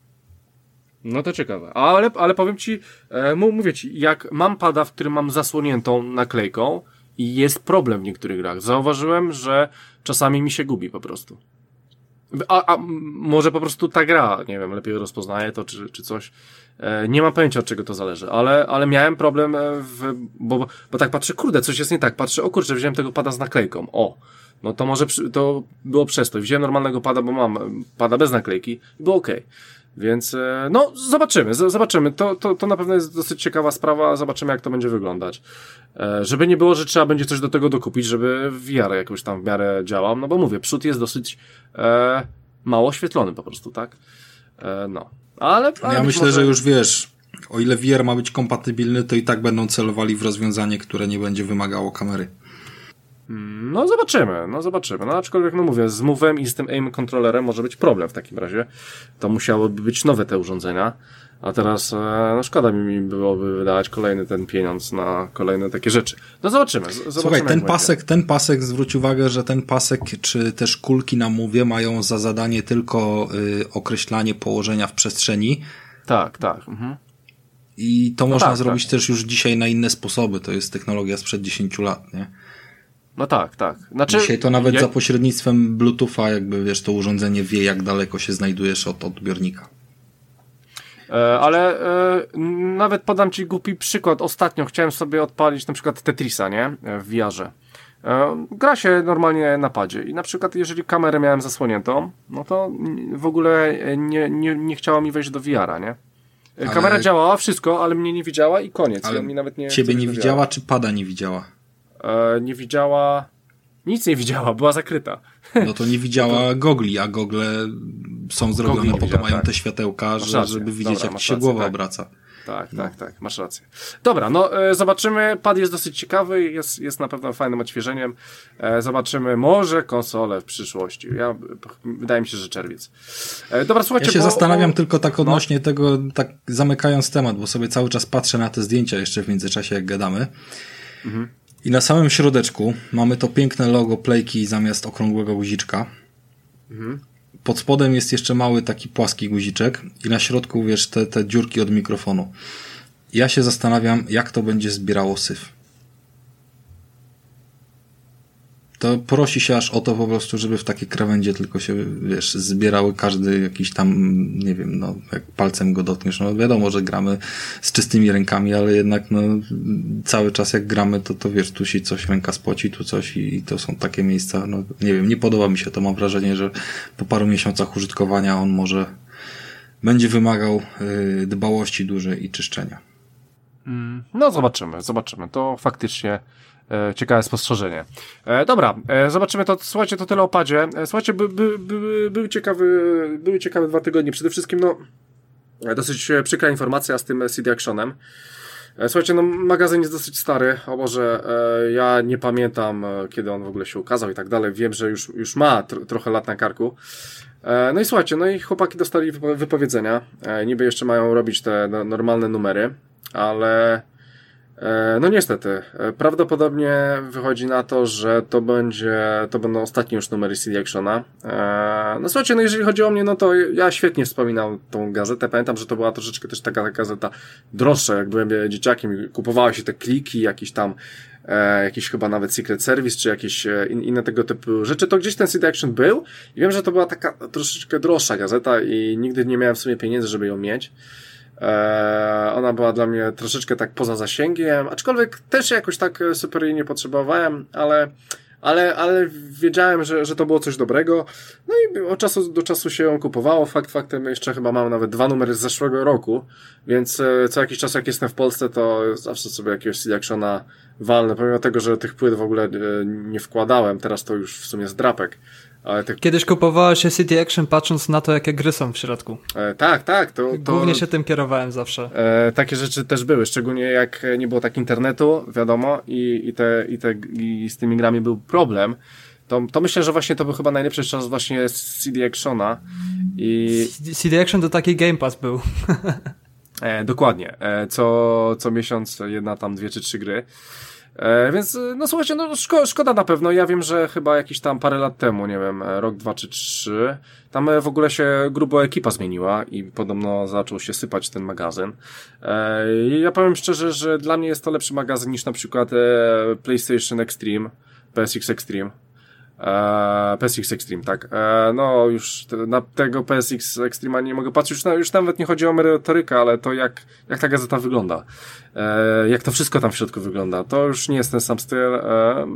No to ciekawe. Ale, ale powiem ci, e, mówię ci, jak mam pada, w którym mam zasłoniętą naklejką i jest problem w niektórych grach. Zauważyłem, że czasami mi się gubi po prostu. A, a może po prostu ta gra, nie wiem, lepiej rozpoznaje to, czy, czy coś. E, nie mam pojęcia, od czego to zależy, ale, ale miałem problem, w, bo, bo tak patrzę, kurde, coś jest nie tak. Patrzę, o kurczę, wziąłem tego pada z naklejką. O, no to może przy, to było przez to. Wziąłem normalnego pada, bo mam pada bez naklejki i było okej. Okay. Więc, no, zobaczymy, z- zobaczymy. To, to, to na pewno jest dosyć ciekawa sprawa. Zobaczymy, jak to będzie wyglądać. E, żeby nie było, że trzeba będzie coś do tego dokupić, żeby V R jakoś tam w miarę działał. No bo mówię, przód jest dosyć e, mało oświetlony po prostu, tak? E, no. Ale, ale ja myślę, może... że już wiesz, o ile V R ma być kompatybilny, to i tak będą celowali w rozwiązanie, które nie będzie wymagało kamery. No zobaczymy, no zobaczymy. No aczkolwiek, no mówię, z Move'em i z tym aim controllerem może być problem w takim razie. To musiałoby być nowe te urządzenia, a teraz no szkoda mi byłoby wydawać kolejny ten pieniądz na kolejne takie rzeczy. No zobaczymy. Z- zobaczymy Słuchaj, ten pasek, ten pasek, zwróć uwagę, że ten pasek, czy też kulki na Move'ie mają za zadanie tylko y, określanie położenia w przestrzeni. Tak, tak. Mhm. I to no można tak, zrobić tak. też już dzisiaj na inne sposoby. To jest technologia sprzed dziesięciu lat, nie? No tak, tak. Znaczy, dzisiaj to nawet ja... za pośrednictwem Bluetootha, jakby wiesz, to urządzenie wie, jak daleko się znajdujesz od odbiornika. E, ale e, nawet podam ci głupi przykład. Ostatnio chciałem sobie odpalić na przykład Tetrisa, nie? W V R-ze. E, gra się normalnie na padzie i na przykład jeżeli kamerę miałem zasłoniętą, no to w ogóle nie, nie, nie chciała mi wejść do V R-a, nie? Ale... Kamera działała, wszystko, ale mnie nie widziała i koniec. Ale I on mi nawet nie ciebie nie widziała, czy pada nie widziała? E, nie widziała... Nic nie widziała, była zakryta. No to nie widziała to... gogli, a gogle są zrobione, po to mają tak. te światełka, że, rację. żeby widzieć, Dobra, jak ci się rację, głowa tak. obraca. Tak, no. tak, tak, masz rację. Dobra, no e, zobaczymy. Pad jest dosyć ciekawy, jest, jest na pewno fajnym odświeżeniem. E, zobaczymy może konsolę w przyszłości. Ja, wydaje mi się, że czerwiec. E, dobra, słuchajcie. Ja się bo, zastanawiam o... tylko tak odnośnie no. tego, tak zamykając temat, bo sobie cały czas patrzę na te zdjęcia jeszcze w międzyczasie, jak gadamy. Mhm. I na samym środeczku mamy to piękne logo Playki zamiast okrągłego guziczka. Mhm. Pod spodem jest jeszcze mały taki płaski guziczek i na środku, wiesz, te, te dziurki od mikrofonu. Ja się zastanawiam, jak to będzie zbierało syf. To prosi się aż o to po prostu, żeby w takie krawędzie tylko się, wiesz, zbierały każdy jakiś tam, nie wiem, no, jak palcem go dotkniesz. No wiadomo, że gramy z czystymi rękami, ale jednak, no, cały czas jak gramy, to, to wiesz, tu się coś ręka spoci, tu coś i, i to są takie miejsca, no, nie wiem, nie podoba mi się to. Mam wrażenie, że po paru miesiącach użytkowania on może będzie wymagał yy, dbałości dużej i czyszczenia. Mm, no zobaczymy, zobaczymy. To faktycznie E, ciekawe spostrzeżenie. E, dobra, e, zobaczymy to. Słuchajcie, to tyle o padzie. E, słuchajcie, by, by, by, były ciekawe, były ciekawe dwa tygodnie. Przede wszystkim, no, dosyć przykra informacja z tym C D Actionem. E, słuchajcie, no, magazyn jest dosyć stary. O Boże, e, ja nie pamiętam, kiedy on w ogóle się ukazał i tak dalej. Wiem, że już, już ma tr- trochę lat na karku. E, no i słuchajcie, no i chłopaki dostali wypo- wypowiedzenia. E, niby jeszcze mają robić te no, normalne numery, ale no niestety, prawdopodobnie wychodzi na to, że to będzie, to będą ostatnie już numery C D Actiona. No słuchajcie, no jeżeli chodzi o mnie, no to ja świetnie wspominam tą gazetę. Pamiętam, że to była troszeczkę też taka gazeta droższa, jak byłem dzieciakiem i kupowały się te kliki, jakieś tam e, jakiś chyba nawet Secret Service, czy jakieś in, inne tego typu rzeczy, to gdzieś ten C D Action był i wiem, że to była taka troszeczkę droższa gazeta i nigdy nie miałem w sumie pieniędzy, żeby ją mieć. Eee, ona była dla mnie troszeczkę tak poza zasięgiem, aczkolwiek też jakoś tak super jej nie potrzebowałem, ale, ale, ale wiedziałem, że, że to było coś dobrego. No i od czasu do czasu się ją kupowało. Fakt faktem jeszcze chyba mam nawet dwa numery z zeszłego roku, więc co jakiś czas jak jestem w Polsce, to zawsze sobie jakiegoś C D Actiona walnę, pomimo tego, że tych płyt w ogóle nie wkładałem, teraz to już w sumie z drapek. Ale te... Kiedyś kupowała się C D Action patrząc na to, jakie gry są w środku. E, tak, tak. To, to... Głównie się tym kierowałem zawsze. E, takie rzeczy też były, szczególnie jak nie było tak internetu, wiadomo, i, i, te, i, te, i z tymi grami był problem. To, to myślę, że właśnie to był chyba najlepszy czas właśnie z C D Actiona I... C D Action to taki Game Pass był. E, dokładnie. E, co, co miesiąc jedna tam dwie czy trzy gry. E, więc, no słuchajcie, no szko, szkoda na pewno. Ja wiem, że chyba jakieś tam parę lat temu, nie wiem, rok, dwa czy trzy, tam w ogóle się grubo ekipa zmieniła i podobno zaczął się sypać ten magazyn. E, i ja powiem szczerze, że dla mnie jest to lepszy magazyn niż na przykład e, PlayStation Extreme, P S X Extreme. Eee, P S X Extreme, tak. Eee, no już te, na tego P S X Extreme nie mogę patrzeć, już, na, już nawet nie chodzi o merytorykę, ale to jak, jak ta gazeta wygląda. Eee, jak to wszystko tam w środku wygląda. To już nie jest ten sam styl. Eee,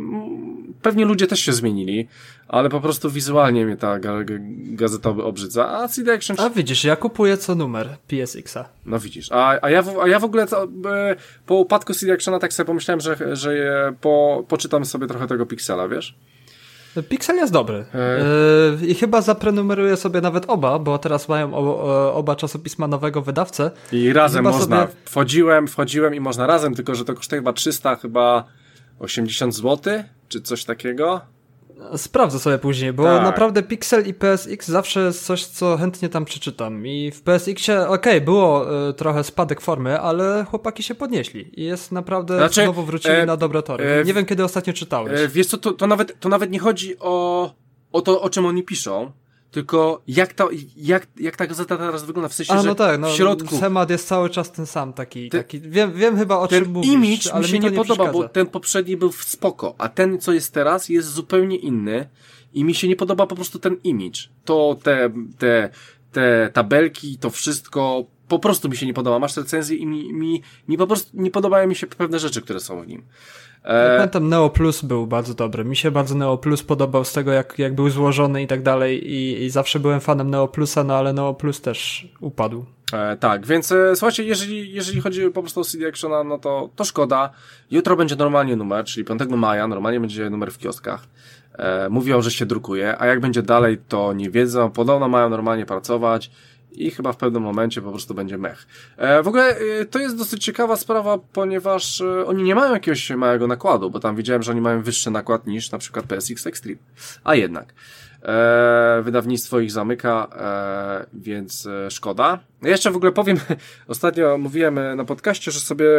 pewnie ludzie też się zmienili, ale po prostu wizualnie mnie ta ga, ga, gazeta obrzydza. A C D Action... A widzisz, ja kupuję co numer P S X-a. No widzisz. A, a, ja, w, a ja w ogóle to, e, po upadku C D Actiona tak sobie pomyślałem, że, że po, poczytam sobie trochę tego Pixela, wiesz? Pixel jest dobry. Yy, I chyba zaprenumeruję sobie nawet oba, bo teraz mają o, oba czasopisma nowego wydawcę. I razem I można. sobie... Wchodziłem, wchodziłem i można razem, tylko że to kosztuje chyba trzysta, chyba osiemdziesiąt złotych, czy coś takiego. Sprawdzę sobie później, bo tak. Naprawdę Pixel i P S X zawsze jest coś, co chętnie tam przeczytam. I w P S X-ie, okej, okay, było y, trochę spadek formy, ale chłopaki się podnieśli. I jest naprawdę, znaczy, znowu wrócili e, na dobre tory. E, Nie wiem, kiedy ostatnio czytałeś. E, wiesz co, to, to, nawet, to nawet nie chodzi o, o to, o czym oni piszą, tylko jak ta, jak, jak ta gazeta teraz wygląda, w sensie, A, no że tak, no, w środku... Temat jest cały czas ten sam, taki, te, taki wiem, wiem chyba o czym mówisz. Ten image ale mi się mi nie, nie podoba, przeszkadza. Bo ten poprzedni był spoko, a ten, co jest teraz, jest zupełnie inny i mi się nie podoba po prostu ten image. To te, te, te tabelki, to wszystko, po prostu mi się nie podoba. Masz recenzję i mi, mi, mi po prostu nie podobają mi się pewne rzeczy, które są w nim. Ja pamiętam, Neo Plus był bardzo dobry. Mi się bardzo Neo Plus podobał z tego, jak, jak był złożony i tak dalej i, i zawsze byłem fanem Neo Plusa, no ale Neo Plus też upadł. E, tak, więc e, słuchajcie, jeżeli, jeżeli chodzi po prostu o C D Actiona, no to, to szkoda. Jutro będzie normalnie numer, czyli piątego maja, normalnie będzie numer w kioskach. E, mówią, że się drukuje, a jak będzie dalej, to nie wiedzą. Podobno mają normalnie pracować. I chyba w pewnym momencie po prostu będzie mech. E, w ogóle e, to jest dosyć ciekawa sprawa, ponieważ e, oni nie mają jakiegoś małego nakładu, bo tam widziałem, że oni mają wyższy nakład niż na przykład P S X Extreme. A jednak. E, wydawnictwo ich zamyka, e, więc e, szkoda. Ja jeszcze w ogóle powiem, ostatnio mówiłem na podcaście, że sobie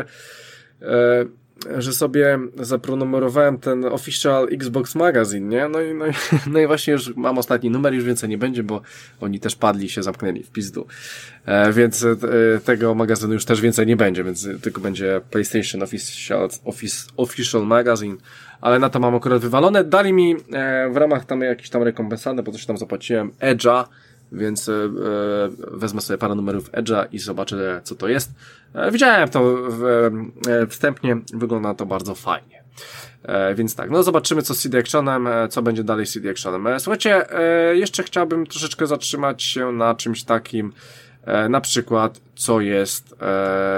e, że sobie zaprenumerowałem ten Official Xbox Magazine, nie? No i, no, i, no i właśnie już mam ostatni numer, już więcej nie będzie, bo oni też padli, się zamknęli w pizdu. E, więc e, tego magazynu już też więcej nie będzie, więc tylko będzie PlayStation Official, Office, Official Magazine, ale na to mam akurat wywalone. Dali mi e, w ramach tam jakiś tam rekompensaty, bo coś tam zapłaciłem, Edge'a, więc e, wezmę sobie parę numerów Edge'a i zobaczę, co to jest. E, widziałem to w, e, wstępnie, wygląda to bardzo fajnie. E, więc tak, no zobaczymy, co z C D Actionem, e, co będzie dalej z C D Actionem. E, słuchajcie, e, jeszcze chciałbym troszeczkę zatrzymać się na czymś takim, e, na przykład, co jest e,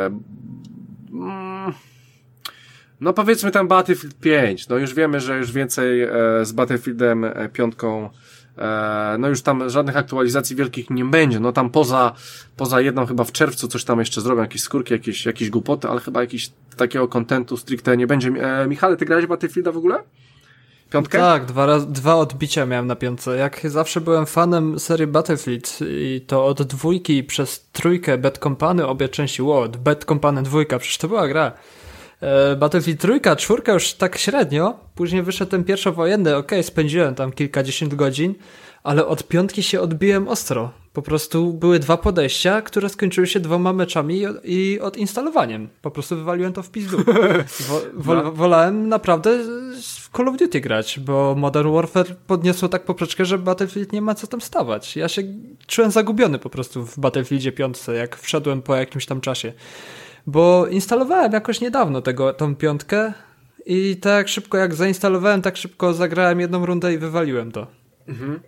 mm, no powiedzmy ten Battlefield pięć. No już wiemy, że już więcej e, z Battlefieldem piątką no już tam żadnych aktualizacji wielkich nie będzie, no tam poza poza jedną chyba w czerwcu coś tam jeszcze zrobią, jakieś skórki, jakieś, jakieś głupoty, ale chyba jakiś takiego kontentu stricte nie będzie. E, Michale, ty grałeś w Battlefielda w ogóle? Piątkę? Tak, dwa, raz, dwa odbicia miałem na piątce. Jak zawsze byłem fanem serii Battlefield i to od dwójki przez trójkę Bad Company, obie części, wow, Bad Company dwójka, przecież to była gra. Battlefield trójka, czwórka już tak średnio, później wyszedł ten pierwszowojenny, okej, okay, spędziłem tam kilkadziesiąt godzin, ale od piątki się odbiłem ostro. Po prostu były dwa podejścia, które skończyły się dwoma meczami i odinstalowaniem. Po prostu wywaliłem to w pizdu. Wo, wo, no. Wolałem naprawdę w Call of Duty grać, bo Modern Warfare podniosło tak poprzeczkę, że Battlefield nie ma co tam stawać. Ja się czułem zagubiony po prostu w Battlefieldzie piątce, jak wszedłem po jakimś tam czasie. Bo instalowałem jakoś niedawno tego, tą piątkę i tak szybko jak zainstalowałem, tak szybko zagrałem jedną rundę i wywaliłem to. Mhm.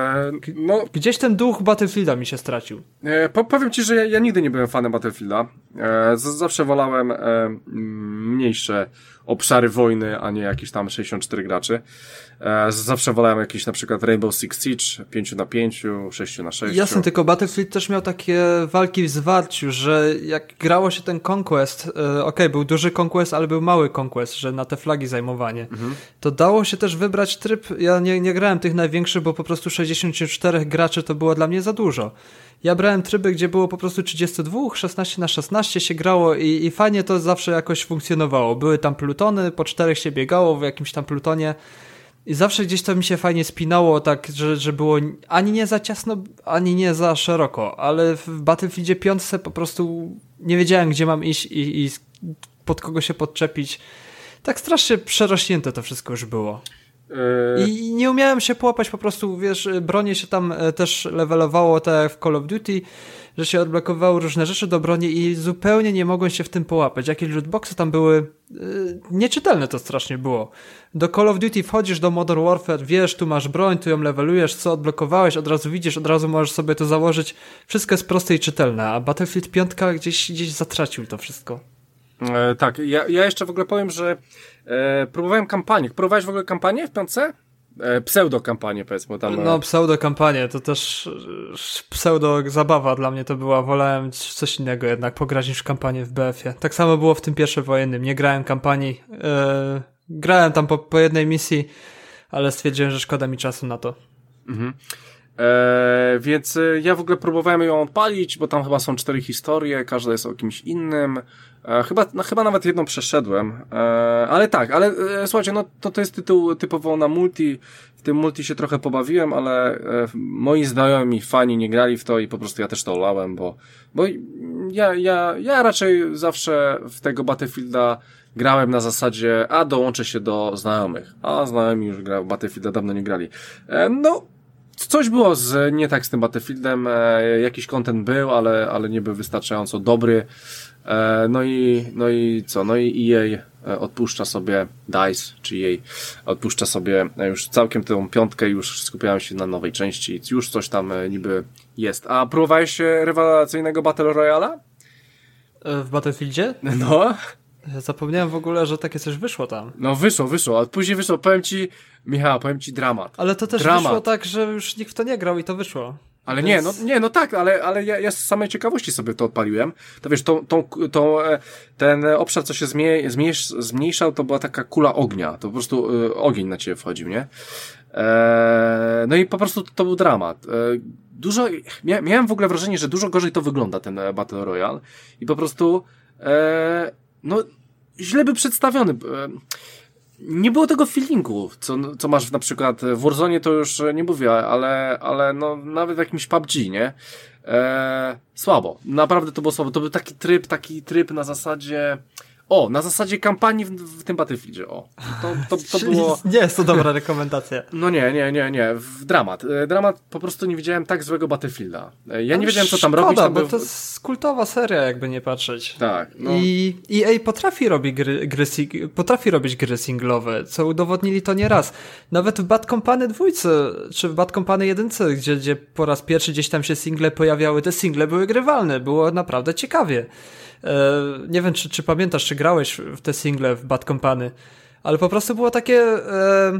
Eee, no, gdzieś ten duch Battlefielda mi się stracił. E, powiem ci, że ja, ja nigdy nie byłem fanem Battlefielda. E, z- zawsze wolałem e, mniejsze obszary wojny, a nie jakieś tam sześćdziesiąt cztery graczy. E, zawsze wolałem jakieś na przykład Rainbow Six Siege, pięć na pięć, sześć na sześć. Jasne, tylko Battlefield też miał takie walki w zwarciu, że jak grało się ten Conquest, e, okej, okay, był duży Conquest, ale był mały Conquest, że na te flagi zajmowanie, mhm. to dało się też wybrać tryb, ja nie, nie grałem tych największych, bo po prostu sześćdziesiąt cztery graczy to było dla mnie za dużo. Ja brałem tryby, gdzie było po prostu trzydzieści dwa, szesnaście na szesnaście się grało i, i fajnie to zawsze jakoś funkcjonowało. Były tam plutony, po czterech się biegało w jakimś tam plutonie i zawsze gdzieś to mi się fajnie spinało, tak, że, że było ani nie za ciasno, ani nie za szeroko, ale w Battlefieldzie piątce po prostu nie wiedziałem, gdzie mam iść i, i pod kogo się podczepić. Tak strasznie przerośnięte to wszystko już było. I nie umiałem się połapać, po prostu, wiesz, bronie się tam też levelowało, tak jak w Call of Duty, że się odblokowały różne rzeczy do broni i zupełnie nie mogłem się w tym połapać. Jakieś lootboxy tam były, yy, nieczytelne to strasznie było. Do Call of Duty wchodzisz do Modern Warfare, wiesz, tu masz broń, tu ją levelujesz, co odblokowałeś, od razu widzisz, od razu możesz sobie to założyć. Wszystko jest proste i czytelne, a Battlefield pięć gdzieś, gdzieś zatracił to wszystko. E, tak, ja, ja jeszcze w ogóle powiem, że e, próbowałem kampanię. Próbowałeś w ogóle kampanię w piątce? E, pseudo-kampanię, powiedzmy tam. No, pseudo-kampanię, to też pseudo-zabawa dla mnie to była. Wolałem coś innego jednak, pograć niż kampanię w B F-ie. Tak samo było w tym pierwszym wojennym. Nie grałem kampanii. E, grałem tam po, po jednej misji, ale stwierdziłem, że szkoda mi czasu na to. Mhm. E, więc ja w ogóle próbowałem ją odpalić, bo tam chyba są cztery historie, każda jest o kimś innym. E, chyba, no, chyba nawet jedną przeszedłem. E, ale tak, ale e, słuchajcie, no to, to jest tytuł typowo na multi. W tym multi się trochę pobawiłem, ale e, moi znajomi, fani nie grali w to i po prostu ja też to olałem, bo, bo ja, ja, ja raczej zawsze w tego Battlefielda grałem na zasadzie, a dołączę się do znajomych. A znajomi już grają w Battlefielda, dawno nie grali. E, no, coś było z, nie tak z tym Battlefieldem, e, jakiś content był, ale, ale nie był wystarczająco dobry. E, no i, no i co? No i E A odpuszcza sobie, DICE, czy E A odpuszcza sobie już całkiem tę piątkę, już skupiałem się na nowej części, już coś tam niby jest. A próbowałeś rewelacyjnego Battle Royale'a? W Battlefieldzie? No. Zapomniałem w ogóle, że takie coś wyszło tam. No wyszło, wyszło, a później wyszło, powiem ci, Michał, powiem ci dramat. Ale to też dramat. wyszło tak, że już nikt w to nie grał i to wyszło. Ale Więc... nie, no, nie, no tak, ale, ale ja, ja z samej ciekawości sobie to odpaliłem. To wiesz, tą, tą, tą, ten obszar, co się zmniej, zmniejsz, zmniejszał, to była taka kula ognia. To po prostu y, ogień na ciebie wchodził, nie? Eee, no i po prostu to, to był dramat. Eee, dużo, mia, miałem w ogóle wrażenie, że dużo gorzej to wygląda, ten Battle Royale. I po prostu, eee, no, źle był przedstawiony. Eee, Nie było tego feelingu, co, co masz na przykład w Warzone, to już nie mówię, ale, ale no, nawet w jakimś P U B G, nie? Eee, słabo. Naprawdę to było słabo. To był taki tryb, taki tryb na zasadzie, o, na zasadzie kampanii w, w tym Battlefieldzie, o. To, to, to było... Nie jest to dobra rekomendacja. No nie, nie, nie, nie. W dramat. Dramat, po prostu nie widziałem tak złego Battlefielda. Ja nie wiedziałem, co tam szkoda, robić. Tam bo był... to jest kultowa seria, jakby nie patrzeć. Tak. No. I E A potrafi, robi gry, gry, potrafi robić gry singlowe, co udowodnili to nie raz. Nawet w Bad Company dwójce, czy w Bad Company jedynce, gdzie, gdzie po raz pierwszy gdzieś tam się single pojawiały, te single były grywalne. Było naprawdę ciekawie. Nie wiem, czy, czy pamiętasz, czy grałeś w te single w Bad Company, ale po prostu było takie e,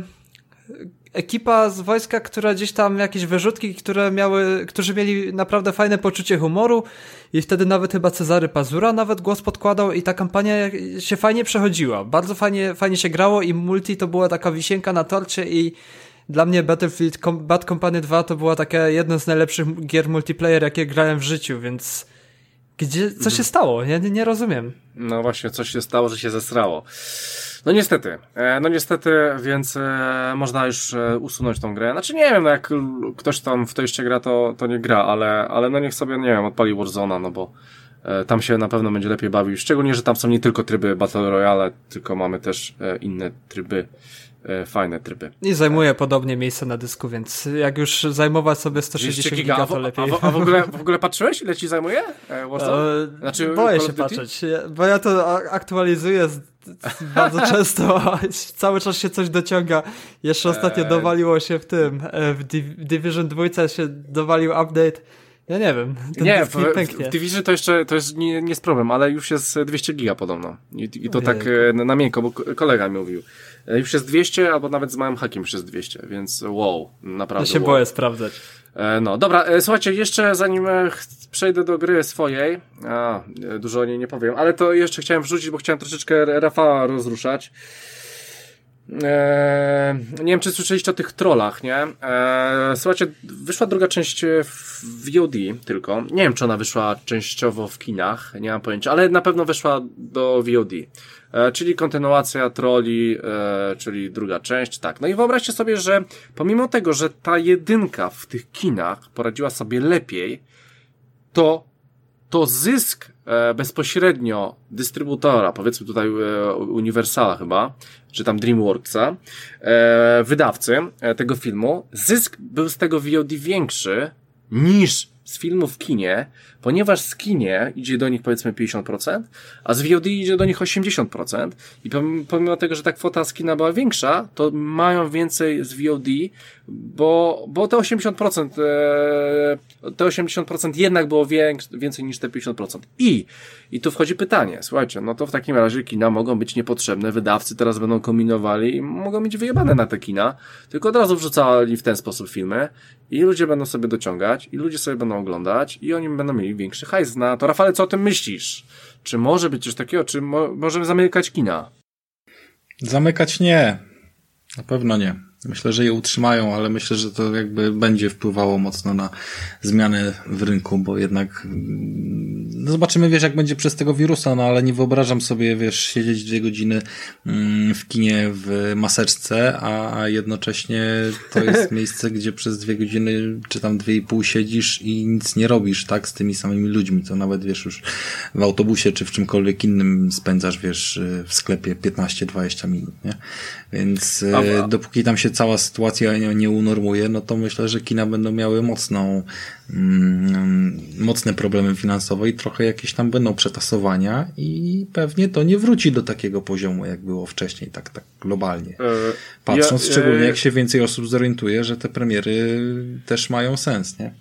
ekipa z wojska, która gdzieś tam jakieś wyrzutki, które miały, którzy mieli naprawdę fajne poczucie humoru i wtedy nawet chyba Cezary Pazura nawet głos podkładał i ta kampania się fajnie przechodziła. Bardzo fajnie, fajnie się grało i multi to była taka wisienka na torcie i dla mnie Battlefield Bad Company dwa to była taka jedna z najlepszych gier multiplayer, jakie grałem w życiu, więc Gdzie, co się stało? Ja nie, nie rozumiem. No właśnie, coś się stało, że się zesrało. No niestety, e, no niestety, więc e, można już e, usunąć tą grę. Znaczy nie wiem, no jak ktoś tam w to jeszcze gra, to, to nie gra, ale, ale no niech sobie, nie wiem, odpali Warzone'a, no bo e, tam się na pewno będzie lepiej bawił. Szczególnie, że tam są nie tylko tryby Battle Royale, tylko mamy też e, inne tryby. Fajne tryby. I zajmuje podobnie miejsce na dysku, więc jak już zajmować sobie sto sześćdziesiąt giga, to lepiej. A, w, a w, ogóle, w ogóle patrzyłeś, ile ci zajmuje Warzone? Znaczy, boję się patrzeć, bo ja to aktualizuję z, z bardzo często, cały czas się coś dociąga. Jeszcze ostatnio dowaliło się w tym, w Division dwa się dowalił update. Ja nie wiem. Ten Nie, dysk w, mi w, pęknie. w Division to jeszcze to jest nie, nie jest problem, ale już jest dwieście giga podobno. I, i to Ojejku. tak na, na miękko, bo kolega mi mówił. Już jest dwieście, albo nawet z małym hakiem już jest dwieście, więc wow, naprawdę Ja się wow. boję sprawdzać. No dobra, słuchajcie, jeszcze zanim przejdę do gry swojej, a, dużo o niej nie powiem, ale to jeszcze chciałem wrzucić, bo chciałem troszeczkę Rafała rozruszać. Eee, nie wiem, czy słyszeliście o tych trollach, nie? Eee, słuchajcie, wyszła druga część w V O D tylko. Nie wiem, czy ona wyszła częściowo w kinach, nie mam pojęcia, ale na pewno wyszła do V O D. Eee, czyli kontynuacja trolli, eee, czyli druga część, tak. No i wyobraźcie sobie, że pomimo tego, że ta jedynka w tych kinach poradziła sobie lepiej, to to zysk e, bezpośrednio dystrybutora, powiedzmy tutaj e, Universala chyba, czy tam DreamWorksa, e, wydawcy e, tego filmu, zysk był z tego V O D większy niż z filmu w kinie, ponieważ z kinie idzie do nich powiedzmy pięćdziesiąt procent, a z V O D idzie do nich osiemdziesiąt procent i pomimo, pomimo tego, że ta kwota z kina była większa, to mają więcej z V O D, bo, bo te osiemdziesiąt procent e, te osiemdziesiąt procent jednak było większe, więcej niż te pięćdziesiąt procent. I, i tu wchodzi pytanie, słuchajcie, no to w takim razie kina mogą być niepotrzebne, wydawcy teraz będą kombinowali i mogą mieć wyjebane na te kina, tylko od razu wrzucali w ten sposób filmy i ludzie będą sobie dociągać i ludzie sobie będą oglądać i oni będą mieli większy hajs na to. Rafale, co o tym myślisz? Czy może być coś takiego? Czy mo- możemy zamykać kina? Zamykać nie. Na pewno nie. Myślę, że je utrzymają, ale myślę, że to jakby będzie wpływało mocno na zmiany w rynku, bo jednak no zobaczymy, wiesz, jak będzie przez tego wirusa, no ale nie wyobrażam sobie, wiesz, siedzieć dwie godziny w kinie w maseczce, a jednocześnie to jest miejsce, gdzie przez dwie godziny czy tam dwie i pół siedzisz i nic nie robisz, tak, z tymi samymi ludźmi, to nawet, wiesz, już w autobusie czy w czymkolwiek innym spędzasz, wiesz, w sklepie piętnaście dwadzieścia minut, nie? Więc a, a. dopóki tam się cała sytuacja nie, nie unormuje, no to myślę, że kina będą miały mocną, mm, mocne problemy finansowe i trochę jakieś tam będą przetasowania i pewnie to nie wróci do takiego poziomu, jak było wcześniej, tak, tak globalnie. E, Patrząc ja, szczególnie, e, jak się więcej osób zorientuje, że te premiery też mają sens, nie?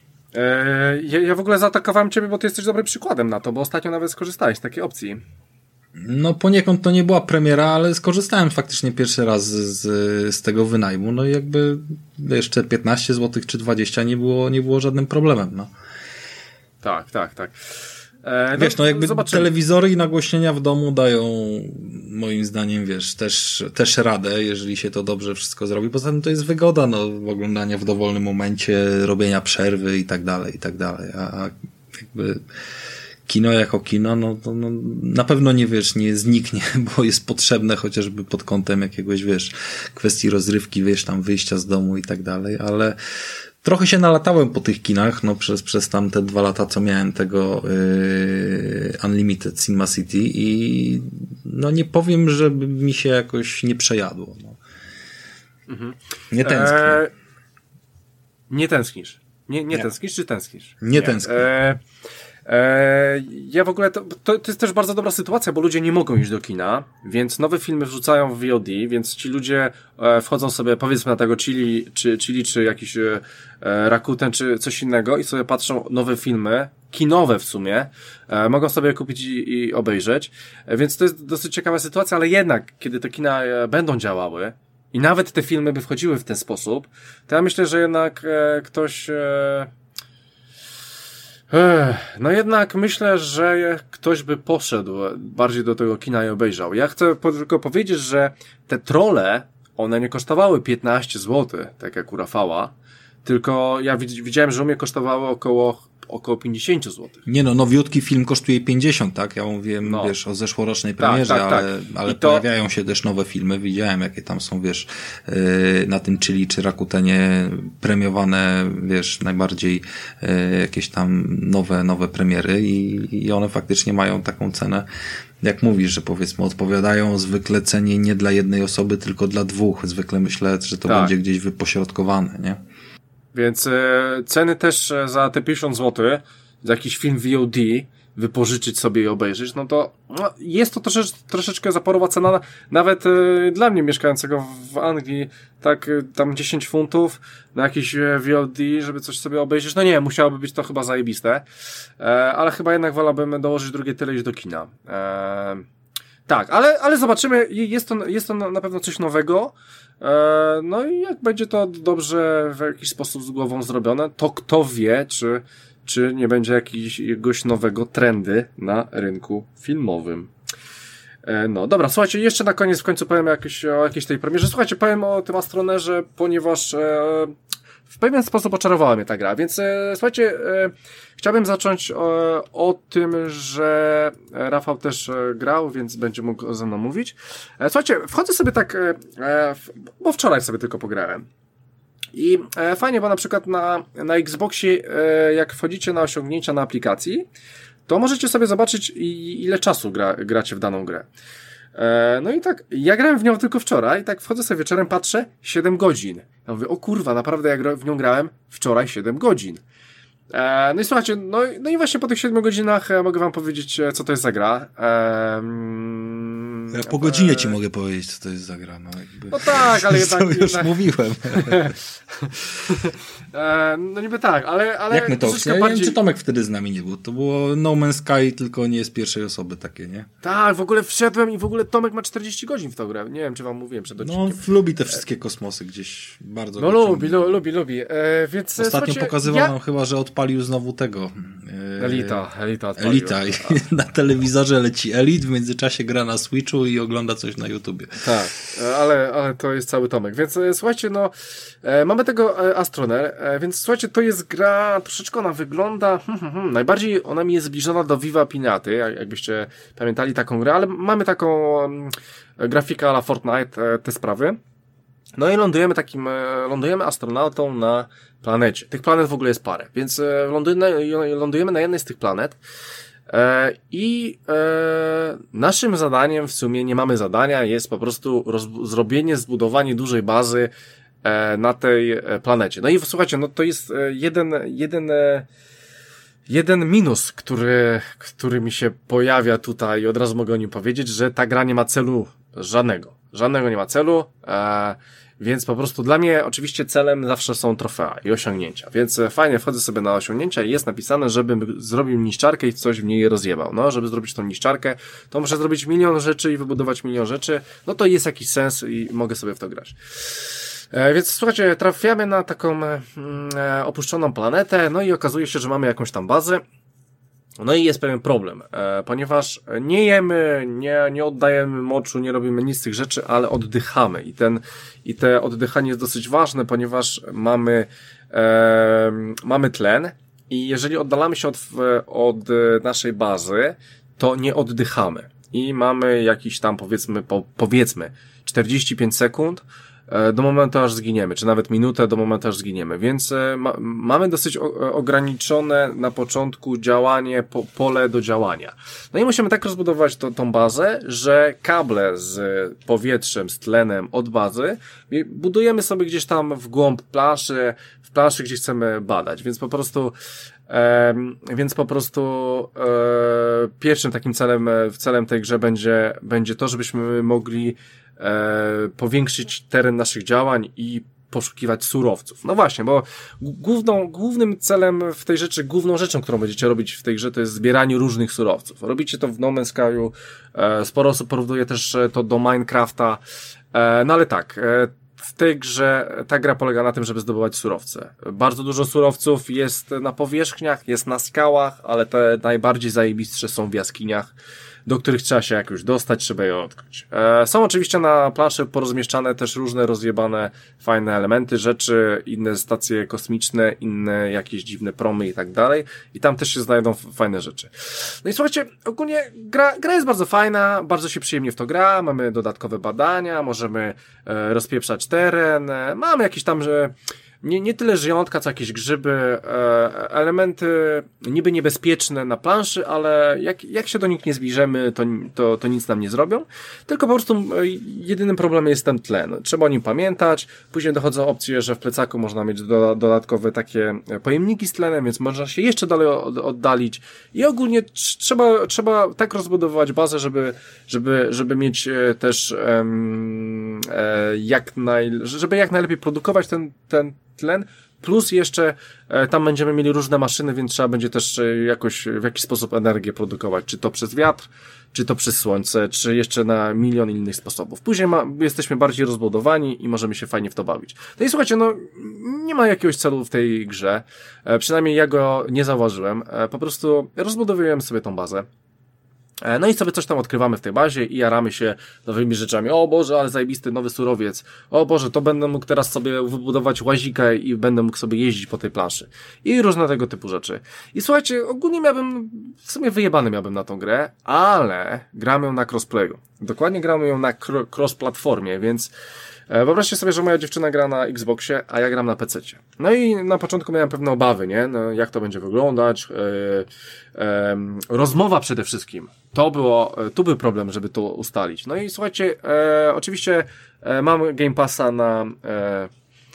E, ja, ja w ogóle zaatakowałem ciebie, bo ty jesteś dobrym przykładem na to, bo ostatnio nawet skorzystałeś z takiej opcji. No poniekąd to nie była premiera, ale skorzystałem faktycznie pierwszy raz z, z tego wynajmu, no i jakby jeszcze piętnaście złotych czy dwadzieścia nie było, nie było żadnym problemem, no. Tak, tak, tak. E, wiesz, no, no jakby zobaczymy. Telewizory i nagłośnienia w domu dają moim zdaniem, wiesz, też, też radę, jeżeli się to dobrze wszystko zrobi. Poza tym to jest wygoda, no, oglądania w dowolnym momencie, robienia przerwy i tak dalej, i tak dalej, a jakby kino jako kino, no to no, na pewno nie, wiesz, nie zniknie, bo jest potrzebne chociażby pod kątem jakiegoś, wiesz, kwestii rozrywki, wiesz, tam wyjścia z domu i tak dalej, ale trochę się nalatałem po tych kinach, no przez, przez tam te dwa lata, co miałem tego yy, Unlimited Cinema City i no nie powiem, żeby mi się jakoś nie przejadło. No. Mhm. Nie tęsknię. Eee, nie tęsknisz. Nie, nie, nie tęsknisz, czy tęsknisz? Nie, nie. tęsknię. Eee, Ja w ogóle, to, to, to jest też bardzo dobra sytuacja, bo ludzie nie mogą iść do kina, więc nowe filmy wrzucają w V O D, więc ci ludzie wchodzą sobie, powiedzmy na tego Chili, czy, Chili, czy jakiś Rakuten, czy coś innego i sobie patrzą nowe filmy, kinowe w sumie, mogą sobie kupić i, i obejrzeć, więc to jest dosyć ciekawa sytuacja, ale jednak, kiedy te kina będą działały i nawet te filmy by wchodziły w ten sposób, to ja myślę, że jednak ktoś... Ech, no jednak myślę, że ktoś by poszedł bardziej do tego kina i obejrzał. Ja chcę tylko powiedzieć, że te trolle, one nie kosztowały piętnaście złotych, tak jak u Rafała, tylko ja widziałem, że u mnie kosztowały około około pięćdziesiąt złotych. Nie no, nowiutki film kosztuje pięćdziesiąt, tak? Ja mówiłem, no. wiesz, o zeszłorocznej premierze, tak, tak, ale, tak. ale to... pojawiają się też nowe filmy. Widziałem, jakie tam są, wiesz, yy, na tym Chili czy Rakutenie premiowane, wiesz, najbardziej yy, jakieś tam nowe, nowe premiery i, i one faktycznie mają taką cenę, jak mówisz, że powiedzmy odpowiadają zwykle cenie nie dla jednej osoby, tylko dla dwóch. Zwykle myślę, że to tak. będzie gdzieś wypośrodkowane, nie? Więc e, ceny też za te pięćdziesiąt złotych za jakiś film V O D wypożyczyć sobie i obejrzeć, no to no, jest to trosze, troszeczkę zaporowa cena, nawet y, dla mnie mieszkającego w Anglii, tak y, tam dziesięć funtów na jakiś V O D, żeby coś sobie obejrzeć, no nie, musiałoby być to chyba zajebiste, e, ale chyba jednak wolałbym dołożyć drugie tyle iść do kina. E, tak, ale, ale zobaczymy, jest to, jest to na pewno coś nowego, e, no i jak będzie to dobrze w jakiś sposób z głową zrobione, to kto wie, czy czy nie będzie jakiegoś nowego trendy na rynku filmowym. E, no dobra, słuchajcie, jeszcze na koniec w końcu powiem jakieś, o jakiejś tej premierze. Słuchajcie, powiem o tym Astronerze, ponieważ e, w pewien sposób oczarowała mnie ta gra, więc e, słuchajcie, e, chciałbym zacząć e, o tym, że Rafał też e, grał, więc będzie mógł ze mną mówić. E, słuchajcie, wchodzę sobie tak, e, e, bo wczoraj sobie tylko pograłem. I e, fajnie, bo na przykład na, na Xboxie, e, jak wchodzicie na osiągnięcia na aplikacji, to możecie sobie zobaczyć i, ile czasu gra, gracie w daną grę. E, no i tak, ja grałem w nią tylko wczoraj, tak wchodzę sobie wieczorem, patrzę, siedem godzin. Ja mówię, o kurwa, naprawdę ja w nią grałem wczoraj siedem godzin. E, no i słuchajcie, no, no i właśnie po tych siedmiu godzinach e, mogę wam powiedzieć, co to jest za gra. E, mm, ja po godzinie e, ci mogę powiedzieć, co to jest za gra. No, jakby. No tak, ale jednak... już jednak... mówiłem. e, no niby tak, ale... ale Jak my to? Ja bardziej... wiem, czy Tomek wtedy z nami nie był. To było No Man's Sky, tylko nie z pierwszej osoby takie, nie? Tak, w ogóle wszedłem i w ogóle Tomek ma czterdzieści godzin w tą grę. Nie wiem, czy wam mówiłem przed odcinkiem. No, lubi te wszystkie kosmosy gdzieś bardzo. No lubi, lu, lubi, lubi. E, więc ostatnio pokazywał ja... nam chyba, że odpalił znowu tego. E, Elita, Elita odpalił. Elita. Na telewizorze leci Elit, w międzyczasie gra na Switchu i ogląda coś na YouTubie. Tak, ale, ale to jest cały Tomek. Więc e, słuchajcie, no e, mamy tego e, Astroner, e, więc słuchajcie, to jest gra, troszeczkę ona wygląda, hmm, hmm, hmm, najbardziej ona mi jest zbliżona do Viva Pinaty, jak, jakbyście pamiętali taką grę, ale mamy taką um, grafikę a la Fortnite, e, te sprawy. No i lądujemy takim, lądujemy astronautą na planecie. Tych planet w ogóle jest parę, więc lądujemy, lądujemy na jednej z tych planet e, i e, naszym zadaniem, w sumie nie mamy zadania, jest po prostu roz, zrobienie, zbudowanie dużej bazy e, na tej planecie. No i słuchajcie, no to jest jeden, jeden, jeden minus, który, który mi się pojawia tutaj i od razu mogę o nim powiedzieć, że ta gra nie ma celu żadnego. Żadnego nie ma celu, e, więc po prostu dla mnie oczywiście celem zawsze są trofea i osiągnięcia, więc fajnie wchodzę sobie na osiągnięcia i jest napisane, żebym zrobił niszczarkę i coś w niej rozjebał. No, żeby zrobić tą niszczarkę, to muszę zrobić milion rzeczy i wybudować milion rzeczy, no to jest jakiś sens i mogę sobie w to grać. E, więc słuchajcie, trafiamy na taką e, opuszczoną planetę, no i okazuje się, że mamy jakąś tam bazę. No i jest pewien problem, e, ponieważ nie jemy, nie, nie oddajemy moczu, nie robimy nic z tych rzeczy, ale oddychamy i ten, i te oddychanie jest dosyć ważne, ponieważ mamy, e, mamy tlen i jeżeli oddalamy się od, od naszej bazy, to nie oddychamy i mamy jakiś tam powiedzmy, po, powiedzmy czterdzieści pięć sekund do momentu aż zginiemy, czy nawet minutę do momentu aż zginiemy, więc ma, mamy dosyć o, ograniczone na początku działanie, po, pole do działania. No i musimy tak rozbudować to, tą bazę, że kable z powietrzem, z tlenem od bazy budujemy sobie gdzieś tam w głąb planszy, w planszy, gdzie chcemy badać, więc po prostu E, więc po prostu e, pierwszym takim celem, celem tej grze będzie, będzie to, żebyśmy mogli e, powiększyć teren naszych działań i poszukiwać surowców. No właśnie, bo główną, głównym celem w tej rzeczy, główną rzeczą, którą będziecie robić w tej grze, to jest zbieranie różnych surowców. Robicie to w No Man's Sky'u, e, sporo osób porównuje też to do Minecrafta, e, no ale tak, e, w tej grze, ta gra polega na tym, żeby zdobywać surowce. Bardzo dużo surowców jest na powierzchniach, jest na skałach, ale te najbardziej zajebistsze są w jaskiniach, do których trzeba się jakoś dostać, trzeba je odkryć. E, są oczywiście na planszy porozmieszczane też różne rozjebane, fajne elementy, rzeczy, inne stacje kosmiczne, inne jakieś dziwne promy i tak dalej. I tam też się znajdą fajne rzeczy. No i słuchajcie, ogólnie gra, gra jest bardzo fajna, bardzo się przyjemnie w to gra, mamy dodatkowe badania, możemy e, rozpieprzać teren, e, mamy jakieś tam, że nie, nie tyle żyjątka, co jakieś grzyby, e, elementy niby niebezpieczne na planszy, ale jak, jak się do nich nie zbliżymy, to, to, to nic nam nie zrobią. Tylko po prostu e, jedynym problemem jest ten tlen. Trzeba o nim pamiętać. Później dochodzą opcje, że w plecaku można mieć do, dodatkowe takie pojemniki z tlenem, więc można się jeszcze dalej od, oddalić. I ogólnie trzeba, trzeba tak rozbudowywać bazę, żeby, żeby, żeby mieć też em, e, jak naj, żeby jak najlepiej produkować ten, ten tlen, plus jeszcze e, tam będziemy mieli różne maszyny, więc trzeba będzie też e, jakoś, w jakiś sposób energię produkować, czy to przez wiatr, czy to przez słońce, czy jeszcze na milion innych sposobów. Później ma, jesteśmy bardziej rozbudowani i możemy się fajnie w to bawić. No i słuchajcie, no nie ma jakiegoś celu w tej grze, e, przynajmniej ja go nie zauważyłem, e, po prostu rozbudowujemy sobie tą bazę. No i sobie coś tam odkrywamy w tej bazie i jaramy się nowymi rzeczami. O Boże, ale zajebisty nowy surowiec. O Boże, to będę mógł teraz sobie wybudować łazikę i będę mógł sobie jeździć po tej planszy. I różne tego typu rzeczy. I słuchajcie, ogólnie miałbym, w sumie wyjebany miałbym na tą grę, ale gram ją na crossplayu. Dokładnie gram ją na cross-platformie, więc wyobraźcie sobie, że moja dziewczyna gra na Xboxie, a ja gram na pececie. No i na początku miałem pewne obawy, nie? No, jak to będzie wyglądać? Yy, yy, rozmowa przede wszystkim. To było, tu był problem, żeby to ustalić. No i słuchajcie, yy, oczywiście yy, mam Game Passa na... Yy,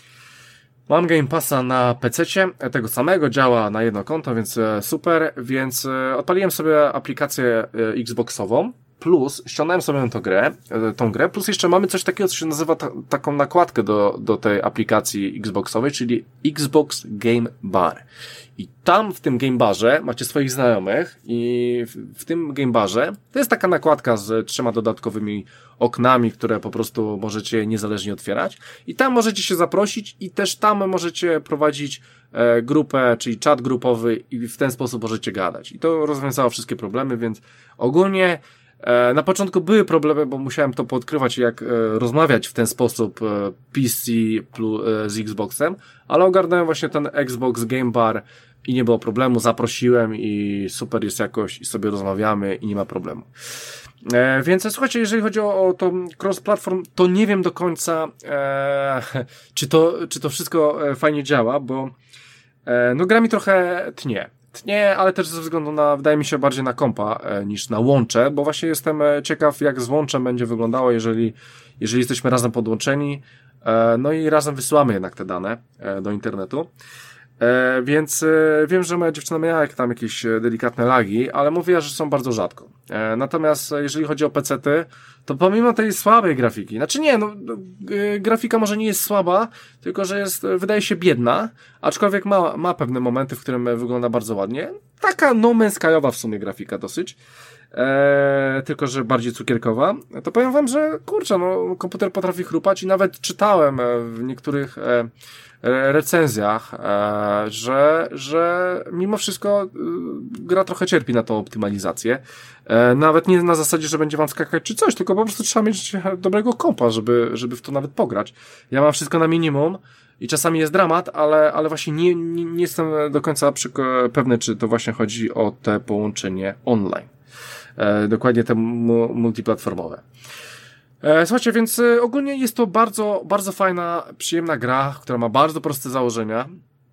Mam Game Passa na pececie, tego samego, działa na jedno konto, więc super, więc odpaliłem sobie aplikację Xboxową, plus ściągnąłem sobie tą grę, tą grę, plus jeszcze mamy coś takiego, co się nazywa ta, taką nakładkę do, do tej aplikacji Xboxowej, czyli Xbox Game Bar. I tam w tym Game Barze macie swoich znajomych i w, w tym Game Barze to jest taka nakładka z trzema dodatkowymi oknami, które po prostu możecie niezależnie otwierać i tam możecie się zaprosić i też tam możecie prowadzić e, grupę, czyli czat grupowy i w ten sposób możecie gadać. I to rozwiązało wszystkie problemy, więc ogólnie e, na początku były problemy, bo musiałem to podkrywać, jak e, rozmawiać w ten sposób e, P C plus, e, z Xboxem, ale ogarnąłem właśnie ten Xbox Game Bar i nie było problemu, zaprosiłem i super jest jakoś i sobie rozmawiamy i nie ma problemu. E, więc słuchajcie, jeżeli chodzi o, o to cross-platform, to nie wiem do końca, e, czy to, czy to wszystko fajnie działa, bo e, no gra mi trochę tnie. Tnie, ale też ze względu na, wydaje mi się, bardziej na kompa e, niż na łącze, bo właśnie jestem ciekaw, jak z łączem będzie wyglądało, jeżeli, jeżeli jesteśmy razem podłączeni, e, no i razem wysyłamy jednak te dane e, do internetu. E, więc e, wiem, że moja dziewczyna miała jak tam jakieś delikatne lagi, ale mówiła, że są bardzo rzadko. E, natomiast jeżeli chodzi o pecety, to pomimo tej słabej grafiki, znaczy nie, no e, grafika może nie jest słaba, tylko że jest, wydaje się biedna, aczkolwiek ma, ma pewne momenty, w którym wygląda bardzo ładnie. Taka No Man's Skyowa w sumie grafika dosyć. Eee, tylko że bardziej cukierkowa, to powiem wam, że kurczę, no komputer potrafi chrupać i nawet czytałem w niektórych e, recenzjach, e, że, że mimo wszystko e, gra trochę cierpi na tą optymalizację. E, nawet nie na zasadzie, że będzie wam skakać czy coś, tylko po prostu trzeba mieć dobrego kompa, żeby, żeby w to nawet pograć. Ja mam wszystko na minimum i czasami jest dramat, ale, ale właśnie nie, nie, nie jestem do końca przyko- pewny, czy to właśnie chodzi o te połączenie online. E, dokładnie te mu- multiplatformowe. E, słuchajcie, więc e, ogólnie jest to bardzo, bardzo fajna, przyjemna gra, która ma bardzo proste założenia.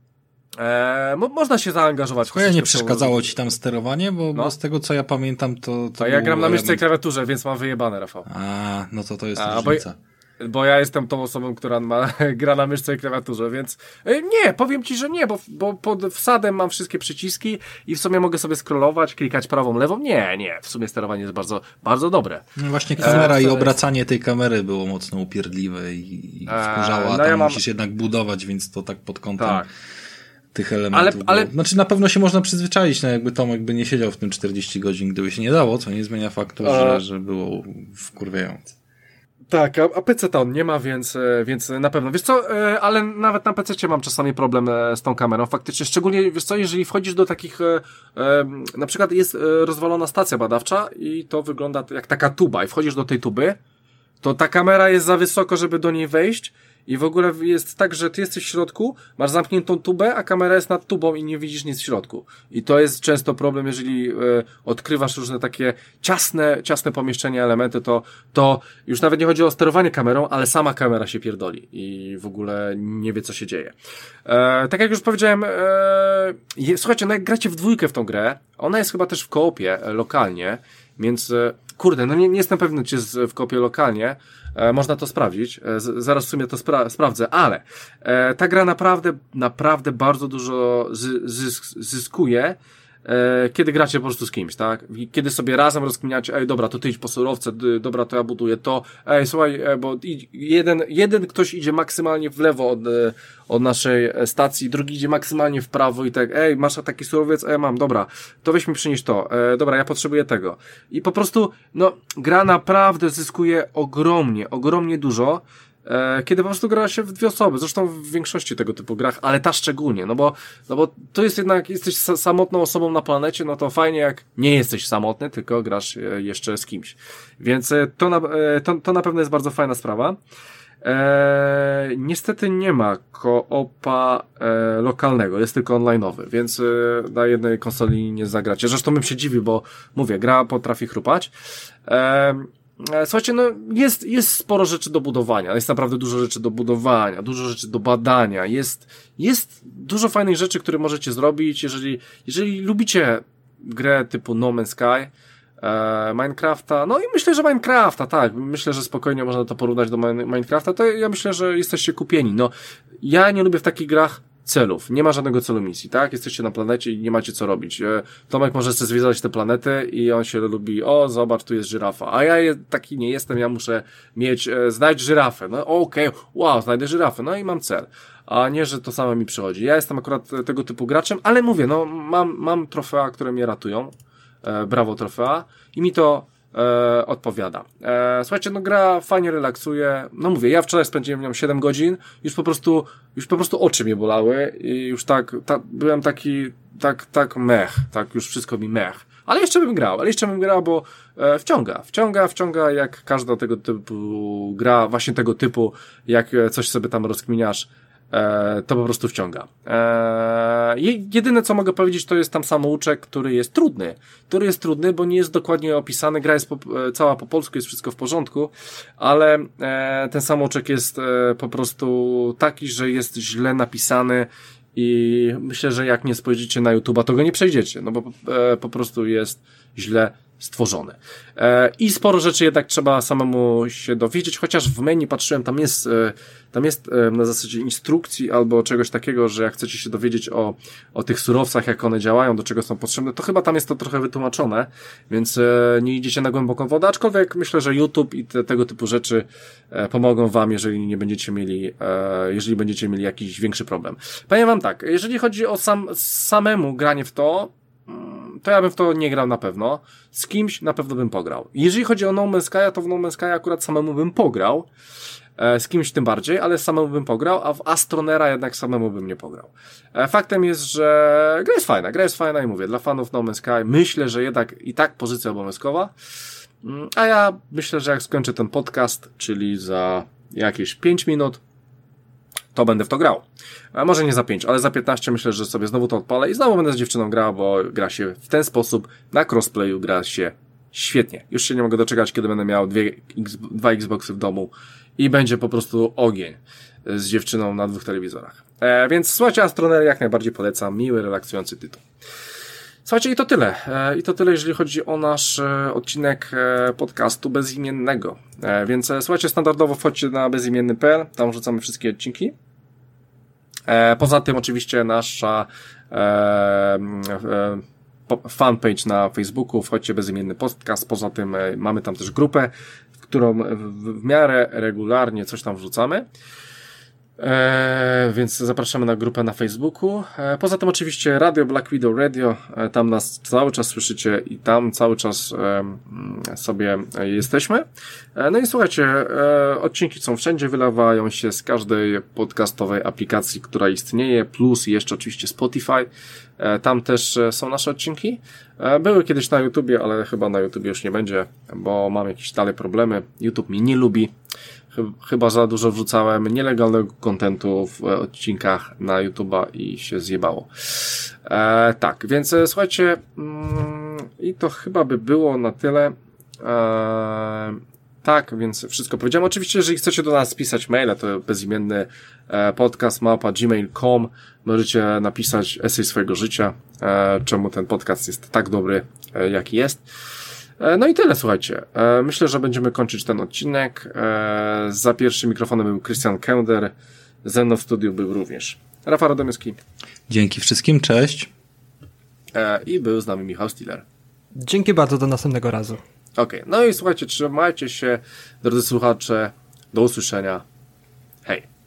E, mo- można się zaangażować. Słuchaj, nie przeszkadzało ci tam sterowanie? Bo, no. bo z tego, co ja pamiętam, to... to A ja gram na myszce element... i klawiaturze, więc mam wyjebane, Rafał. A, no to to jest A, różnica. Bo... Bo ja jestem tą osobą, która ma, gra na myszce i klawiaturze, więc nie, powiem ci, że nie, bo, bo pod wsadem mam wszystkie przyciski i w sumie mogę sobie scrollować, klikać prawą, lewą. Nie, nie, w sumie sterowanie jest bardzo, bardzo dobre. No właśnie kamera e, i obracanie tej kamery było mocno upierdliwe i, i wkurzało, a no tam ja mam... musisz jednak budować, więc to tak pod kątem tak. tych elementów. Ale, ale... Znaczy na pewno się można przyzwyczaić, no jakby Tomek by nie siedział w tym czterdzieści godzin, gdyby się nie dało, co nie zmienia faktu, a... że, że było wkurwiające. Tak, a, a P C to on nie ma, więc, więc na pewno. Wiesz co, ale nawet na P C mam czasami problem z tą kamerą, faktycznie. Szczególnie, wiesz co, jeżeli wchodzisz do takich, na przykład jest rozwalona stacja badawcza i to wygląda jak taka tuba i wchodzisz do tej tuby, to ta kamera jest za wysoko, żeby do niej wejść i w ogóle jest tak, że ty jesteś w środku, masz zamkniętą tubę, a kamera jest nad tubą i nie widzisz nic w środku. I to jest często problem, jeżeli e, odkrywasz różne takie ciasne, ciasne pomieszczenia, elementy, to, to już nawet nie chodzi o sterowanie kamerą, ale sama kamera się pierdoli i w ogóle nie wie, co się dzieje. E, tak jak już powiedziałem, e, je, słuchajcie, no jak gracie w dwójkę w tą grę, ona jest chyba też w koopie e, lokalnie, więc e, kurde, no nie, nie jestem pewny, czy jest w koopie lokalnie, e, można to sprawdzić, e, z, zaraz w sumie to spra- sprawdzę, ale e, ta gra naprawdę, naprawdę bardzo dużo zy- zysk- zyskuje, e, kiedy gracie po prostu z kimś, tak? Kiedy sobie razem rozkminiacie, ej, dobra, to ty idź po surowce, d- dobra, to ja buduję to, ej, słuchaj, e, bo idź, jeden, jeden ktoś idzie maksymalnie w lewo od, e, od naszej stacji, drugi idzie maksymalnie w prawo i tak, ej, masz taki surowiec, ej, mam, dobra, to weź mi przynieść to, e, dobra, ja potrzebuję tego. I po prostu, no, gra naprawdę zyskuje ogromnie, ogromnie dużo, e, kiedy po prostu gra się w dwie osoby, zresztą w większości tego typu grach, ale ta szczególnie, no bo, no bo to jest jednak, jesteś samotną osobą na planecie, no to fajnie jak nie jesteś samotny, tylko grasz e, jeszcze z kimś. Więc e, to, na, e, to, to na pewno jest bardzo fajna sprawa. Eee, niestety nie ma koopa e, lokalnego, jest tylko online'owy, więc e, na jednej konsoli nie zagracie. Zresztą bym się dziwił, bo mówię, gra potrafi chrupać. Eee, e, słuchajcie, no jest, jest sporo rzeczy do budowania, jest naprawdę dużo rzeczy do budowania, dużo rzeczy do badania, jest, jest dużo fajnych rzeczy, które możecie zrobić, jeżeli, jeżeli lubicie grę typu No Man's Sky, Minecrafta, no i myślę, że Minecrafta, tak, myślę, że spokojnie można to porównać do Minecrafta, to ja myślę, że jesteście kupieni, no, ja nie lubię w takich grach celów, nie ma żadnego celu misji, tak, jesteście na planecie i nie macie co robić, Tomek może chce zwiedzać tę planetę i on się lubi, o, zobacz, tu jest żyrafa, a ja je, taki nie jestem, ja muszę mieć, e, znajdź żyrafę, no okej, okay, wow, znajdę żyrafę, no i mam cel, a nie, że to samo mi przychodzi, ja jestem akurat tego typu graczem, ale mówię, no, mam, mam trofea, które mnie ratują, E, brawo trofea i mi to e, odpowiada. E, słuchajcie, no gra fajnie relaksuje, no mówię, ja wczoraj spędziłem w nią siedem godzin, już po prostu, już po prostu oczy mnie bolały i już tak, ta, byłem taki, tak, tak mech, tak już wszystko mi mech. Ale jeszcze bym grał, ale jeszcze bym grał, bo e, wciąga, wciąga, wciąga jak każda tego typu gra, właśnie tego typu, jak coś sobie tam rozkminiasz, E, to po prostu wciąga. E, jedyne co mogę powiedzieć, to jest tam samouczek, który jest trudny. Który jest trudny, bo nie jest dokładnie opisany, gra jest po, e, cała po polsku, jest wszystko w porządku, ale e, ten samouczek jest e, po prostu taki, że jest źle napisany i myślę, że jak nie spojrzycie na YouTube'a, to go nie przejdziecie, no bo e, po prostu jest źle stworzony. E, I sporo rzeczy jednak trzeba samemu się dowiedzieć, chociaż w menu patrzyłem, tam jest, e, tam jest e, na zasadzie instrukcji albo czegoś takiego, że jak chcecie się dowiedzieć o, o tych surowcach, jak one działają, do czego są potrzebne, to chyba tam jest to trochę wytłumaczone, więc e, nie idziecie na głęboką wodę, aczkolwiek myślę, że YouTube i te, tego typu rzeczy e, pomogą wam, jeżeli nie będziecie mieli, e, jeżeli będziecie mieli jakiś większy problem. Powiem wam tak, jeżeli chodzi o sam, samemu granie w to, to ja bym w to nie grał na pewno. Z kimś na pewno bym pograł. Jeżeli chodzi o No Man's Sky, to w No Man's Sky akurat samemu bym pograł. E, z kimś tym bardziej, ale samemu bym pograł, a w Astronera jednak samemu bym nie pograł. E, faktem jest, że gra jest fajna, gra jest fajna i mówię, dla fanów No Man's Sky myślę, że jednak i tak pozycja obowiązkowa. A ja myślę, że jak skończę ten podcast, czyli za jakieś pięć minut, to będę w to grał. A może nie za pięć, ale za piętnaście myślę, że sobie znowu to odpalę i znowu będę z dziewczyną grał, bo gra się w ten sposób, na crossplayu gra się świetnie. Już się nie mogę doczekać, kiedy będę miał dwie, dwa Xboxy w domu i będzie po prostu ogień z dziewczyną na dwóch telewizorach. E, więc słuchajcie, Astroneer jak najbardziej polecam, miły, relaksujący tytuł. Słuchajcie, i to tyle. E, I to tyle, jeżeli chodzi o nasz e, odcinek e, podcastu bezimiennego. E, więc e, słuchajcie, standardowo wchodźcie na bezimienny kropka p l, tam wrzucamy wszystkie odcinki. E, poza tym oczywiście nasza e, e, fanpage na Facebooku, wchodźcie bezimienny podcast, poza tym e, mamy tam też grupę, w którą w, w miarę regularnie coś tam wrzucamy. E, więc zapraszamy na grupę na Facebooku. E, poza tym oczywiście Radio Black Widow Radio, e, tam nas cały czas słyszycie i tam cały czas e, sobie jesteśmy. E, no i słuchajcie, e, odcinki są wszędzie, wylewają się z każdej podcastowej aplikacji, która istnieje, plus jeszcze oczywiście Spotify. E, tam też są nasze odcinki. E, były kiedyś na YouTubie, ale chyba na YouTubie już nie będzie, bo mam jakieś dalej problemy. YouTube mnie nie lubi. chyba za dużo wrzucałem nielegalnego kontentu w odcinkach na YouTube'a i się zjebało. E, tak, więc słuchajcie, mm, i to chyba by było na tyle. E, tak, więc wszystko powiedziałem. Oczywiście, jeżeli chcecie do nas pisać maile, to bezimienny podcast małpa gmail kropka com. Możecie napisać esej swojego życia, e, czemu ten podcast jest tak dobry, e, jaki jest. E, no i tyle, słuchajcie. E, myślę, że będziemy kończyć ten odcinek. E, za pierwszym mikrofonem był Krystian Kender. Ze mną w studiu był również Rafał Radomyski. Dzięki wszystkim, cześć. E, I był z nami Michał Stiller. Dzięki bardzo, do następnego razu. Okej, okay. No i słuchajcie, trzymajcie się, drodzy słuchacze. Do usłyszenia. Hej.